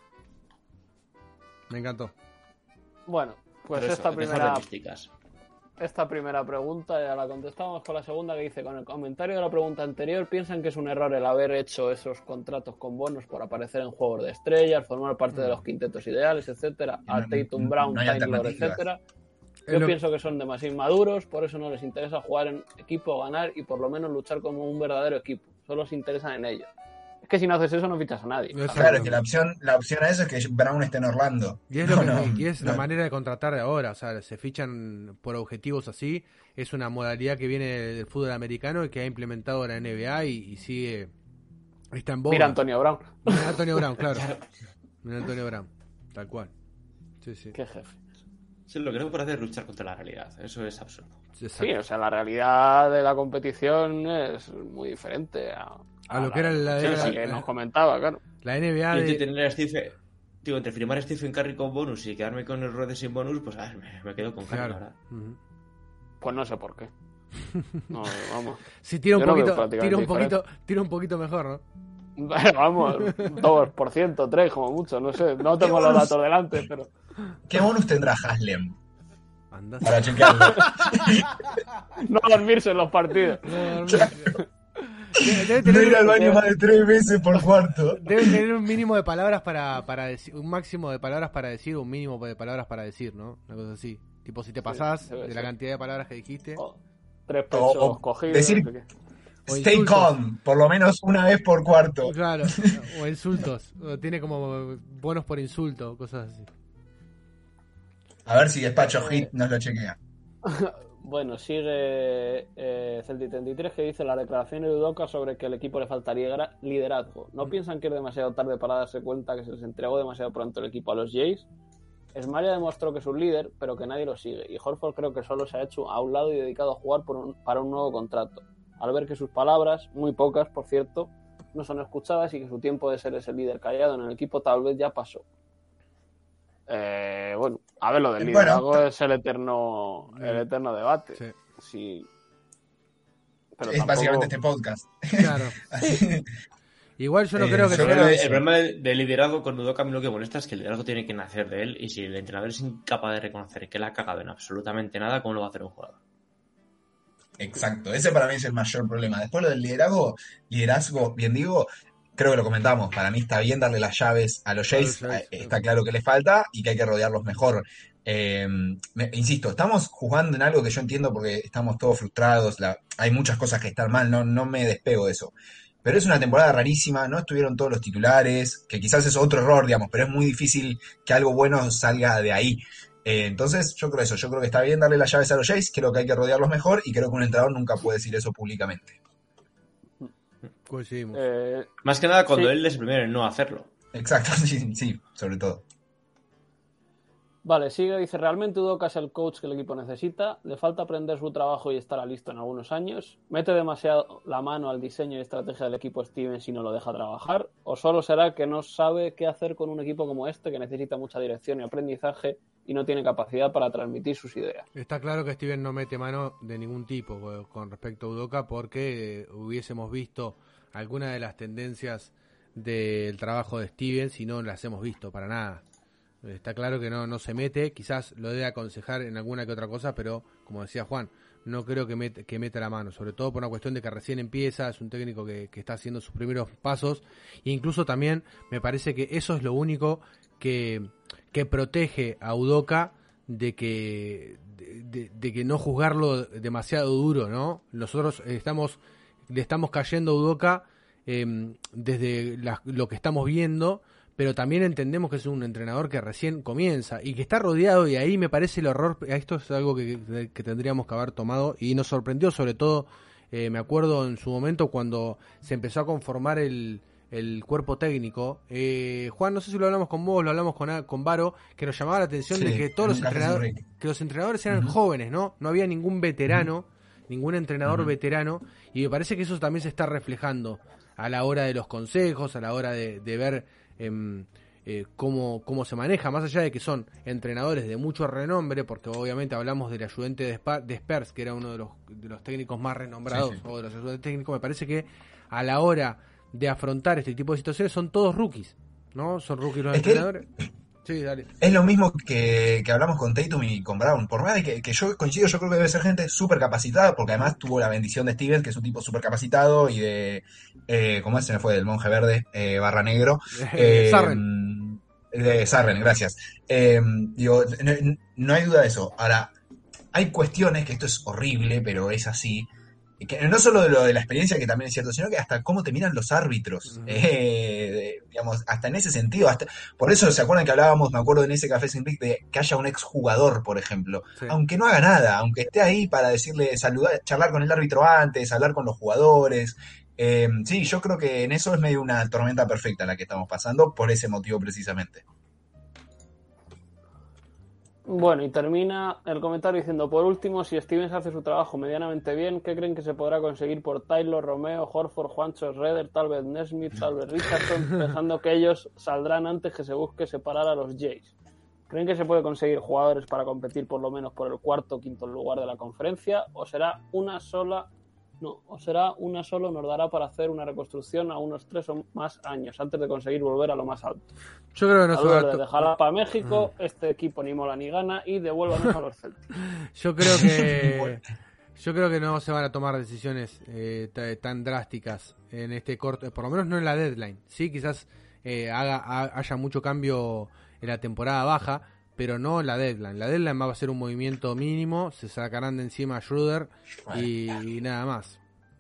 Me encantó. Bueno, pues eso, esta primera esta primera pregunta ya la contestamos con la segunda que dice: con el comentario de la pregunta anterior, ¿piensan que es un error el haber hecho esos contratos con bonos por aparecer en juegos de estrellas, formar parte de los quintetos ideales, etcétera, a Tatum, Brown, no Time Lord, etcétera? Yo lo... pienso que son demasiado inmaduros, por eso no les interesa jugar en equipo, ganar y por lo menos luchar como un verdadero equipo. Solo se interesan en ello. Es que si no haces eso no fichas a nadie. Claro, es que la opción, la opción a eso es que Brown esté en Orlando. Y es, no, lo que, no, y es no. la manera de contratar de ahora. O sea, se fichan por objetivos así. Es una modalidad que viene del fútbol americano y que ha implementado la N B A y, y sigue... Está en boga. Mira Antonio Brown. Mira Antonio Brown, claro. Mira Antonio Brown. Tal cual. Sí, sí. Qué jefe. Sí, lo que no puede hacer es luchar contra la realidad. Eso es absurdo. Exacto. Sí, o sea, la realidad de la competición es muy diferente a, a, a lo que era la, sí, la, sí, la, que nos comentaba, claro. La N B A de... de... tener a Stephen, digo, entre firmar a Stephen Curry con bonus y quedarme con el Rhodes sin bonus, pues a ver, me, me quedo con Curry, claro. ahora. Uh-huh. Pues no sé por qué. No, vamos. Si tira un Yo poquito, no tira un poquito, diferente. tira un poquito mejor, ¿no? Vamos, dos por ciento, tres como mucho, no sé, no tengo los datos delante, pero... ¿Qué bonus tendrá Haslem? Andás. Para chequearlo. No dormirse en los partidos. No dormirse. Debe tener, no ir al baño debe, más de tres veces por cuarto. Debe tener un mínimo de palabras para, para decir, un máximo de palabras para decir, un mínimo de palabras para decir, ¿no? Una cosa así. Tipo, si te pasás sí, de la ser. cantidad de palabras que dijiste. Oh, tres pechos o, o cogidos. Decir, no sé stay calm, por lo menos una vez por cuarto. Claro, o insultos. O tiene como bonos por insulto, cosas así. A ver si Despacho Hit nos lo chequea. Bueno, sigue eh, Celtic treinta y tres que dice la declaración de Udoka sobre que al equipo le faltaría liderazgo. ¿No piensan que es demasiado tarde para darse cuenta que se les entregó demasiado pronto el equipo a los Jays? Esmaria demostró que es un líder, pero que nadie lo sigue. Y Horford creo que solo se ha hecho a un lado y dedicado a jugar por un, para un nuevo contrato. Al ver que sus palabras, muy pocas por cierto, no son escuchadas y que su tiempo de ser ese líder callado en el equipo tal vez ya pasó. Eh, bueno, a ver, lo del liderazgo bueno, es el eterno el eterno debate. Sí. Sí. Pero es tampoco... básicamente este podcast. Claro. Igual yo no eh, creo que sea... El problema del de liderazgo con Udoka a mí lo que molesta es que el liderazgo tiene que nacer de él y si el entrenador es incapaz de reconocer que él ha cagado en absolutamente nada, ¿cómo lo va a hacer un jugador? Exacto, ese para mí es el mayor problema. Después lo del liderazgo, liderazgo, bien digo, creo que lo comentamos, para mí está bien darle las llaves a los Jays, está claro que les falta y que hay que rodearlos mejor. Eh, me, insisto, estamos jugando en algo que yo entiendo porque estamos todos frustrados, la, hay muchas cosas que están mal, no, no me despego de eso. Pero es una temporada rarísima, no estuvieron todos los titulares, que quizás es otro error, digamos, pero es muy difícil que algo bueno salga de ahí. Eh, entonces, yo creo eso, yo creo que está bien darle las llaves a los Jays, creo que hay que rodearlos mejor y creo que un entrenador nunca puede decir eso públicamente. Coincidimos. Eh, Más que nada cuando sí. él es el primero en no hacerlo. Exacto, sí, sí, sobre todo. Vale, sigue, dice, realmente Udoka es el coach que el equipo necesita, le falta aprender su trabajo y estará listo en algunos años, mete demasiado la mano al diseño y estrategia del equipo Stevens y no lo deja trabajar, o solo será que no sabe qué hacer con un equipo como este que necesita mucha dirección y aprendizaje y no tiene capacidad para transmitir sus ideas. Está claro que Steven no mete mano de ningún tipo con respecto a Udoka porque hubiésemos visto alguna de las tendencias del trabajo de Stevens y no las hemos visto para nada. Está claro que no, no se mete, quizás lo debe aconsejar en alguna que otra cosa, pero como decía Juan, no creo que, met, que meta la mano, sobre todo por una cuestión de que recién empieza, es un técnico que, que está haciendo sus primeros pasos, e incluso también me parece que eso es lo único que, que protege a Udoka de que, de, de, de que no juzgarlo demasiado duro, ¿no? Nosotros estamos, le estamos cayendo a Udoka eh, desde la, lo que estamos viendo, pero también entendemos que es un entrenador que recién comienza y que está rodeado, y ahí me parece el horror, esto es algo que, que tendríamos que haber tomado y nos sorprendió sobre todo, eh, me acuerdo en su momento cuando se empezó a conformar el, el cuerpo técnico, eh, Juan, no sé si lo hablamos con vos, lo hablamos con, con Varo, que nos llamaba la atención sí, de que todos los entrenadores, que los entrenadores eran uh-huh. jóvenes, ¿no? No había ningún veterano, uh-huh. ningún entrenador uh-huh. veterano, y me parece que eso también se está reflejando a la hora de los consejos, a la hora de, de ver Eh, eh, cómo, cómo se maneja, más allá de que son entrenadores de mucho renombre, porque obviamente hablamos del ayudante de, Spa, de Spurs, que era uno de los, de los técnicos más renombrados, sí, sí. o de los ayudantes técnicos, me parece que a la hora de afrontar este tipo de situaciones son todos rookies, ¿no? Son rookies los es entrenadores. Que... Sí, dale. Es lo mismo que, que hablamos con Tatum y con Brown. Por más de que, que yo coincido, yo creo que debe ser gente súper capacitada, porque además tuvo la bendición de Stevens, que es un tipo súper capacitado, y de, eh, ¿cómo es? Se me fue? Del monje verde, eh, barra negro. Eh, Sarren. De Sarren, gracias. Eh, digo, no, no hay duda de eso. Ahora, hay cuestiones, que esto es horrible, pero es así, que no solo de lo de la experiencia, que también es cierto, sino que hasta cómo te miran los árbitros, uh-huh. eh, digamos, hasta en ese sentido, hasta por eso se acuerdan que hablábamos, me acuerdo en ese Café Sin Rick, de que haya un exjugador, por ejemplo, sí. aunque no haga nada, aunque esté ahí para decirle, saludar, charlar con el árbitro antes, hablar con los jugadores, eh, sí, yo creo que en eso es medio una tormenta perfecta la que estamos pasando, por ese motivo precisamente. Bueno, y termina el comentario diciendo, por último, si Stevens hace su trabajo medianamente bien, ¿qué creen que se podrá conseguir por Taylor, Romeo, Horford, Juancho, Schroeder, tal vez Nesmith, tal vez Richardson, pensando que ellos saldrán antes que se busque separar a los Jays? ¿Creen que se puede conseguir jugadores para competir por lo menos por el cuarto o quinto lugar de la conferencia? ¿O será una sola... No, o será una solo nos dará para hacer una reconstrucción a unos tres o más años antes de conseguir volver a lo más alto? Yo creo que no se va a... de Jalapa a México, mm. este equipo ni mola ni gana y devuélvanos a los Celtics. Yo creo que yo creo que no se van a tomar decisiones eh, t- tan drásticas en este corto, por lo menos no en la deadline. Sí, quizás eh, haga, ha, haya mucho cambio en la temporada baja, pero no en la deadline. La deadline va a ser un movimiento mínimo, se sacarán de encima a Schroeder y, y nada más.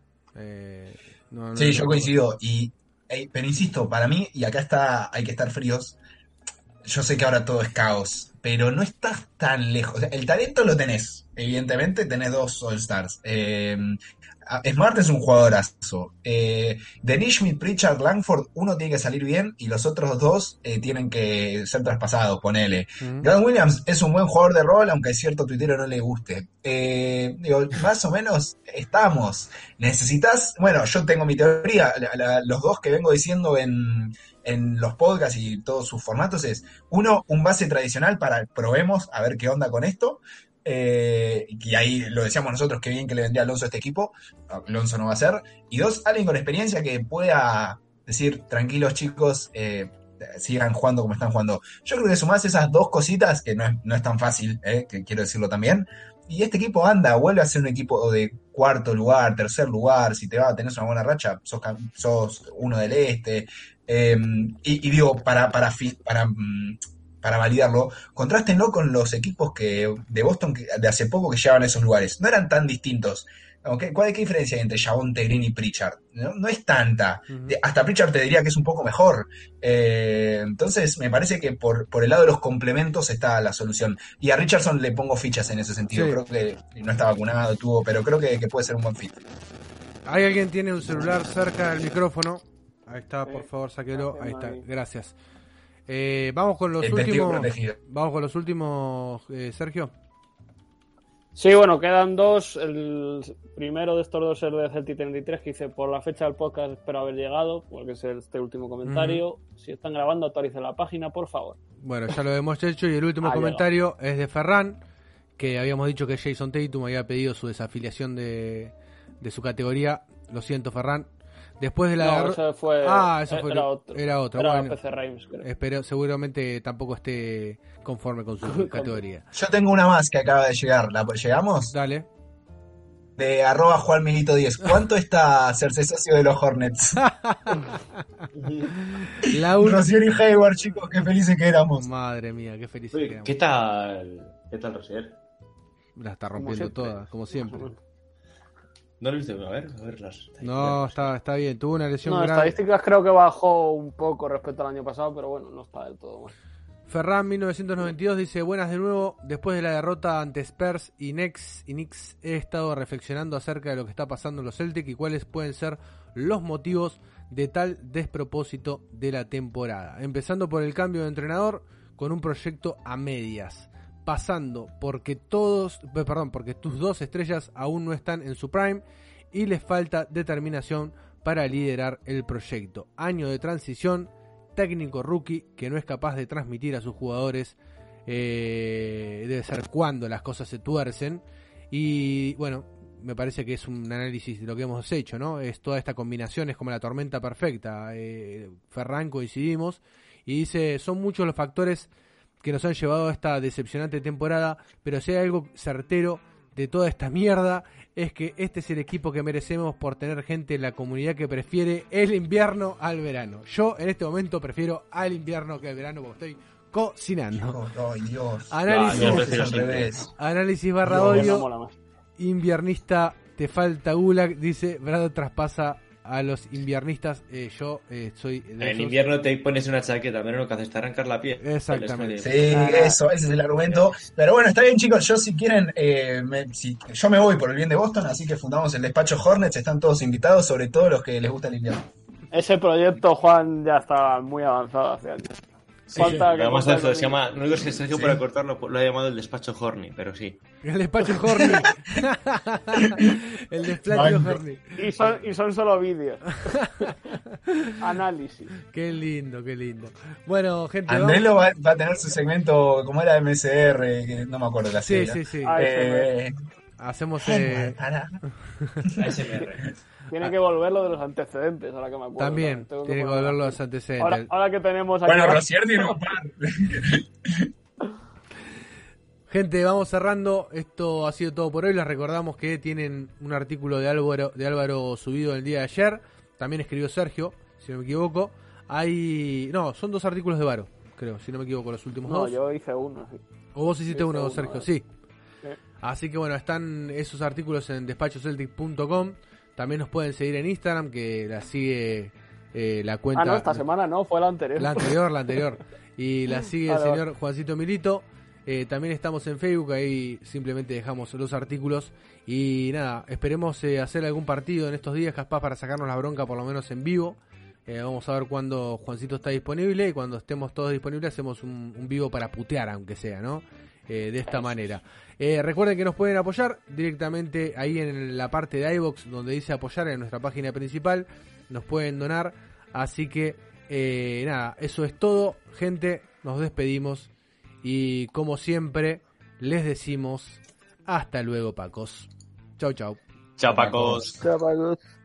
Eh, no, no, sí, no, yo no, coincido. Y, eh, pero insisto, para mí, y acá está, hay que estar fríos, yo sé que ahora todo es caos, pero no estás tan lejos. O sea, el talento lo tenés, evidentemente tenés dos All-Stars. Eh, Smart es un jugadorazo. Eh, Dennis Schmidt, Pritchard, Langford, uno tiene que salir bien y los otros dos eh, tienen que ser traspasados, ponele. Mm. Grant Williams es un buen jugador de rol, aunque a cierto tuitero no le guste. Eh, digo, más o menos estamos. Necesitas, bueno, yo tengo mi teoría, la, la, los dos que vengo diciendo en, en los podcasts y todos sus formatos es, uno, un base tradicional para probemos a ver qué onda con esto. Eh, y ahí lo decíamos nosotros, que bien que le vendría Alonso a este equipo. Alonso no va a ser. Y dos, alguien con experiencia que pueda decir, tranquilos chicos, eh, sigan jugando como están jugando. Yo creo que sumás esas dos cositas, que no es, no es tan fácil, eh, que quiero decirlo también, y este equipo anda, vuelve a ser un equipo de cuarto lugar, tercer lugar. Si te va a tener una buena racha, sos, sos uno del este. Eh, y, y digo, para para, para, para para validarlo, contrástenlo con los equipos que de Boston que, de hace poco que llegaban a esos lugares. No eran tan distintos. ¿Okay? ¿Cuál es qué diferencia hay entre Javonte Green y Pritchard? No, no es tanta. Uh-huh. Hasta Pritchard te diría que es un poco mejor. Eh, entonces, me parece que por, por el lado de los complementos está la solución. Y a Richardson le pongo fichas en ese sentido. Sí. Creo que no está vacunado, tuvo, pero creo que, que puede ser un buen fit. ¿Hay alguien tiene un celular cerca del micrófono? Ahí está, por favor, sáquelo. Ahí está, gracias. Eh, vamos con los el últimos. Vamos con los últimos, eh, Sergio. Sí, bueno, quedan dos. El primero de estos dos es de Celtic treinta y tres, que dice, por la fecha del podcast espero haber llegado, porque es este último comentario. Mm. Si están grabando, actualicen la página, por favor. Bueno, ya lo hemos hecho. Y el último comentario llegado. Es de Ferran, que habíamos dicho que Jason Tatum había pedido su desafiliación de, de su categoría. Lo siento, Ferran. Después de la no, derro- ese fue, ah, eso fue era otro. Era otro. Era bueno, P C Reims, creo. Espero, seguramente tampoco esté conforme con su categoría. Yo tengo una más que acaba de llegar. ¿La llegamos? Dale. De arroba Juan Milito diez. ¿Cuánto está hacerse socio de los Hornets? La un... Rosier y Hayward, chicos, qué felices que éramos. Madre mía, qué felices Uy, que éramos. ¿Qué tal? ¿Qué tal Rosier? La está rompiendo toda, como siempre. No lo he visto, a ver, a ver las... No, está, está bien, tuvo una lesión no, grave. Estadísticas creo que bajó un poco respecto al año pasado, pero bueno, no está del todo mal. Ferran mil novecientos noventa y dos dice, buenas de nuevo, después de la derrota ante Spurs y Knicks, y Knicks he estado reflexionando acerca de lo que está pasando en los Celtics y cuáles pueden ser los motivos de tal despropósito de la temporada. Empezando por el cambio de entrenador con un proyecto a medias. Pasando porque todos, perdón, porque tus dos estrellas aún no están en su prime y les falta determinación para liderar el proyecto. Año de transición, técnico rookie que no es capaz de transmitir a sus jugadores, eh, debe ser cuando las cosas se tuercen. Y bueno, me parece que es un análisis de lo que hemos hecho, ¿no? Es toda esta combinación, es como la tormenta perfecta. Eh, Ferran, coincidimos y dice, son muchos los factores que nos han llevado a esta decepcionante temporada, pero si hay algo certero de toda esta mierda es que este es el equipo que merecemos por tener gente en la comunidad que prefiere el invierno al verano. Yo en este momento prefiero al invierno que al verano porque estoy cocinando. Ay, Dios. Análisis, no, Dios, al revés. Análisis barra Dios, odio. no Inviernista, te falta gulag, dice Brad traspasa a los inviernistas. eh, yo eh, soy de en esos. invierno te pones una chaqueta, menos lo que haces es arrancar la piel. Exactamente. Sí, eso, ese es el argumento. Pero bueno, está bien, chicos. Yo, si quieren, eh, me, si, yo me voy por el bien de Boston, así que fundamos el despacho Hornets. Están todos invitados, sobre todo los que les gusta el invierno. Ese proyecto, Juan, ya está muy avanzado hace años. Sí, Falta sí, que además ponga eso, el se llama, no digo si Sergio Sí. para cortarlo, lo ha llamado el despacho Horny, pero sí. El despacho Horny. El despacho Banco. Horny. Y son, y son solo vídeos. Análisis. Qué lindo, qué lindo. Bueno, gente, Andrelo va, va a tener su segmento, como era M S R, que no me acuerdo la Sí, sigla. sí, sí. Ah, Eh, Hacemos... Hardware Eh, para- A S M R. Tiene que volver lo de los antecedentes, ahora que me acuerdo. también, Tengo tiene que poner- volver los Ahora, antecedentes. ahora que tenemos aquí... Bueno, Rosier tiene un par. Gente, vamos cerrando. Esto ha sido todo por hoy. Les recordamos que tienen un artículo de Álvaro, de Álvaro subido el día de ayer. También escribió Sergio, si no me equivoco. Hay... No, son dos artículos de Varo, creo, si no me equivoco, los últimos No, dos. yo hice uno, sí. O vos hiciste hice uno, uno, Sergio, eh. sí. Sí. Así que bueno, están esos artículos en despacho celtic punto com. También nos pueden seguir en Instagram, que la sigue eh, la cuenta... Ah, no, esta semana no, fue la anterior. La anterior, la anterior. Y la sigue Vale, el vale. señor Juancito Milito. Eh, también estamos en Facebook, ahí simplemente dejamos los artículos. Y nada, esperemos eh, hacer algún partido en estos días, capaz para sacarnos la bronca por lo menos en vivo. Eh, vamos a ver cuándo Juancito está disponible y cuando estemos todos disponibles hacemos un, un vivo para putear, aunque sea, ¿no? Eh, de esta manera. Eh, recuerden que nos pueden apoyar directamente ahí en la parte de iVoox donde dice apoyar en nuestra página principal. Nos pueden donar. Así que eh, nada, eso es todo, gente. Nos despedimos y como siempre les decimos hasta luego, Pacos. Chau, chau. Chapacos. Chapacos.